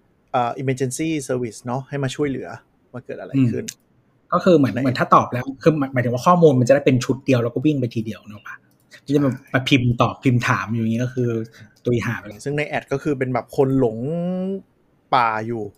C: emergency service เนาะให้มาช่วยเหลือว่าเกิดอะไรขึ้น
B: ก็คือเหมือนถ้าตอบแล้วคือหมายถึงว่าข้อมูลมันจะได้เป็นชุดเดียวแล้วก็วิ่งไปทีเดียวเนาะป่ะที่จะมาพิมพ์ตอบพิมพ์ถามอย่างนี้ก็คือตุยหาไปเลย
C: ซึ่งในแอดก็คือเป็นแบบคนหลงป่าอยู่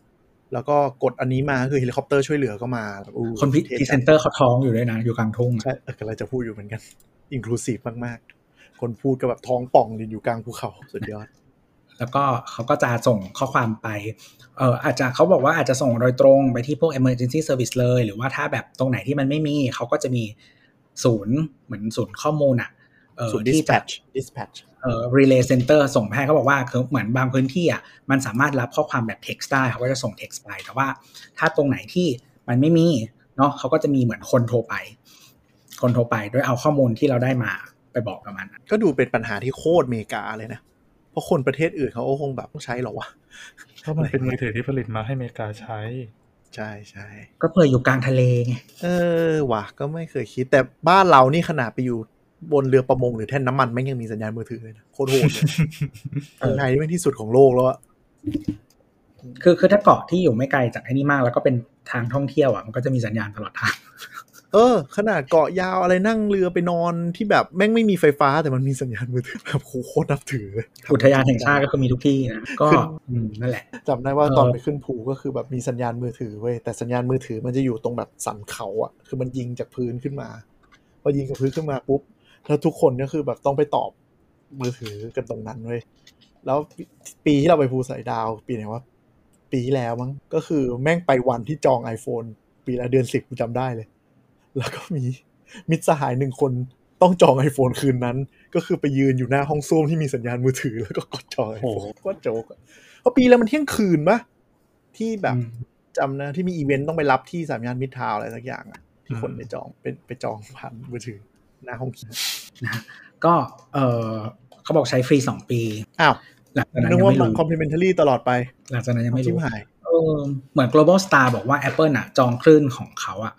C: แล้วก็กดอันนี้มาคือเฮลิคอปเตอร์ช่วยเหลือก็มา
B: คนพรีเซนเตอร์เขาท้องอยู่ด้วยนะอยู่กลางทุ่ง
C: ใช่กำลังจะพูดอยู่เหมือนกันอินคลูซีฟมากๆคนพูดก็แบบท้องป่องอยู่กลางภูเขาสุดยอด
B: แล้วก็เขาก็จะส่งข้อความไปอาจจะเขาบอกว่าอาจจะส่งโดยตรงไปที่พวก emergency service เลยหรือว่าถ้าแบบตรงไหนที่มันไม่มีเขาก็จะมีศูนย์เหมือนศูนย์ข้อมูล
C: ศูนย์ dispatch
B: relay center ส่งแพทย์เขาบอกว่าคือเหมือนบางพื้นที่อ่ะมันสามารถรับข้อความแบบ text ได้เขาก็จะส่ง text ไปแต่ว่าถ้าตรงไหนที่มันไม่มีเนาะเขาก็จะมีเหมือนคนโทรไปโดยเอาข้อมูลที่เราได้มาไปบอกกับมัน
C: ก็ดูเป็นปัญหาที่โคตรอเมริกาเลยนะเพราะคนประเทศอื่นเขาก็คงแบบต้องใช้หรอวะ
D: เพราะมันเป็นมือถือที่ผลิตมาให้อเมริกาใช้
C: ใช่
B: ก็เผื่ออยู่กลางทะเลไง
C: ว่ะก็ไม่เคยคิดแต่บ้านเรานี่ขนาดไปอยู่บนเรือประมงหรือแท่นน้ำมันไม่ยังมีสัญญาณมือถือเลยนะโคตรโหดเลยไทยนี่เป็นที่สุดของโลกแล้วอะ
B: คือถ้าเกาะที่อยู่ไม่ไกลจากไอ้นี่มากแล้วก็เป็นทางท่องเที่ยวอ่ะมันก็จะมีสัญญาณตลอดทาง
C: ขนาดเกาะยาวอะไรนั่งเรือไปนอนที่แบบแม่งไม่มีไฟฟ้าแต่มันมีสัญญาณมือถือแบบโคตรนับถือ
B: อุทยานแห่งชาติก็คือมีทุกที่นะก็นั่นแหละ
C: จำได้ว่าตอนไปขึ้นภูก็คือแบบมีสัญญาณมือถือเว้ยแต่สัญญาณมือถือมันจะอยู่ตรงแบบสันเขาอ่ะคือมันยิงจากพื้นขึ้นมาพอยิงจากพื้นขึ้นมาปุ๊บแล้วทุกคนก็คือแบบต้องไปตอบมือถือกันตรงนั้นเว้ยแล้วปีที่เราไปภูสอยดาวปีไหนวะปีแล้วมั้งก็คือแม่งไปวันที่จอง iPhone ปีละเดือน10กูจำได้เลยแล้วก็มีมิตรสหาย1คนต้องจอง iPhone คืนนั้นก็คือไปยืนอยู่หน้าห้องส้วมที่มีสัญญาณมือถือแล้วก็กดจอง iPhone ก็โจ๊กเพราะปีแล้วมันเที่ยงคืนปะที่แบบจำนะที่มีอีเวนต์ต้องไปรับที่สามย่านมิตรทาวน์อะไรสักอย่างอ่ะที่คนไปจองไปจองผ่านมือถือหน้าห้อง
B: นะก็เขาบอกใช้ฟรี2ปี
C: อ้าวหลังจากนั้นยังไม่รู้ complimentary ตลอดไป
B: หลังจากนั้นยังไม่รู้เหมือน Global Star บอกว่า Apple น่ะจองคลื่นของเขาอ่ะ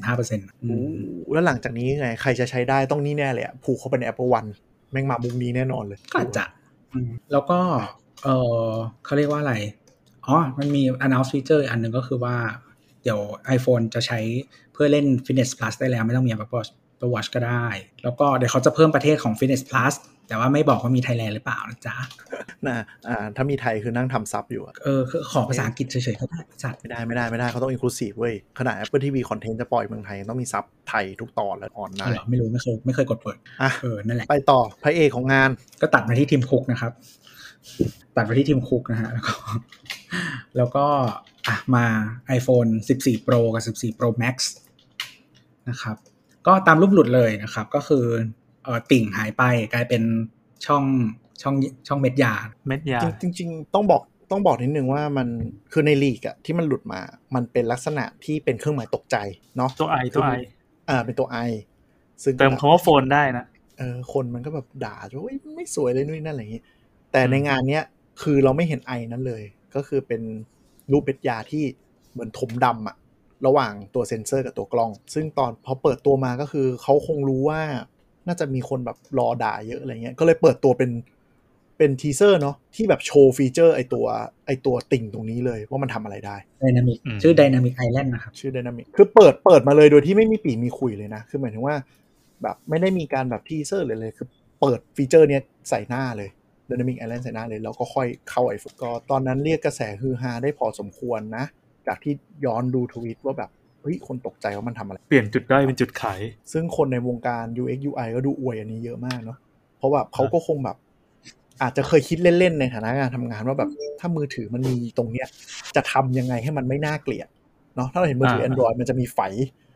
B: 85%
C: แล้วหลังจากนี้ไงใครจะใช้ได้ต้องนี่แน่เลยอ่ะผูกเข้าไปใน Apple One แม่งมามุมนี้แน่นอนเลย
B: ก็อาจจะแล้วก็เขาเรียกว่าอะไรมันมี announce feature อันนึงก็คือว่าเดี๋ยว iPhone จะใช้เพื่อเล่น Fitness Plus ได้แล้วไม่ต้องมี Apple Watch ก็ได้แล้วก็เดี๋ยวเขาจะเพิ่มประเทศของ Fitness Plus แต่ว่าไม่บอกว่ามีไทยแลนด์หรือเปล่านะจ๊ะ
C: ถ้ามีไทยคือนั่งทำซับอยู่
B: คือขอภาษาอังกฤษเฉยๆเขาจัด
C: ไม่ได้เขาต้อง inclusive เว้ยขนาด Apple TV Content จะปล่อยเมืองไทยต้องมีซับไทยทุกตอนและออนไลน์
B: ไม่รู้ไม่เคยกดเปิดนั่นแหละ
C: ไปต่อพระเอกของงาน
B: ก็ตัดมาที่ทีมคุกนะครับตัดไปที่ทีมคุกนะฮะแล้วก็มา iPhone 14 Pro กับ14 Pro Max นะครับก็ตามรูปหลุดเลยนะครับก็คือติ่งหายไปกลายเป็นช่องเม็ดยา
C: จริงๆต้องบอกนิดนึงว่ามันคือในลีกอะที่มันหลุดมามันเป็นลักษณะที่เป็นเครื่องหมายตกใจเนาะ
D: ตัวไอ
C: เป็นตัวไอซึ่ง
D: เติมคำว่าโฟนได้นะ
C: คนมันก็แบบด่าว่าไม่สวยเลยนู่นนั่นอะไรอย่างงี้แต่ในงานเนี้ยคือเราไม่เห็นไอนั้นเลยก็คือเป็นรูปเม็ดยาที่เหมือนถมดำอะระหว่างตัวเซ็นเซอร์กับตัวกล้องซึ่งตอนพอเปิดตัวมาก็คือเขาคงรู้ว่าน่าจะมีคนแบบรอด่าเยอะอะไรเงี้ยก็เลยเปิดตัวเป็นทีเซอร์เนาะที่แบบโชว์ฟีเจอร์ไอตัวติ่งตรงนี้เลยว่ามันทำอะไรได้
B: Dynamic ชื่อ Dynamic Island นะครับ
C: ชื่อ Dynamic คือเปิดมาเลยโดยที่ไม่มีปีมีคุยเลยนะคือหมายถึงว่าแบบไม่ได้มีการแบบทีเซอร์เลยคือเปิดฟีเจอร์เนี้ยใส่หน้าเลย Dynamic Island ใส่หน้าเลยแล้วก็ค่อยเข้าไอโฟนก็ตอนนั้นเรียกกระแสฮือฮาได้พอสมควรนะจากที่ย้อนดูทวีตว่าแบบเฮ้ยคนตกใจว่ามันทำอะไร
D: เปลี่ยนจุดด้อยเป็นจุดขาย
C: ซึ่งคนในวงการ UX UI ก็ดูอวยอันนี้เยอะมากเนาะเพราะว่าเขาก็คงแบบอาจจะเคยคิดเล่นๆในฐานะการทำงานว่าแบบถ้ามือถือมันมีตรงเนี้ยจะทำยังไงให้มันไม่น่าเกลียดเนาะถ้าเราเห็นมือถือ Android มันจะมีไฝ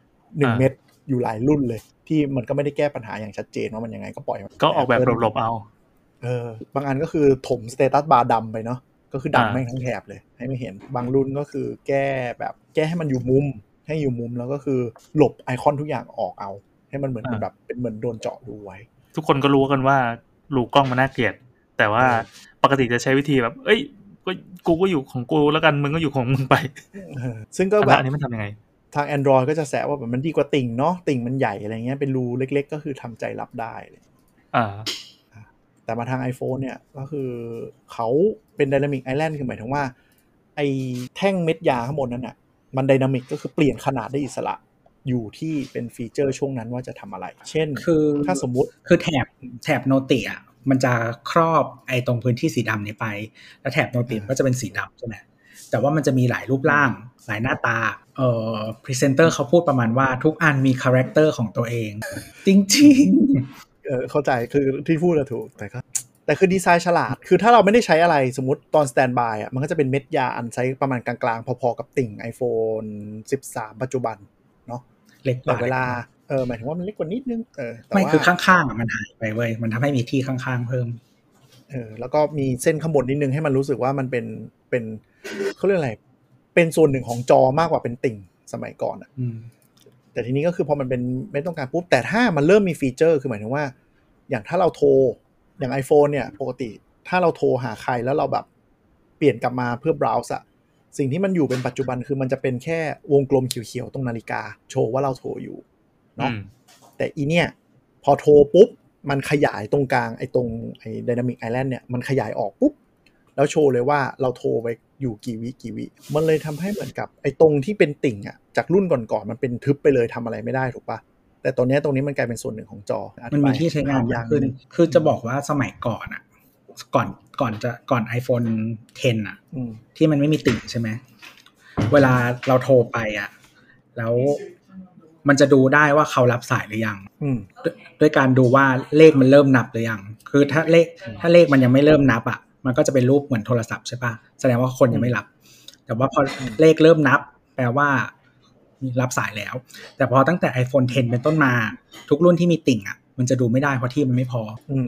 C: 1 เม็ดอยู่หลายรุ่นเลยที่มันก็ไม่ได้แก้ปัญหาอย่างชัดเจนว่ามันยังไงก็ปล่อย
D: ก็ออกแบบหลบๆเอา
C: บางอันก็คือถมสเตตัสบาร์ดำไปเนาะก็คือดำแม่งทั้งแถบเลยให้ไม่เห็นบางรุ่นก็คือแก้ให้มันอยู่มุมให้อยู่มุมแล้วก็คือหลบไอคอนทุกอย่างออกเอาให้มันเหมือนแบบเป็นเหมือนโดนเจาะรูไว้
D: ทุกคนก็รู้กันว่ารูกล้องมันน่าเกลียดแต่ว่าปกติจะใช้วิธีแบบกูก็อยู่ของกูแล้วกันมึงก็อยู่ของมึงไป
C: ซึ่งก็แบบ
D: อันนี้มันทำยังไง
C: ทาง Android ก็จะแซะว่าแบบมันดีกว่าติ่งเนาะติ่งมันใหญ่อะไรเงี้ยเป็นรูเล็กๆก็คือทำใจรับได้แต่มาทาง iPhone เนี่ยก็คือเขาเป็น Dynamic Island คือหมายถึงว่าไอ้แท่งเม็ดยาข้างบนนั้นน่ะมัน Dynamic ก็คือเปลี่ยนขนาดได้อิสระอยู่ที่เป็นฟีเจอร์ช่วงนั้นว่าจะทำอะไรเช่น
B: คือ
C: ถ้าสมมุติ
B: คือแถบโนติอ่ะมันจะครอบไอ้ตรงพื้นที่สีดำนี้ไปแล้วแถบโนติก็จะเป็นสีดำใช่ไหมแต่ว่ามันจะมีหลายรูปร่างหลายหน้าตาพรีเซนเตอร์เขาพูดประมาณว่าทุกอันมีคาแรคเตอร์ของตัวเองจริง
C: ๆเข้าใจคือที่พูดถูกแต่คือดีไซน์ฉลาดคือถ้าเราไม่ได้ใช้อะไรสมมติตอนสแตนด์บายอ่ะมันก็จะเป็นเม็ดยาอันไซส์ประมาณกลางๆพอๆกับติ่ง iPhone 13 ปัจจุบันเนาะ
B: เล็กกว่า
C: เวลาหมายถึงว่ามันเล็กกว่านิดนึง
B: แต่ไม่คือข้างๆอ่ะมันหายไปเว้ยมันทำให้มีที่ข้างๆเพิ่ม
C: แล้วก็มีเส้นข้างบนนิดนึงให้มันรู้สึกว่ามันเป็นเขาเรียกอะไรเป็นส่วนหนึ่งของจอมากกว่าเป็นติ่งสมัยก่อนอ่ะแต่ทีนี้ก็คือพอมันเป็นไม่ต้องการปุ๊บแต่ถ้ามันเริ่มมีฟีเจอร์คือหมายถึงว่าอย่างถ้าเราโทรอย่าง iPhone เนี่ยปกติถ้าเราโทรหาใครแล้วเราแบบเปลี่ยนกลับมาเพื่อ browse อะสิ่งที่มันอยู่เป็นปัจจุบันคือมันจะเป็นแค่วงกลมเขียวๆตรงนาฬิกาโชว์ว่าเราโทรอยู่เนาะแต่อีเนี่ยพอโทรปุ๊บมันขยายตรงกลางไอ้ตรงไอ้ Dynamic Island เนี่ยมันขยายออกปุ๊บแล้วโชว์เลยว่าเราโทรไปอยู่กี่วิมันเลยทำให้เหมือนกับไอ้ตรงที่เป็นติ่งอะจากรุ่นก่อนๆมันเป็นทึบไปเลยทำอะไรไม่ได้ถูกปะแต่ตรงนี้มันกลายเป็นส่วนหนึ่งของจอ
B: มันมีที่ใช้งานยากขึ้นคือจะบอกว่าสมัยก่อนอ่ะก่อน iPhone 10 อ่ะที่มันไม่มีติ่งใช่ไหมเวลาเราโทรไปอ่ะแล้วมันจะดูได้ว่าเขารับสายหรือยังด้วยการดูว่าเลขมันเริ่มนับหรือยังคือถ้าเลขมันยังไม่เริ่มนับอ่ะมันก็จะเป็นรูปเหมือนโทรศัพท์ใช่ป่ะแสดงว่าคนยังไม่รับแต่ว่าพอเลขเริ่มนับแปลว่ารับสายแล้วแต่พอตั้งแต่ iPhone 10 เป็นต้นมาทุกรุ่นที่มีติ่งอ่ะมันจะดูไม่ได้เพราะที่มันไม่พอ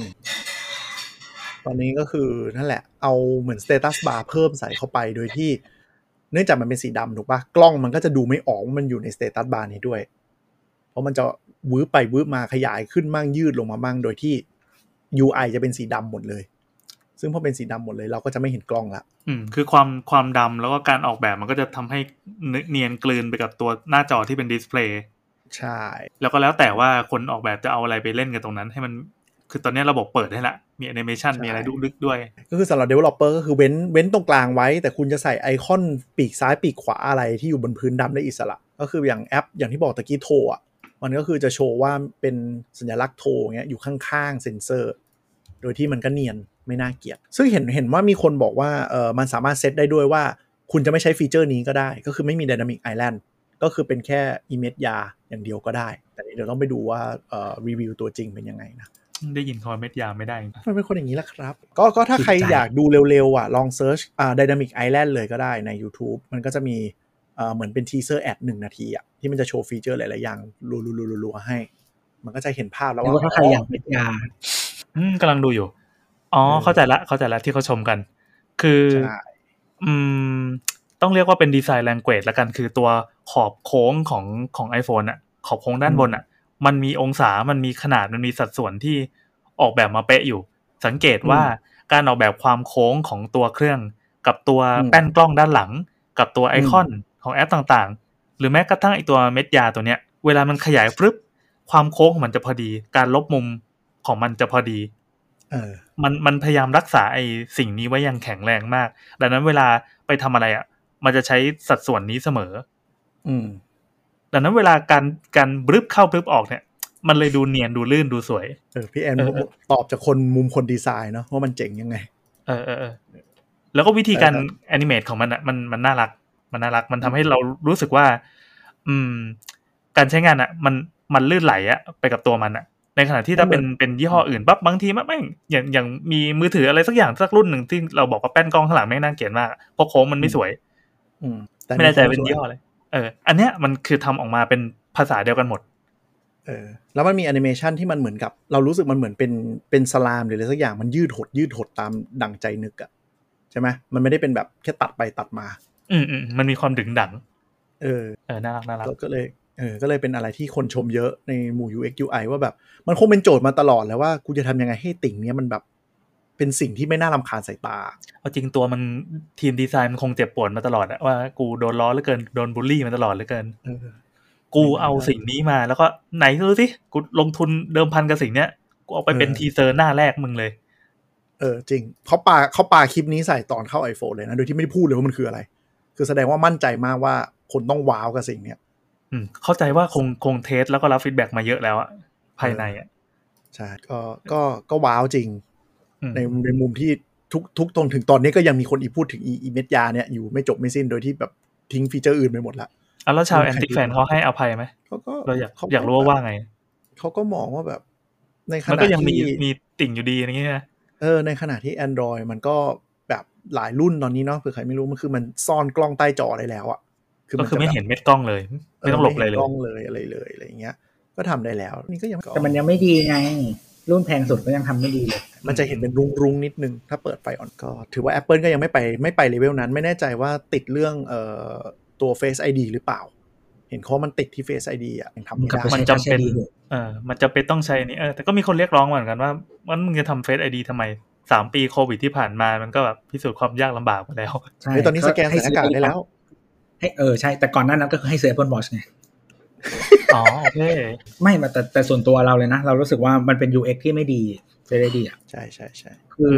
C: ตอนนี้ก็คือนั่นแหละเอาเหมือน status bar เพิ่มใส่เข้าไปโดยที่เนื่องจากมันเป็นสีดำถูกปะกล้องมันก็จะดูไม่ออกว่ามันอยู่ใน status bar นี้ด้วยเพราะมันจะวืบไปวืบมาขยายขึ้นมั่งยืดลงมามั่งโดยที่ UI จะเป็นสีดำหมดเลยซึ่งพอเป็นสีดำหมดเลยเราก็จะไม่เห็นกล้องละ
D: คือความดำแล้วก็การออกแบบมันก็จะทำให้เนียนกลืนไปกับตัวหน้าจอที่เป็นดิสเพลย์
C: ใช่
D: แล้วก็แล้วแต่ว่าคนออกแบบจะเอาอะไรไปเล่นกันตรงนั้นให้มันคือตอนนี้ระบบเปิดให้ละมีแอนิเมชันมีอะไรลึกๆด้วย
C: ก็คือสำหรับ developer ก็คือเว้นตรงกลางไว้แต่คุณจะใส่ไอคอนปีกซ้ายปีกขวาอะไรที่อยู่บนพื้นดำได้อิสระก็คืออย่างแอปอย่างที่บอกตะกี้โทรอ่ะมันก็คือจะโชว์ว่าเป็นสัญลักษณ์โทรเงี้ยอยู่ข้างๆเซ็นเซอร์โดยที่มันก็เนียนไม่น่าเกลียดซึ่งเห็นว่ามีคนบอกว่ามันสามารถเซตได้ด้วยว่าคุณจะไม่ใช้ฟีเจอร์นี้ก็ได้ก็คือไม่มี Dynamic Island ก็คือเป็นแค่ image ยาอย่างเดียวก็ได้แต่เดี๋ยวต้องไปดูว่ารีวิวตัวจริงเป็นยังไงนะ
D: ได้ยินคอมเมนต์ยาไม่ได้
C: มันเป็นคนอย่างนี้แหละครับก็ถ้าใครอยากดูเร็วๆอ่ะลองเซิร์ชDynamic Island เลยก็ได้ใน YouTube มันก็จะมีเหมือนเป็นทีเซอร์แอด1 นาทีอ่ะที่มันจะโชว์ฟีเจอร์หลายๆอย่างรัวๆให้มันก็จะเห็นภาพแล้ว
B: ว่าถ้าใครอยากเป็นย
D: ากำลังดูอยู่เข้าใจละที่เขาชมกันคือต้องเรียกว่าเป็นดีไซน์แลงเกจละกันคือตัวขอบโค้งของ iPhone อ่ะขอบโค้งด้านบนอ่ะมันมีองศามันมีขนาดมันมีสัดส่วนที่ออกแบบมาเป๊ะอยู่สังเกตว่าการออกแบบความโค้งของตัวเครื่องกับตัวแป้นกล้องด้านหลังกับตัวไอคอนของแอปต่างๆหรือแม้กระทั่งไอตัวเม็ดยาตัวเนี้ยเวลามันขยายฟึบความโค้งของมันจะพอดีการลบมุมของมันจะพอดีมันพยายามรักษาไอสิ่งนี้ไว้อย่างแข็งแรงมากดังนั้นเวลาไปทำอะไรอ่ะมันจะใช้สัดส่วนนี้เสมอดังนั้นเวลาการบรึบเข้าบรึบออกเนี่ยมันเลยดูเนียนดูลื่นดูสวย
C: พี่แอนตอบจากมุมคนดีไซน์เนาะว่ามันเจ๋งยังไง
D: แล้วก็วิธีการแอนิเมตของมันอ่ะมันน่ารักมันทำให้เรารู้สึกว่าการใช้งานอ่ะมันลื่นไหลอ่ะไปกับตัวมันอ่ะในขณะที่ถ้าเป็นยี่ห้ออื่นปั๊บบางทีแม่งอย่างมีมือถืออะไรสักอย่างสักรุ่นหนึ่งที่เราบอกว่าแป้นกล้องข้างหลังแม่งน่าเกลียดมากเพราะโค้งมันไม่สวยไม่แน่ใจเป็นยี่ห้ออะไรอันเนี้ยมันคือทำออกมาเป็นภาษาเดียวกันหมด
C: แล้วมันมีแอนิเมชันที่มันเหมือนกับเรารู้สึกมันเหมือนเป็นสลามหรืออะไรสักอย่างมันยืดหดตามดั่งใจนึกอะใช่ไหมมันไม่ได้เป็นแบบแค่ตัดไปตัดมา
D: มันมีความดึงดังน่ารัก
C: ก็เลยเป็นอะไรที่คนชมเยอะในหมู่ UX UI ว่าแบบมันคงเป็นโจทย์มาตลอดแล้วว่ากูจะทำยังไงให้ติ่งเนี้ยมันแบบเป็นสิ่งที่ไม่น่ารำคาญสายตา
D: เอาจริงตัวมันทีมดีไซน์มันคงเจ็บปวดมาตลอดอะว่ากูโดนล้อเหลือเกินโดนบูลลี่มาตลอดเหลือเกินกูเอาสิ่งนี้มาแล้วก็ไหนดูสิกูลงทุนเดิมพันกับสิ่งเนี้ยกูเอาไปเป็นทีเซอร์หน้าแรกมึงเลย
C: จริงเขาปาคลิปนี้ใส่ตอนเข้า iPhone เลยนะโดยที่ไม่ได้พูดเลยว่ามันคืออะไรคือแสดงว่ามั่นใจมากว่าคนต้องว้าวกับสิ่งเนี้ย
D: เข้าใจว่าคงเทสแล้วก็รับฟีดแบ็กมาเยอะแล้วอะภายในอะ
C: ใช่ก็ว้าวจริงในมุมที่ทุกตรงถึงตอนนี้ก็ยังมีคนพูดถึงอีเม็ดยาเนี่ยอยู่ไม่จบไม่สิ้นโดยที่แบบทิ้งฟีเจอร์อื่นไปหมดละ
D: แล้วชาวแอนติแฟนเขาให้อภัยไหมเราอยากรู้ว่าไง
C: เขาก็มองว่าแบบในขณะที่
D: มันก็ยังมีติ่งอยู่ดีอย่างเงี้ย
C: ในขณะที่ Android มันก็แบบหลายรุ่นตอนนี้เนาะเผื่อใครไม่รู้มันคือมันซ่อนกล้องใต้จอได้แล้วอ่ะ
D: ก็คือไม่เห็นเม็ดกล้องเลยไม่ต้องหลบเลย
C: กล้องเลยอะไรอย่างเงี้ยก็ทำได้แล้วนี่ก็ยัง
B: แต่มันยังไม่ดีไงรุ่นแพงสุดก็ยังทำไม่ดีเลย
C: มันจะเห็นเป็นรุ้งๆนิดนึงถ้าเปิดไฟอ่อนก็ถือว่า Apple ก็ยังไม่ไปเลเวลนั้นไม่แน่ใจว่าติดเรื่องตัว Face ID หรือเปล่าเห็นเขามันติดที่ Face ID อ่ะยังทำไม่ได้
D: มันจำเป็นมันจะเป็นต้องใช้นี่แต่ก็มีคนเรียกร้องเหมือนกันว่ามึงจะทำ Face ID ทำไม3 ปีโควิดที่ผ่านมามันก็แบบพิสูจน์ความยากลำบากมาแล้ว
C: ใช่ตอนนี้สแกนใส่หน้ากากได้แล้ว
B: ให้ใช่แต่ก่อนหน้านั้นก็คือให้ซื้อ Apple Watch ไง
D: อ๋อโอเค
B: ไม่แต่ส่วนตัวเราเลยนะเรารู้สึกว่ามันเป็น UX ที่ไม่ดี Face ID อ่ะ
C: ใช่
B: ๆคือ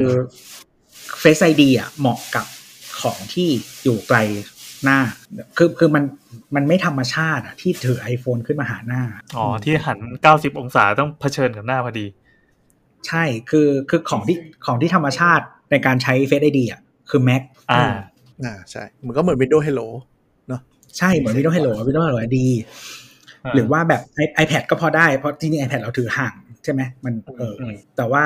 B: Face ID อ่ะเหมาะกับของที่อยู่ไกลหน้าคือมันไม่ธรรมชาติอ่ะที่ถือ iPhone ขึ้นมาหาหน้า
D: ที่หัน90องศาต้องเผชิญกับหน้าพอดี
B: ใช่คือของที่ธรรมชาติในการใช้ Face ID อ่ะคือ Mac
C: ใช่มันก็เหมือน Windows Hello เนาะ
B: ใช่เหมือน Windows Hello ดีหรือว่าแบบ iPad ก็พอได้เพราะจริงๆ iPad เราถือห่างใช่ไหมมันแต่ว่า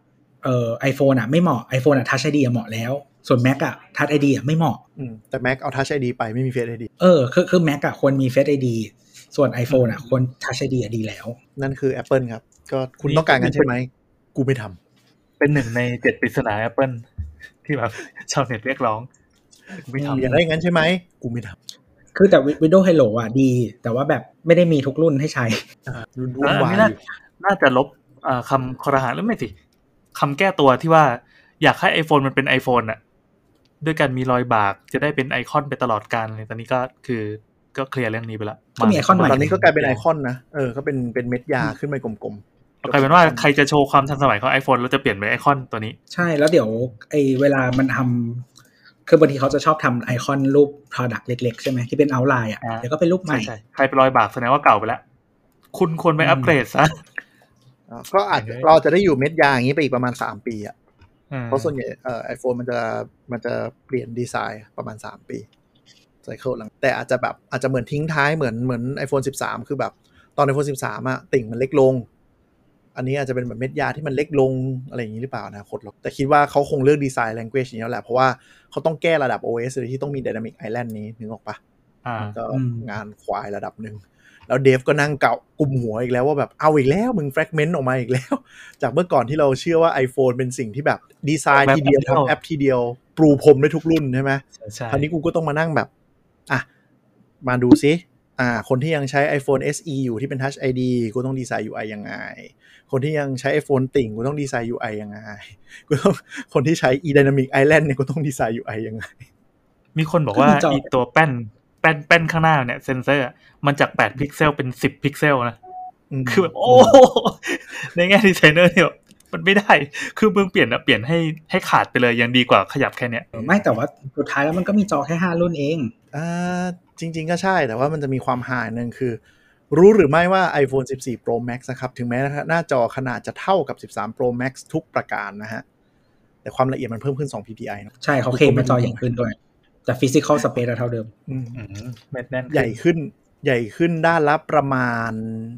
B: iPhone อ่ะไม่เหมาะ iPhone อ่ะ Touch ID อ่ะเหมาะแล้วส่วน Mac อ่ะ Touch ID อ่ะไม่เหมาะ
C: แต่ Mac เอา Touch ID ไปไม่มี Face ID
B: คือ Mac อ่ะควรมี Face ID ส่วน iPhone อ่ะควร Touch ID อ่ะดีแล้ว
C: นั่นคือ Apple ครับก็คุณต้องการกันใช่ไหมกูไม่ท
D: ำเป็น1ใน7ปริศนา Apple ที่แบบชาวเน็ตเรียกร้อง
C: กูไม่ทำอย่างไรงั้นใช่ไหมกูไม่ทำ
B: คือแต่ Windows Hello อ่ะดีแต่ว่าแบบไม่ได้มีทุกรุ่นให้ใช้
C: รุ่นวาย
D: น่าจะลบคำครหาหรือไม่สิคำแก้ตัวที่ว่าอยากให้ iPhone มันเป็น iPhone อ่ะด้วยการมีรอยบากจะได้เป็นไอคอนไปตลอดกาลเลยตอนนี้ก็เคลียร์เรื่องนี้ไปละ
B: ก็มีไอคอนใหม่
C: ตอนนี้ก็กลายเป็นไอคอนนะก็เป็นเม็ดยาขึ้นไปกลม
D: ๆกลายเป็นว่าใครจะโชว์ความทันสมัยของ iPhone เราจะเปลี่ยนเป็นไอคอนตัวนี้
B: ใช่แล้วเดี๋ยวเวลามันทำคือบางทีเขาจะชอบทำไอคอนรูป product เล็กๆใช่ไหมที่เป็น outline อ่ะเดี๋ยวก็เป็นรูปใหม่
D: ใครเป็นรอยบากแสดงว่าเก่าไปแล้วคุณควรไปอัปเกรดซะ
C: ก็อาจเราจะได้อยู่เม็ดยาอย่างนี้ไปอีกประมาณ3ปีอ่ะเพราะส่วนใหญ่iPhone มันจะเปลี่ยนดีไซน์ประมาณ3ปีไซเคิลหลังแต่อาจจะเหมือนทิ้งท้ายเหมือน iPhone 13คือแบบตอน iPhone 13อ่ะติ่งมันเล็กลงอันนี้อาจจะเป็นแบบเม็ดยาที่มันเล็กลงอะไรอย่างนี้หรือเปล่านะโคตรหรอกแต่คิดว่าเขาคงเลือกดีไซน์ language นี้แล้วแหละเพราะว่าเขาต้องแก้ระดับ OS เลยที่ต้องมี Dynamic Island นี้นึกออกปะก็งานควายระดับนึงแล้วเดฟก็นั่งเกากุมหัวอีกแล้วว่าแบบเอาอีกแล้วมึงแฟรกเมนต์ออกมาอีกแล้วจากเมื่อก่อนที่เราเชื่อว่า iPhone เป็นสิ่งที่แบบดีไซน์ทีเดียวทำแอปทีเดียวปรูพรมได้ทุกรุ่นใช่ไหมคราวนี้กูก็ต้องมานั่งแบบมาดูซิคนที่ยังใช้ iPhone SE อยู่ที่เป็น Touch ID กูต้องดีไซน์ UI ยังไงคนที่ยังใช้ iPhone ติ่งกูต้องดีไซน์ UI ยังไงกูต้องคนที่ใช้ Dynamic Island เนี่ยกูต้องดีไซน์ UI ยังไง
D: มีคนบอกว่าอีตัวแป้นข้างหน้าเนี่ยเซนเซอร์มันจาก8พิกเซลเป็น10พิกเซลนะคือแบบโอ้ในแง่ดีไซเนอร์เนี่ยมันไม่ได้คือมึงเปลี่ยนให้ขาดไปเลยยังดีกว่าขยับแค่เนี้ย
B: ไม่แต่ว่าสุดท้ายแล้วมันก็มีจอแค่5รุ่นเอง
C: จริงๆก็ใช่แต่ว่ามันจะมีความห่างนึงคือรู้หรือไม่ว่า iPhone 14 Pro Max นะครับถึงแม้หน้าจอขนาดจะเท่ากับ13 Pro Max ทุกประการนะฮะแต่ความละเอียดมันเพิ่มขึ้น2 ppi นะ
B: ใช่เขาเคลมว่าจอใหญ่ขึ้นด้วยแต่ physical space เท่าเดิม
D: เม็ดแน่น
C: ใหญ่ขึ้นด้านละประมาณ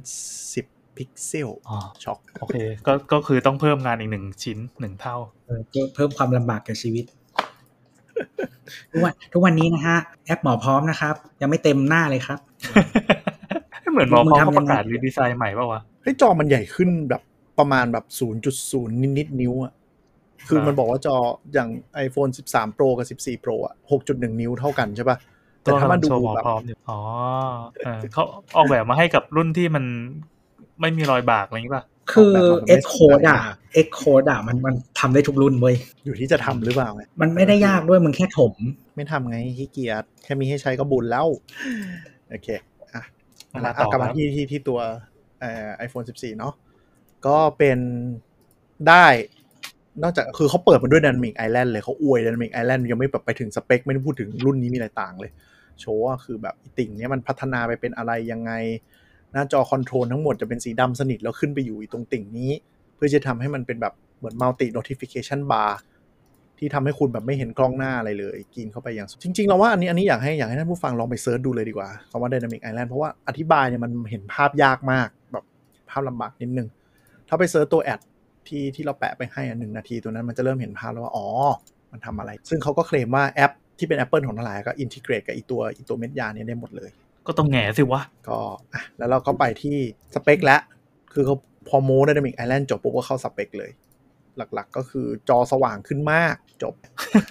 C: 10พิกเซลช็อก
D: โอเคก็คือต้องเพิ่มงานอีก1ชิ้น1เท่า
B: เพิ่มความลำบากแก่ชีวิตทุกวันนี้นะฮะแอปหมอพร้อมนะครับยังไม่เต็มหน้าเลยครับ
D: เหมือนหมอพร้อมประกาศรีดีไซน์ใหม่ป่าววะ
C: จอมันใหญ่ขึ้นแบบประมาณแบบ 0.0 นิดๆนิ้วอ่ะคือมันบอกว่าจออย่าง iPhone 13 Pro กับ14 Pro อ่ะ 6.1 นิ้วเท่ากันใช่ป่ะแต่ถ้ามันดูแบบ
D: เขาออกแบบมาให้กับรุ่นที่มันไม่มีรอยบากอะไรอย่างงี้ป่ะ
B: คือ Xcode มันทำได้ทุกรุ่นเว้ย
C: อยู่ที่จะทำหรือเปล่า
B: มันไม่ได้ยากด้วยมึงแค่ถม
C: ไม่ทำไงขี้เกียจแค่มีให้ใช้ก็บุญแล้วโอเคกลับมาที่ตัวiPhone 14 เนาะก็เป็นได้นอกจากคือเขาเปิดมาด้วย Dynamic Island เลยเขาอวย Dynamic Island ยังไม่แบบไปถึงสเปคไม่ได้พูดถึงรุ่นนี้มีอะไรต่างเลยโชว์ว่าคือแบบติ่งเนี้ยมันพัฒนาไปเป็นอะไรยังไงหน้าจอคอนโทรลทั้งหมดจะเป็นสีดำสนิทแล้วขึ้นไปอยู่ตรงติ่งนี้เพื่อจะทำให้มันเป็นแบบเหมือน Multi Notification Bar ที่ทำให้คุณแบบไม่เห็นกล้องหน้าอะไรเลยกินเข้าไปอย่างจริงๆเราว่าอันนี้อยากให้ท่านผู้ฟังลองไปเซิร์ชดูเลยดีกว่าคำว่า Dynamic Island เพราะว่าอธิบายเนี่ยมันเห็นภาพยากมากแบบภาพลำบากนิดนึงถ้าไปเซิร์ชตัวแอดที่เราแปะไปให้1 นาทีตัวนั้นมันจะเริ่มเห็นภาพแล้วว่าอ๋อมันทำอะไรซึ่งเขาก็เคลมว่าแอปที่เป็น Apple ของทั้งหลายก็อินทิเกรตกับอีตัวเม็ดยาเนี่ยได้หมดเลย
D: ก็ต้องแง่สิวะ
C: ก็แล้วเราก็ไปที่สเปคแล้วคือเขาพอโม้ Dynamic Island จบปุ๊บก็เข้าสเปคเลยหลักๆก็คือจอสว่างขึ้นมากจบ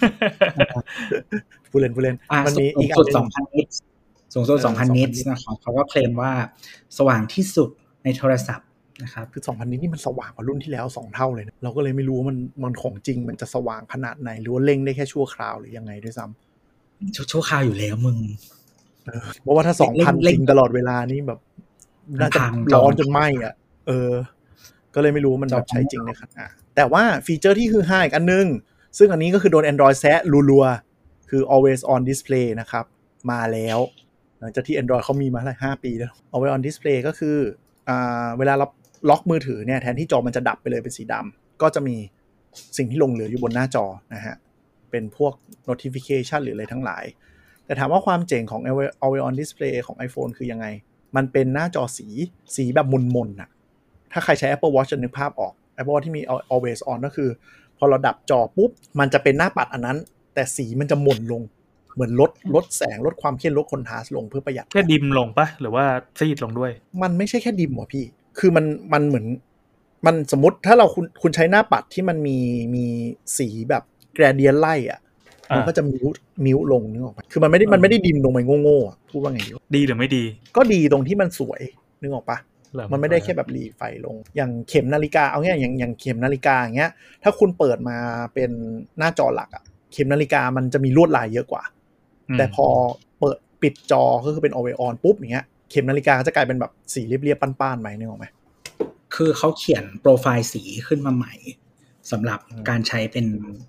C: ผู้เล่น
B: มันมีอีกอันนึง2,000 นิตสูงสุด2,000 นิตนะครับเขาก็เคลมว่าสว่างที่สุดในโทรศัพท์นะครับ
C: คือ 2,000 นิตนี่มันสว่างกว่ารุ่นที่แล้ว2 เท่าเลยนะเราก็เลยไม่รู้ว่ามันของจริงมันจะสว่างขนาดไหนหรือว่าเร่งได้แค่ชั่วคราวหรือยังไงด้วยซ้
B: ำชั่วคราวอยู่แล้วมึง
C: เพราะว่าถ้า 2,000 จริงตลอดเวลานี่แบบน่าจะร้อนจนไหม้อ่ะก็เลยไม่รู้มันแบบใช้จริงนะครับแต่ว่าฟีเจอร์ที่คือ5อีกอันนึงซึ่งอันนี้ก็คือโดน Android แซะรัวๆคือ always on display นะครับมาแล้วหลังจากที่ Android เขามีมาหลาย5 ปีแล้ว always on display ก็คือเวลาเราล็อกมือถือเนี่ยแทนที่จอมันจะดับไปเลยเป็นสีดำก็จะมีสิ่งที่ลงเหลืออยู่บนหน้าจอนะฮะเป็นพวก notification หรืออะไรทั้งหลายแต่ถามว่าความเจ๋งของ always on display ของ iPhone คือยังไงมันเป็นหน้าจอสีแบบมนๆน่ะถ้าใครใช้ Apple Watch จะนึกภาพออก Apple Watch ที่มี always on ก็คือพอเราดับจอปุ๊บมันจะเป็นหน้าปัดอันนั้นแต่สีมันจะหม่นลงเหมือนลดแสงลดความเข้มลดคอนทราสต์ลงเพื่อประหยัด
D: แค่ดิมลงปะหรือว่าซีดลงด้วย
C: มันไม่ใช่แค่ดิมหรอพี่คือมันเหมือนมันสมมติถ้าเราคุณใช้หน้าปัดที่มันมีสีแบบแกรเดียนไล่อ่ะมันก็จะมิวลงนึกออกปะคือมันไม่ได้ดิมลงไปโง่ๆพูดว่าไง
D: ดีหรือไม่ดี
C: ก็ดีตรงที่มันสวยนึกออกปะมันไม่ได้แค่แบบรีไฟลงอย่างเข็มนาฬิกาเอาเงี้ยอย่างเข็มนาฬิกาอย่างเงี้ยถ้าคุณเปิดมาเป็นหน้าจอหลักอ่ะเข็มนาฬิกามันจะมีลวดลายเยอะกว่าแต่พอเปิดปิดจอก็คือเป็น always on ปุ๊บอย่างเงี้ยเข็มนาฬิกาจะกลายเป็นแบบสีเรียบๆป้านๆไหมนึกออกไหม
B: คือเขาเขียนโปรไฟล์สีขึ้นมาใหม่สำหรับการใช้เป็น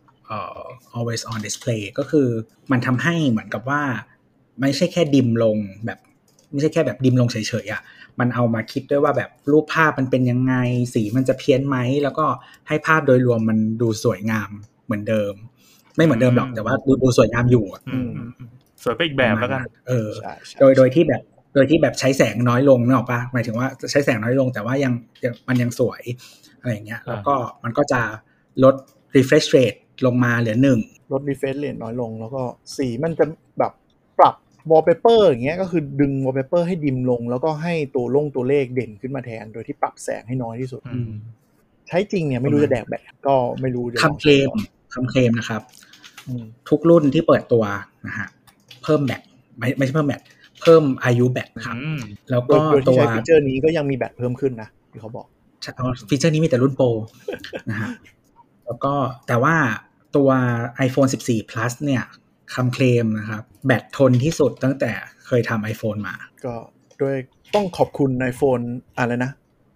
B: always on display ก็คือมันทำให้เหมือนกับว่าไม่ใช่แค่ดิมลงแบบไม่ใช่แค่แบบดิมลงเฉยๆอ่ะมันเอามาคิดด้วยว่าแบบรูปภาพมันเป็นยังไงสีมันจะเพี้ยนไหมแล้วก็ให้ภาพโดยรวมมันดูสวยงามเหมือนเดิมไม่เหมือนเดิมหรอกแต่ว่าดูสวยงามอยู่
D: สวยไปอีกแบบแล้วกัน
B: โดยที่แบบใช้แสงน้อยลงนึกออกป่ะหมายถึงว่าใช้แสงน้อยลงแต่ว่ามันยังสวยอะไรอย่างเงี้ยแล้วก็มันก็จะลด refresh rate ลงมาเหลือ1
C: ลด refresh rate น้อยลงแล้วก็สีมันจะแบบปรับ wallpaper อย่างเงี้ยก็คือดึง wallpaper ให้ดิมลงแล้วก็ให้ตัวเลขเด่นขึ้นมาแทนโดยที่ปรับแสงให้น้อยที่สุดใช้จริงเนี่ยไม่รู้จะแดกแบบก็ไม่รู้
B: คำเคลมนะครับทุกรุ่นที่เปิดตัวนะฮะเพิ่มแบตไม่ใช่เพิ่มแบตเพิ่มอายุแบตครับแล้วก็
C: ตัวฟีเจอร์นี้ก็ยังมีแบตเพิ่มขึ้นนะที่เขาบอก
B: ฟีเจอร์นี้มีแต่รุ่นโปรนะฮะแล้วก็แต่ว่าตัว iPhone 14 Plus เนี่ยคำเคลมนะครับแบตทนที่สุดตั้งแต่เคยทำ iPhone มา
C: ก็ด้วยต้องขอบคุณ iPhone อะไรนะ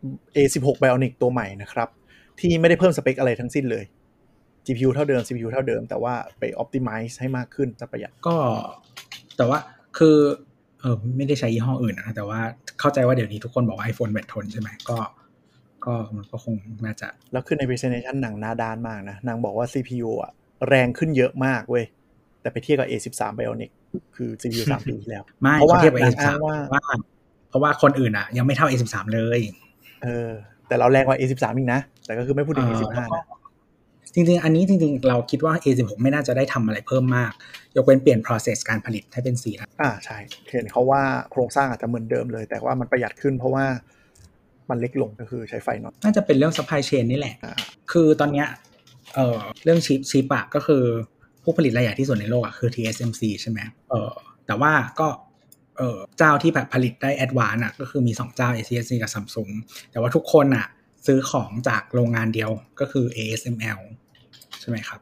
C: A16 Bionic ตัวใหม่นะครับที่ไม่ได้เพิ่มสเปคอะไรทั้งสิ้นเลย GPU เท่าเดิม CPU เท่าเดิมแต่ว่าไป optimize ให้มากขึ้นจะประหยัด
B: ก็แต่ว่าคือไม่ได้ใช้ยี่ห้ออื่นนะแต่ว่าเข้าใจว่าเดี๋ยวนี้ทุกคนบอกว่า iPhone แบตทนใช่ไหมก็มันก็คงน่าจะ
C: แล้วขึ้นใน presentation หนังหน้าด้านมากนะนางบอกว่า CPU อ่ะแรงขึ้นเยอะมากเว้ยแต่ไปเทียบกับ A13 Bionic คือ CPU 3 ปีที่แล้ว
B: เพราะว่าเทียบกับ A13 เพราะว่าคนอื่นอ่ะยังไม่เท่า A13 เลย
C: แต่เราแรงกว่า A13 อีกนะแต่ก็คือไม่พูดถึง A15 นะ
B: จริงๆอันนี้จริงๆเราคิดว่า A16 ไม่น่าจะได้ทำอะไรเพิ่มมากยกเว้นเปลี่ยน process การผลิตให้เป็นสี
C: ใช่เห็นเขาว่าโครงสร้างอาจจะเหมือนเดิมเลยแต่ว่ามันประหยัดขึ้นเพราะว่ามันเล็กลงก็คือใช้ไฟน้อย
B: น่าจะเป็นเรื่อง supply chain นี่แหละคือตอนเนี้ยเรื่องชิปอะก็คือผู้ผลิตรายใหญ่ที่สุดในโลกอะคือ TSMC ใช่ไหมแต่ว่าก็เจ้าที่แบบผลิตได้ advance อะก็คือมี2เจ้า TSMC กับ Samsung แต่ว่าทุกคนอะซื้อของจากโรงงานเดียวก็คือ ASML ใช่ไหมครับ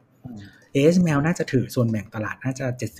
B: ASML น่าจะถือส่วนแบ่งตลาดน่าจะ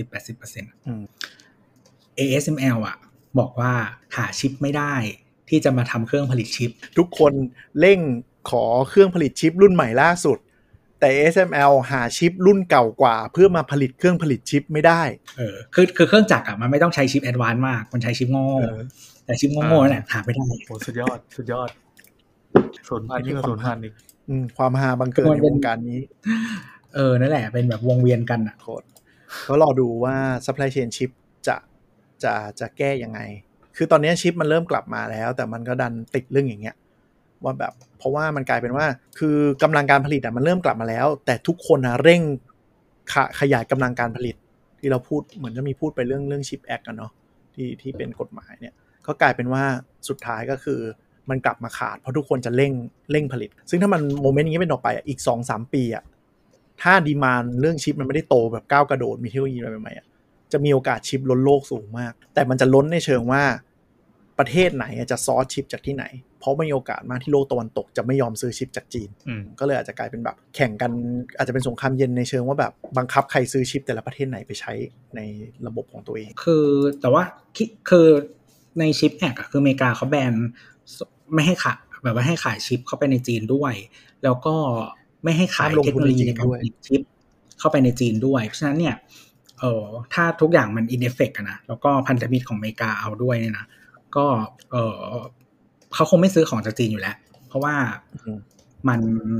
B: 70-80% ASML อ่ะบอกว่าหาชิปไม่ได้ที่จะมาทำเครื่องผลิตชิป
C: ทุกคนเร่งขอเครื่องผลิตชิปรุ่นใหม่ล่าสุดแต่ ASML หาชิปรุ่นเก่ากว่าเพื่อมาผลิตเครื่องผลิตชิปไม่ได้
B: คือเครื่องจักรอ่ะมันไม่ต้องใช้ชิปแอดวานซ์มากมันใช้ชิปโง่แต่ชิปโง่ๆเนี่ยหาไม่ได้
D: โหสุดยอดศูนย์พันนี่ก็ศูนย์พันอีก
C: ความฮาบังเกิดในวงการนี้
B: นั่นแหละเป็นแบบวงเวียนกันโคตร
C: ก็รอดูว่า supply chain chip จะแก้ยังไงคือตอนนี้ชิปมันเริ่มกลับมาแล้วแต่มันก็ดันติดเรื่องอย่างเงี้ยว่าแบบเพราะว่ามันกลายเป็นว่าคือกำลังการผลิตมันเริ่มกลับมาแล้วแต่ทุกคนเร่งขยายกำลังการผลิตที่เราพูดเหมือนจะมีพูดไปเรื่องชิปแอคกันเนาะที่เป็นกฎหมายเนี่ยก็กลายเป็นว่าสุดท้ายก็คือมันกลับมาขาดเพราะทุกคนจะเร่งผลิตซึ่งถ้ามันโมเมนต์นี้เป็นต่อไปอีก 2-3 ปีถ้าดีมานด์เรื่องชิปมันไม่ได้โตแบบก้าวกระโดดมีเทคโนโลยีอะไรใหม่ๆจะมีโอกาสชิปล้นโลกสูงมากแต่มันจะล้นในเชิงว่าประเทศไหนจะซอร์สชิปจากที่ไหนเพราะมีโอกาสมากที่โลกตะวันตกจะไม่ยอมซื้อชิปจากจีนก็เลยอาจจะกลายเป็นแบบแข่งกันอาจจะเป็นสงครามเย็นในเชิงว่าแบบบังคับใครซื้อชิปแต่ละประเทศไหนไปใช้ในระบบของตัวเอง
B: คือแต่ว่าคือในชิปแอคคืออเมริกาเขาแบนไม่ให้ขายแบบว่าให้ขายชิปเข้าไปในจีนด้วยแล้วก็ไม่ให้ขายเทคโนโลยีในการผลิตชิปเข้าไปในจีนด้วยเพราะฉะนั้นเนี่ยถ้าทุกอย่างมันอินเอฟเฟกต์นะแล้วก็พันธมิตรของอเมริกาเอาด้วยเนี่ยนะก็เขาคงไม่ซื้อของจากจีนอยู่แล้วเพราะว่ามัน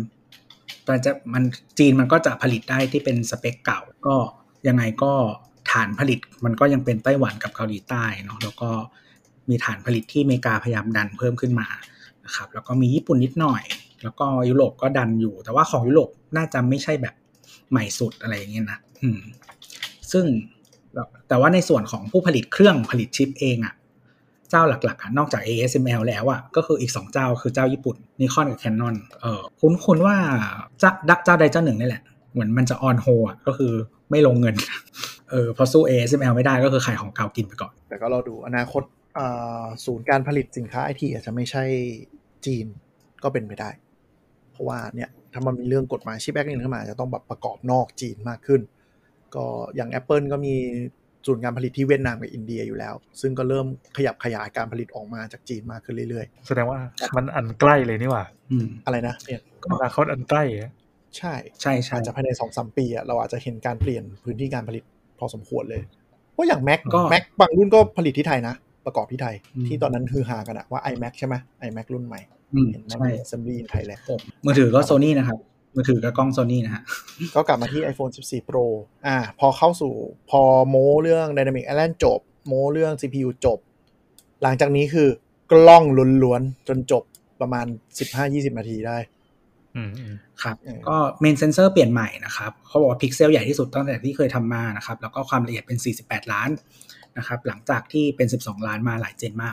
B: จีนมันก็จะผลิตได้ที่เป็นสเปคเก่าก็ยังไงก็ฐานผลิตมันก็ยังเป็นไต้หวันกับเกาหลีใต้เนาะแล้วก็มีฐานผลิตที่อเมริกาพยายามดันเพิ่มขึ้นมานะครับแล้วก็มีญี่ปุ่นนิดหน่อยแล้วก็ยุโรปก็ดันอยู่แต่ว่าของยุโรปน่าจะไม่ใช่แบบใหม่สุดอะไรอย่างเงี้ยนะซึ่งแต่ว่าในส่วนของผู้ผลิตเครื่องผลิตชิปเองเจ้าหลักๆนอกจาก ASML แล้วก็คืออีก2เจ้าคือเจ้าญี่ปุ่น Nikon กับ Canon คุ้นว่าเจ้าใดเจ้าหนึ่งนี่แหละเหมือนมันจะ on hold ก็คือไม่ลงเงินพอสู้ ASML ไม่ได้ก็คือขายของเก่ากินไปก่อน
C: แต่ก็รอดูอนาคตศูนย์การผลิตสินค้า IT อาจจะไม่ใช่จีนก็เป็นไปได้เพราะว่าเนี่ยถ้ามันมีเรื่องกฎหมายชิปแอคนี่ขึ้นมาจะต้องแบบประกอบนอกจีนมากขึ้นก็อย่าง Apple ก็มีศูนย์การผลิตที่เวียดนามกับอินเดียอยู่แล้วซึ่งก็เริ่มขยับขยายการผลิตออกมาจากจีนมากขึ้นเรื่อย
D: ๆแสดงว่ามันอันใกล้เลยนี่หว่า
C: อะไรนะเนี่ย
D: อนาคตอันใกล้
C: ใช่อาจจะภายใน 2-3 ปีเราอาจจะเห็นการเปลี่ยนพื้นที่การผลิตพอสมควรเลยเพราะอย่าง Mac บางรุ่นก็ผลิตที่ไทยนะประกอบที่ไทยที่ตอนนั้นฮือฮากันว่า iMac ใช่ไหม iMac รุ่นใหม่
B: เห็น
C: ใช่ Assembly in Thailand
B: มือถือก็ Sony นะครับมือถือกับกล้อง Sony นะฮะ
C: ก็กลับมาที่ iPhone 14 Pro พอเข้าสู่พอโม้เรื่อง Dynamic Island จบโม้เรื่อง CPU จบหลังจากนี้คือกล้องล้วนๆจนจบประมาณ 15-20 นาทีได้
B: ครับก็เมนเซนเซอร์เปลี่ยนใหม่นะครับเขาบอกว่าพิกเซลใหญ่ที่สุดตั้งแต่ที่เคยทำมานะครับแล้วก็ความละเอียดเป็น48ล้านนะครับหลังจากที่เป็น12ล้านมาหลายเจนมาก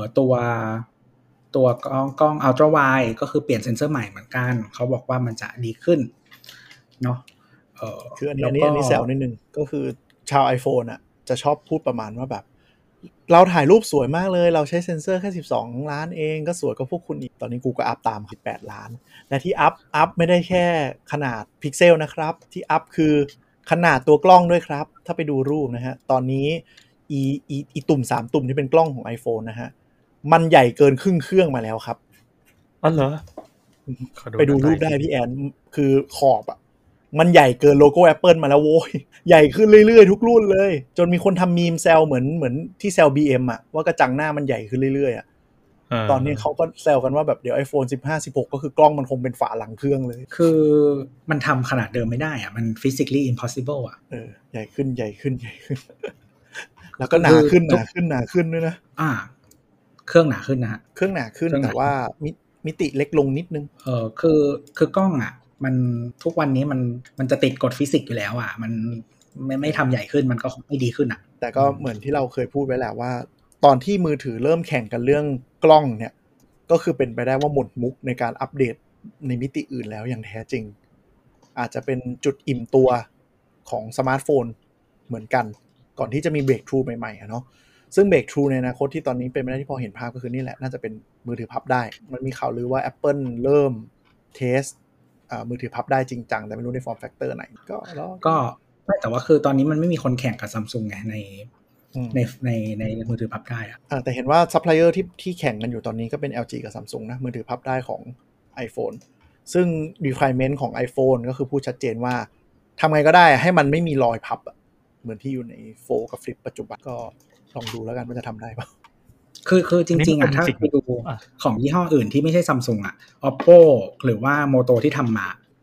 B: ตัวกล้อง Ultra Wide ก็คือเปลี่ยนเซนเซอร์ใหม่เหมือนกันเขาบอกว่ามันจะดีขึ้นเนาะ
C: คืออันนี้แซวนิดนึงก็คือชาว iPhone จะชอบพูดประมาณว่าแบบเราถ่ายรูปสวยมากเลยเราใช้เซ็นเซอร์แค่12ล้านเองก็สวยกว่าพวกคุณอีกตอนนี้กูก็อัพตาม18ล้านและที่อัพไม่ได้แค่ขนาดพิกเซลนะครับที่อัพคือขนาดตัวกล้องด้วยครับถ้าไปดูรูปนะฮะตอนนี้อีตุ่ม3ตุ่มที่เป็นกล้องของ iPhone นะฮะมันใหญ่เกินครึ่งเครื่องมาแล้วครับ
D: อ๋อเหรอ
C: ไปดูรูปได้พี่แอนคือขอบมันใหญ่เกินโลโก้ Apple มาแล้วโว้ยใหญ่ขึ้นเรื่อยๆทุกรุ่นเลยจนมีคนทำมีมแซวเหมือนที่แซว BM ว่ากระจังหน้ามันใหญ่ขึ้นเรื่อยๆตอนนี้เขาก็แซวกันว่าแบบเดี๋ยว iPhone 15 16ก็คือกล้องมันคงเป็นฝาหลังเครื่องเลย
B: คือมันทำขนาดเดิมไม่ได้มัน physically impossible
C: ใหญ่ขึ้นแล้วก็หนาขึ้นด้วยนะ
B: เครื่องหนาขึ้นนะฮะ
C: เครื่องหนาขึ้นแต่ว่ามิติเล็กลงนิดนึง
B: คือกล้องมันทุกวันนี้มันจะติดกฎฟิสิกส์อยู่แล้วมันไม่ทำใหญ่ขึ้นมันก็ไม่ดีขึ้น
C: แต่ก็เหมือนที่เราเคยพูดไว้แหละว่าตอนที่มือถือเริ่มแข่งกันเรื่องกล้องเนี่ยก็คือเป็นไปได้ว่าหมดมุกในการอัปเดตในมิติอื่นแล้วอย่างแท้จริงอาจจะเป็นจุดอิ่มตัวของสมาร์ทโฟนเหมือนกันก่อนที่จะมีเบรกทรูใหม่ๆเนาะซึ่งเบรกทรูในอนาคตที่ตอนนี้เป็นไปได้ที่พอเห็นภาพก็คือนี่แหละน่าจะเป็นมือถือพับได้มันมีข่าวลือว่า Apple เริ่มเทสมือถือพับได้จริงจังแต่ไม่รู้ในฟอร์มแฟกเตอร์ไหน
B: ก็ไม่แต่ว่าคือตอนนี้มันไม่มีคนแข่งกับ Samsung ไงในมือถือพับได้
C: แต่เห็นว่าซัพพลายเออร์ที่แข่งกันอยู่ตอนนี้ก็เป็น LG กับ Samsung นะมือถือพับได้ของ iPhone ซึ่ง requirement ของ iPhone ก็คือพูดชัดเจนว่าทำไงก็ได้ให้มันไม่มีรอยพับเหมือนที่อยู่ในโฟลกับฟลิปปัจจุบันก็ลองดูแล้วกันว่าจะทำได้ป่ะ
B: คือจริงๆถ้าไปดูของยี่ห้ออื่นที่ไม่ใช่ Samsung Oppo หรือว่า Moto ที่ทำมา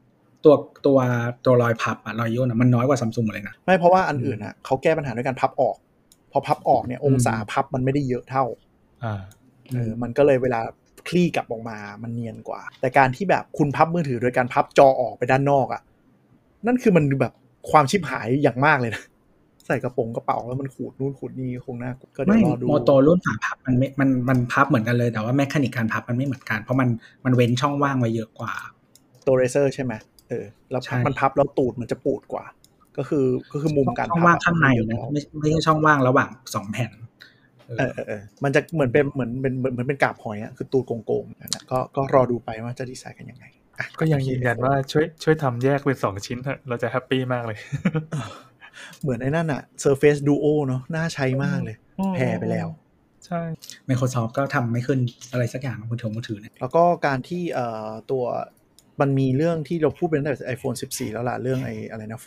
B: ตัวรอยพับรอยย่นมันน้อยกว่า Samsung เลยนะ
C: ไม่เพราะว่าอันอื่นเขาแก้ปัญหาด้วยการพับออกพอพับออกเนี่ยองศาพับมันไม่ได้เยอะเท่ามันก็เลยเวลาคลี่กลับออกมามันเนียนกว่าแต่การที่แบบคุณพับมือถือโดยการพับจอออกไปด้านนอกนั่นคือมันแบบความชิบหายอย่างมากเลยนะใส่กระเป๋าแล้วมันขูดนู่นขูดนี่คงน่าก็เดี๋ยวรอดู
B: โมโตรุ่นฝาพับมันพับเหมือนกันเลยแต่ว่าแมคานิกการพับมันไม่เหมือนกันเพราะมันเว้นช่องว่างไว้เยอะกว่า
C: ตัวเรเซอร์ใช่ไหมแล้วมันพับแล้วตูดมันจะปูดกว่าก็คือมุมการ
B: ช่องว่างข้างในนะไม่ใช่ช่องว่างระหว่าง2แผ่น
C: มันจะเหมือนเป็นกาบหอยคือตูดโกงๆนะก็รอดูไปว่าจะดีไซน์กันยังไง
D: ก็ยังยืนยันว่าช่วยทำแยกเป็น2ชิ้นเถอะเราจะแฮปปี้มากเลย
C: เหมือนไอ้นั่นSurface Duo เนาะน่าใช้มากเลยแพ้ไปแล้ว
D: ใช่
B: Microsoft ก็ทำไม่ขึ้นอะไรสักอย่างบนมือถือเนี่ย
C: แล้วก็การที่ตัวมันมีเรื่องที่เราพูดเป็นตั้งแต่ iPhone 14แล้วล่ะเรื่องอะไรนะ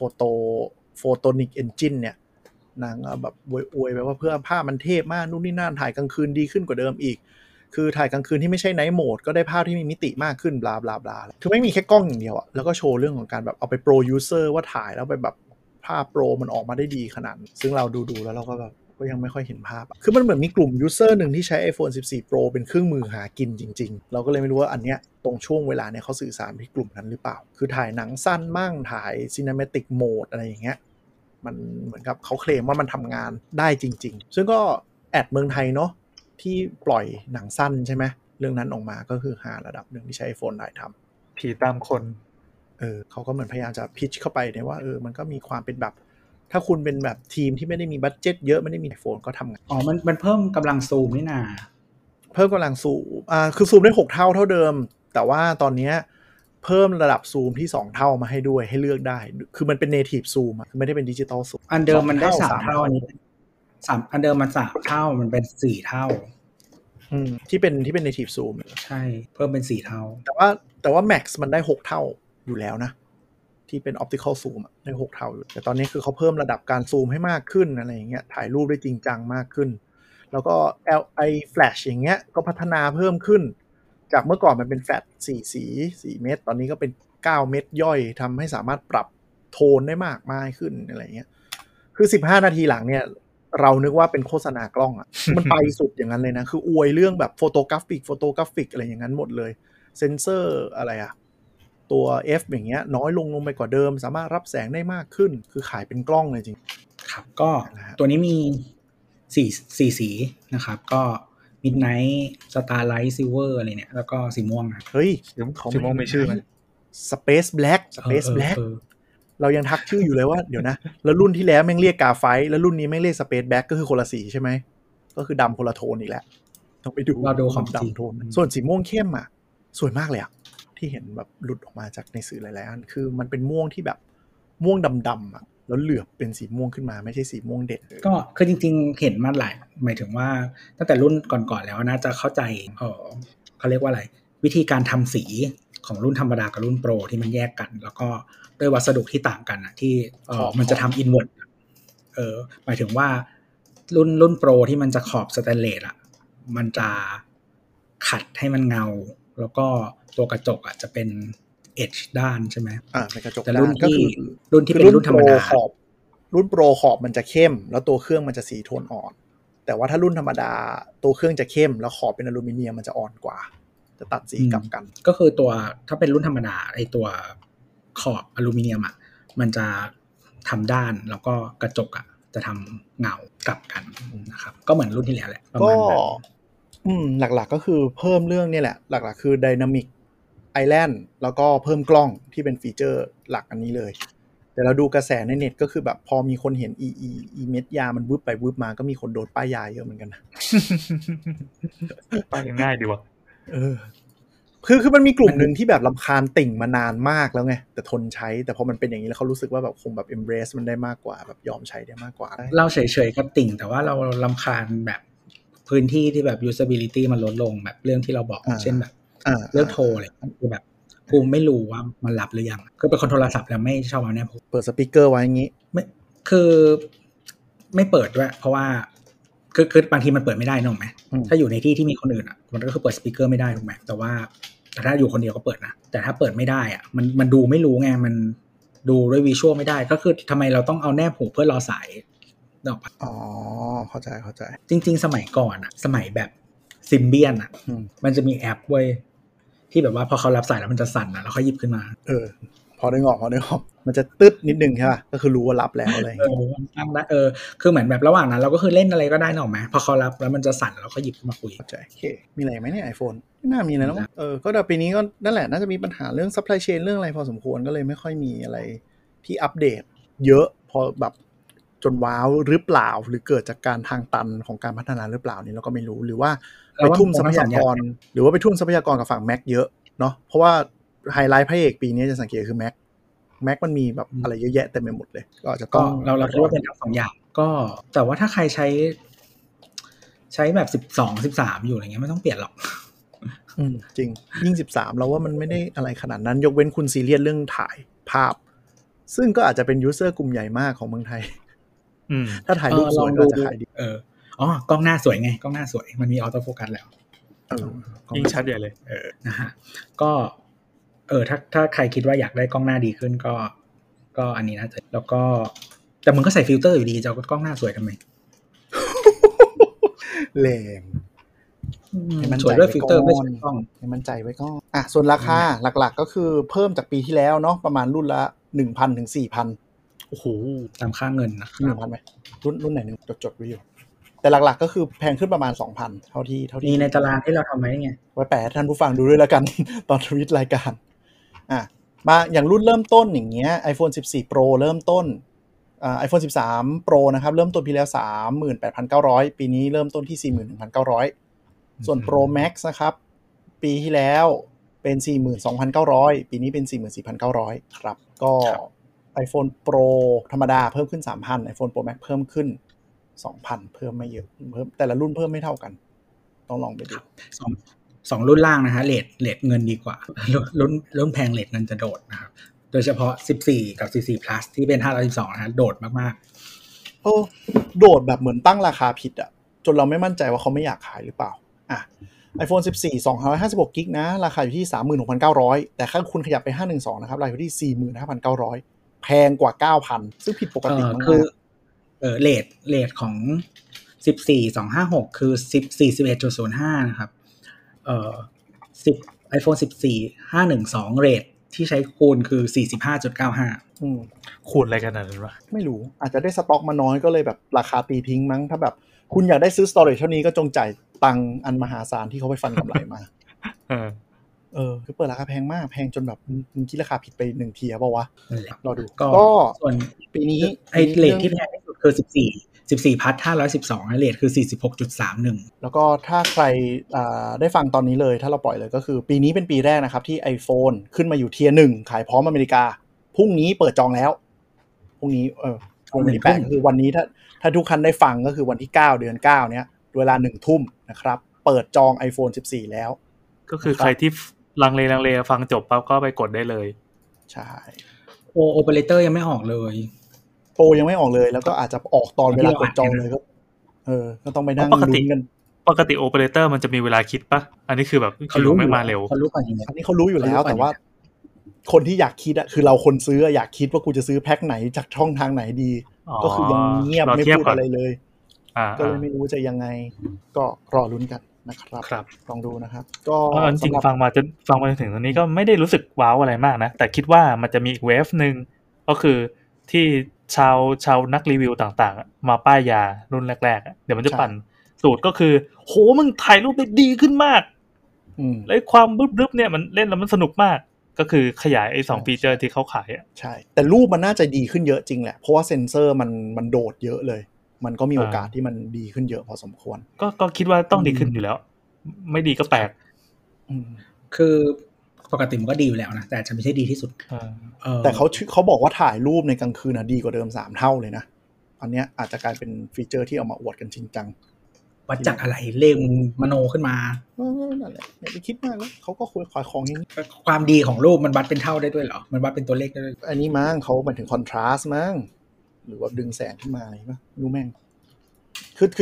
C: Photonic Engine เนี่ยนางแบบอวยไปว่าเพื่อภาพมันเทพมากนู่นนี่นั่นถ่ายกลางคืนดีขึ้นกว่าเดิมอีกคือถ่ายกลางคืนที่ไม่ใช่ Night Mode ก็ได้ภาพที่มีมิติมากขึ้นบลาบลาบลาคือไม่มีแค่กล้องอย่างเดียวแล้วก็โชว์เรื่องของการแบบเอาไป Pro User ว่าถ่ายแล้วไปแบบภาพโปรมันออกมาได้ดีขนาดซึ่งเราดูแล้วเราก็แบบก็ยังไม่ค่อยเห็นภาพคือมันเหมือนมีกลุ่ม user หนึ่งที่ใช้ iPhone 14 Pro เป็นเครื่องมือหากินจริงๆเราก็เลยไม่รู้ว่าอันเนี้ยตรงช่วงเวลาเนี่ยเขาสื่อสารไปกลุ่มนั้นหรือเปล่าคือถ่ายหนังสั้นมั่งถ่าย Cinematic Mode อะไรอย่างเงี้ยมันเหมือนกับเขาเคลมว่ามันทำงานได้จริงๆซึ่งก็แอดเมืองไทยเนาะที่ปล่อยหนังสั้นใช่ไหมเรื่องนั้นออกมาก็คือหาระดับหนึ่งที่ใช้ iPhone ได้ท
D: ำผีตามคน
C: เขาก็เหมือนพยายามจะพิชเข้าไปในว่ามันก็มีความเป็นแบบถ้าคุณเป็นแบบทีมที่ไม่ได้มีบัดเจ็ตเยอะไม่ได้มีไอโฟนก็ทำงาน
B: มันเพิ่มกำลังซูมนี่นา
C: เพิ่มกำลังซูมคือซูมได้6 เท่าเดิมแต่ว่าตอนนี้เพิ่มระดับซูมที่2 เท่ามาให้ด้วยให้เลือกได้คือมันเป็น native zoom คือไม่ได้เป็นดิจิตอลซูม
B: อันเดิมมันได้3 เท่าอันนี้อันเดิมมัน3 เท่ามันเป็น4 เท่า
C: ที่เป็น native zoom
B: ใช่เพิ่มเป็น4 เท่า
C: แต่ว่า max มันได้6 เท่าอยู่แล้วนะที่เป็น optical zoom ได้6 เท่าอยู่แต่ตอนนี้คือเขาเพิ่มระดับการซูมให้มากขึ้นอะไรอย่างเงี้ยถ่ายรูปได้จริงจังมากขึ้นแล้วก็ LI flash อย่างเงี้ยก็พัฒนาเพิ่มขึ้นจากเมื่อก่อนมันเป็นแฟลช4 สี4 เม็ดตอนนี้ก็เป็น9 เม็ดย่อยทำให้สามารถปรับโทนได้มากมายขึ้นอะไรเงี้ยคือ15 นาทีหลังเนี่ยเรานึกว่าเป็นโฆษณากล้องมันไปสุดอย่างนั้นเลยนะคืออวยเรื่องแบบโฟโตกราฟิกอะไรอย่างนั้นหมดเลยเซนเซอร์อะไรตัว F อย่างเงี้ยน้อยลงไปกว่าเดิมสามารถรับแสงได้มากขึ้นคือขายเป็นกล้องเลยจริง
B: ครับก็ตัวนี้มี4สีนะครับก็ Midnight Starlight Silver อะไรเนี่ยแล้วก็สีม่วงนะ
C: เฮ้ย
D: สีม่วงไม่ชื่อมั้ย
C: Space Black เรายังทักชื่ออยู่เลยว่าเดี๋ยวนะแล้วรุ่นที่แล้วแม่งเรียกกาไฟแล้วรุ่นนี้แม่งเรียก Space Black ก็คือคนละสีใช่ไหมก็คือดำคนละโทนอีกแล้วต้องไปดู
B: เราดูของ
C: ดำโทนส่วนสีม่วงเข้มสวยมากเลยที่เห็นแบบหลุดออกมาจากในสื่อหลายๆอันคือมันเป็นม่วงที่แบบม่วงดำๆแล้วเหลือบเป็นสีม่วงขึ้นมาไม่ใช่สีม่วงเด็ด
B: ก็คือจริงๆเห็นมาหลายหมายถึงว่าตั้งแต่รุ่นก่อนๆแล้วน่าจะเข้าใจเขาเรียกว่าอะไรวิธีการทำสีของรุ่นธรรมดากับรุ่นโปรที่มันแยกกันแล้วก็ด้วยวัสดุที่ต่างกันที่มันจะทำอินเวอร์ตหมายถึงว่ารุ่นโปรที่มันจะขอบสแตนเลสมันจะขัดให้มันเงาแล้วก็ตัวกระจกจะเป็นเอดจ์ด้านใช่ไหม
C: เป็นกระจก
B: แต่รุ่นที่เป็นรุ่นธรรมดา
C: รุ่นโปรขอบมันจะเข้มแล้วตัวเครื่องมันจะสีโทนอ่อนแต่ว่าถ้ารุ่นธรรมดาตัวเครื่องจะเข้มแล้วขอบเป็นอลูมิเนียมมันจะอ่อนกว่าจะตัดสีกลับกัน
B: ก็คือตัวถ้าเป็นรุ่นธรรมดาไอตัวขอบอลูมิเนียมมันจะทำด้านแล้วก็กระจกจะทำเงากลับกันนะครับก็เหมือนรุ่นที่แล้วแหละ
C: ประมาณนั้นหลักๆก็คือเพิ่มเรื่องนี่แหละหลักๆคือ Dynamic Island แล้วก็เพิ่มกล้องที่เป็นฟีเจอร์หลักอันนี้เลยแต่เราดูกระแสในเน็ตก็คือแบบพอมีคนเห็นอีเม็ดยามันวึบไปวึบมาก็มีคนโดนป้ายยาเยอะเหมือนกันนะ
D: ป้ายง่ายดีวะ
C: คือมันมีกลุ่มหนึ่งที่แบบรำคาญติ่งมานานมากแล้วไงแต่ทนใช้แต่พอมันเป็นอย่างนี้แล้วเขารู้สึกว่าแบบคงแบบ embrace มันได้มากกว่าแบบยอมใช้ได้มากกว่า
B: เราเฉยๆก็ติ่งแต่ว่าเรารำคาญแบบพื้นที่ที่แบบ usability มันลดลงแบบเรื่องที่เราบอกเช่นแบบเรื่องโทรอะไรคือแบบกูไม่รู้ว่ามันรับหรือยังคือเป็นคนโทรศัพท์แล้วไม่ชอบเอาเนี่ย
C: เปิดสปีกเกอร์ไว้อย่างนี้
B: ไม่คือไม่เปิดด้วยเพราะว่าคือบางทีมันเปิดไม่ได้นึกออกไหมถ้าอยู่ในที่ที่มีคนอื่นมันก็คือเปิดสปีกเกอร์ไม่ได้ถูกไหมแต่แต่ถ้าอยู่คนเดียวก็เปิดนะแต่ถ้าเปิดไม่ได้อ่ะมันดูไม่รู้ไงมันดูด้วยวิชวลไม่ได้ก็คือทำไมเราต้องเอาแนบหูเพื่อรอสายดอก
C: อ๋อเข้าใจ
B: จริงๆสมัยก่อนอ่ะสมัยแบบซิมเบียนอ่ะมันจะมีแอปเว้ยที่แบบว่าพอเขารับสายแล้วมันจะสั่นอ่ะแล้วเขาหยิบขึ้นมา
C: พอได้งอกมันจะตึ๊ดนิดนึงใช่ป่ะก็คือรู้ว่ารับแล้วอะไร
B: มันตั้งได้คือเหมือนแบบระหว่างนั้นเราก็คือเล่นอะไรก็ได้หรอกไหมพอเขารับแล้วมันจะสั่นแล้วก็หยิบขึ้นมาคุย
C: เข้าใจโอเคมีอะไรไหมเนี่ย iPhone ไม่น่ามีอะไรแล้วก็เดี๋ยวปีนี้ก็นั่นแหละน่าจะมีปัญหาเรื่อง supply chain เรื่องอะไรพอสมควรก็เลยไม่ค่อยมีอะไรที่อัปเดตเยอะพอแบบจนว้าวหรือเปล่าหรือเกิดจากการทางตันของการพัฒนาหรือเปล่านี่เราก็ไม่รู้หรือว่าไปทุ่มทรัพยากรกับฝั่ง Mac เยอะเนาะเพราะว่าไฮไลท์พระเอกปีนี้จะสังเกตคือ Mac มันมีแบบอะไรเยอะแยะเต็มไปหมดเลยก็จะต้อง
B: เราคิดว่าเป็นทั้งสองอย่างก็แต่ว่าถ้าใครใช้แบบ12 13อยู่อะไรเงี้ยไม่ต้องเปลี่ยนหรอก
C: จริงยิ่ง13เราว่ามันไม่ได้อะไรขนาดนั้นยกเว้นคุณซีเรียสเรื่องถ่ายภาพซึ่งก็อาจจะเป็นยูเซอร์กลุ่มใหญ่มากของเมืองไทยถ้าถ่ายรูปสวยก็จะขายดี
B: กล้องหน้าสวยไงกล้องหน้าสวยมันมีออโต้โฟกัสแล้ว
D: ยิ่งชัดใหญ่เลย
B: นะฮะก็ถ้าใครคิดว่าอยากได้กล้องหน้าดีขึ้นก็อันนี้นะแล้วก็แต่มึงก็ใส่ฟิลเตอร์อยู่ดีจะเอากล้องหน้าสวยทำไม
C: แรง
B: ให้มันสวยด้วยฟิลเตอร์ไม่ใช่กล้อง
C: ให้มันใจไว้ก็ส่วนราคาหลักๆก็คือเพิ่มจากปีที่แล้วเนาะประมาณรุ่นละ 1,000 ถึง 4,000
B: โอ้โหตามค่าเงินนะ
C: 1,000 มั้ยรุ่นไหนนึงจดไว้อยู่แต่หลักๆก็คือแพงขึ้นประมาณ 2,000 เท่าที่
B: มีในตารางที่เราทำไว้ไง
C: ไว้แปะท่านผู้ฟังดูด้วยแล้วกันตอนทวิตรายการมาอย่างรุ่นเริ่มต้นอย่างเงี้ย iPhone 14 Pro เริ่มต้นiPhone 13 Pro นะครับเริ่มต้นปีแล้ว 38,900 ปีนี้เริ่มต้นที่ 41,900 ส่วน Pro Max นะครับปีที่แล้วเป็น 42,900 ปีนี้เป็น 44,900 ครับก็ iPhone Pro ธรรมดาเพิ่มขึ้น 3,000 iPhone Pro Max เพิ่มขึ้น 2,000 เพิ่มไม่เยอะเพิ่มแต่ละรุ่นเพิ่มไม่เท่ากันต้องลองไปดู
B: สองรุ่นล่างนะฮะเรทเงินดีกว่ารุ่นแพงเรทเงินจะโดดนะครับโดยเฉพาะ14กับ14 plus ที่เป็น512นะฮะโดดมาก
C: ๆโดดแบบเหมือนตั้งราคาผิดอ่ะจนเราไม่มั่นใจว่าเขาไม่อยากขายหรือเปล่าiPhone 14 256กิกนะราคาอยู่ที่ 36,900 แต่ถ้าคุณขยับไป512นะครับราคาอยู่ที่ 45,900 แพงกว่า 9,000 ซึ่งผิดปกติมาก
B: คือเรทของ14 256คือ41.05 นะครับiPhone 14 512เรทที่ใช้คูณคือ 45.95
D: คูณอะไรกันนั่นวะ
C: ไม่รู้อาจจะได้สต็อกมาน้อยก็เลยแบบราคาตีทิ้งมั้งถ้าแบบคุณอยากได้ซื้อ storage เท่านี้ก็จงจ่ายตังค์อันมหาศาลที่เขาไปฟันกำไรมาคือเปิดราคาแพงมากแพงจนแบบมึงคิดราคาผิดไป1เทียร์ป่าววะรอดูก็ส่วนปีนี้
B: ไอ้เรทที่แพงที่สุดคือ14พัท512ไอ้เรทคือ 46.31
C: แล้วก็ถ้าใครได้ฟังตอนนี้เลยถ้าเราปล่อยเลยก็คือปีนี้เป็นปีแรกนะครับที่ iPhone ขึ้นมาอยู่เทียร์1ขายพร้อมอเมริกาพรุ่งนี้เปิดจองแล้วพรุ่งนี้วันที่8คือวันนี้ถ้าทุกคันได้ฟังก็คือวันที่9เดือน9เนี้ยเวลา 1 ทุ่มนะครับเปิดจอง iPhone 14แล้ว
D: ก็คือใครที่ลังเลฟังจบปั๊บก็ไปกดได้เลย
C: ใช่
B: โอเปอเรเตอร์ยังไม่ออกเลย
C: โปรยังไม่ออกเลยแล้วก็อาจจะออกตอนเวลากดจองเลยก็ต้องไปนั่งลุ้นกัน
D: ปกติโอเปอเรเตอร์มันจะมีเวลาคิดปะอันนี้คือแบบ
B: เขารู้
D: ไม่มาเร็ว
B: เขารู้ก่อนยังไง
C: อันนี้เขารู้อยู่แล้วแต่ว่าคนที่อยากคิดคือเราคนซื้ออยากคิดว่ากูจะซื้อแพ็คไหนจากช่องทางไหนดีก็คือยังเงียบไม่พูดอะไรเลยก็เลยไม่รู้จะยังไงก็รอลุ้นกันนะครับลองดูนะครับก็
D: จริงฟังมาถึงตรงนี้ก็ไม่ได้รู้สึกว้าวอะไรมากนะแต่คิดว่ามันจะมีอีกเวฟนึงก็คือที่ชาวนักรีวิวต่างๆมาป้ายยารุ่นแรกๆเดี๋ยวมันจะปั่นสูตรก็คือโหมึงถ่ายรูปได้ดีขึ้นมากแล้วความบึบๆเนี่ยมันเล่นแล้วมันสนุกมากก็คือขยายไอ้2ฟีเจอร์ที่เขาขาย
C: ใช่แต่รูปมันน่าจะดีขึ้นเยอะจริงแหละเพราะว่าเซ็นเซอร์มันโดดเยอะเลยมันก็มีโอกาสที่มันดีขึ้นเยอะพอสมควร
D: ก็คิดว่าต้องดีขึ้นอยู่แล้วไม่ดีก็แปลก
B: คือปกติมันก็ดีอยู่แล้วนะแต่จะไม่ใช่ดีที่สุด
C: แต่เขาบอกว่าถ่ายรูปในกลางคืนดีกว่าเดิม3เท่าเลยนะอันเนี้ยอาจจะกลายเป็นฟีเจอร์ที่เอามาอวดกันจริงจัง
B: วัดจากอะไรเลขมโนขึ้นมา
C: นั่นแหละอย่าไปคิดมากแล้วเขาก็คุยขายของอย่างนี้
B: ความดีของรูปมันวัดเป็นเท่าได้ด้วยเหรอมันวัดเป็นตัวเลขได้ด้วย
C: อันนี้มั้งเขาหมายถึงคอนทราสต์มั้งหรือว่าดึงแสงขึ้นมาอะไรป่ะรู้แม่ง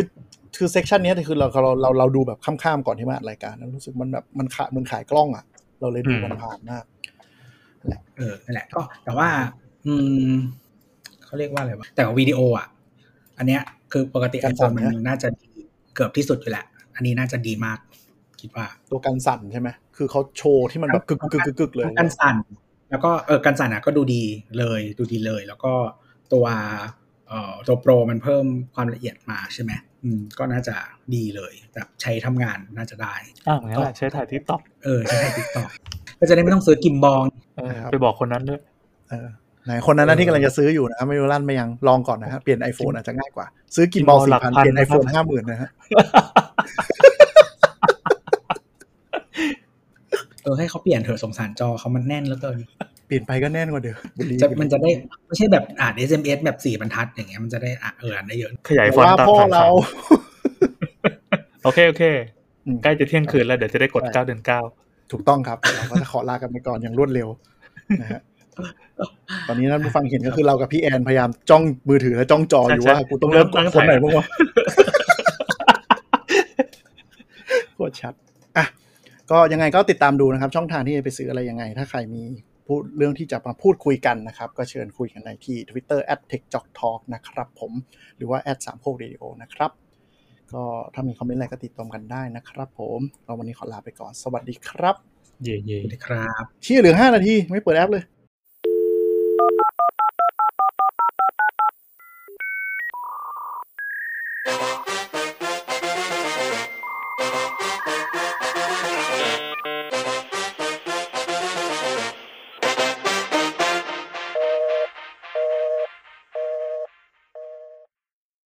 C: คือเซกชันนี้คือเราดูแบบข้ามๆก่อนที่มาอัดรายการแล้วรู้สึกมันแบบมันขายกล้องอ่ะเราเลยดูมันผ่านมาก
B: นั่นแหละก็แต่ว่าเขาเรียกว่าอะไรวะแต่วิดีโออ่ะอันเนี้ยคือปกติ iPhone มันน่าจะเกือบที่สุดอยู่แหละอันนี้น่าจะดีมากคิดว่า
C: ตัวกันสั่นใช่ไหมคือเขาโชว์ที่มันแบบกึกๆเลย
B: กันสั่นแล้วก็กันสั่นอ่ะก็ดูดีเลยแล้วก็ตัวโปรมันเพิ่มความละเอียดมาใช่ไหมก็น่าจะดีเลยแบบใช้ทำงานน่าจะได้
D: งั้นแหละใช้ถ่าย TikTok
B: ใช้ถ่าย TikTok ก็จะได้ไม่ต้องซื้อกิมบอล
D: ไปบอกคนนั้นด้วย
C: ไหนคนนั้นนะที่กำลังจะซื้ออยู่นะครับไม่รู้ลั่นไปยังลองก่อนนะฮะเปลี่ยน iPhone อาจจะง่ายกว่าซื้อกิมบอล 4,000 เปลี่ยน iPhone 50,000 นะฮะ
B: ให้เขาเปลี่ยนเถอะสงสารจอเขามันแน่นแล้วเกิน
C: เปลี่ยนไปก็แน่นกว่าเดิม
B: มันจะได้ไม่ใช่แบบอ่าน SMS แบบ4บรรทัดอย่างเงี้ยมันจะได้อ่านได้เยอะ
D: ขยายฟอนต์ตามเราโอเคใกล้จะเที่ยงคืนแล้วเดี๋ยวจะได้กด9 เดือน 9
C: ถูกต้องครับเราก็จะขอลากันไปก่อนอย่างรวดเร็วนะฮะตอนนี้ท่านผู้ฟังเห็นก็คือเรากับพี่แอนพยายามจ้องมือถือและจ้องจออยู่ว่ากูต้องเริ่มกดคนไหนบ้างวะโคตรชัดอ่ะก็ยังไงก็ติดตามดูนะครับช่องทางที่จะไปซื้ออะไรยังไงถ้าใครมีพูดเรื่องที่จะมาพูดคุยกันนะครับก็เชิญคุยกันในที่ Twitter @techjocktalk นะครับผมหรือว่า@3โคกเรดิโอนะครับก็ถ้ามีคอมเมนต์อะไรก็ติดต่อกันได้นะครับผมเราวันนี้ขอลาไปก่อนสวัสดีครับ
D: เย่
B: สวัสดีครับ
C: เหลือ5 นาทีไม่เปิดแอปเลย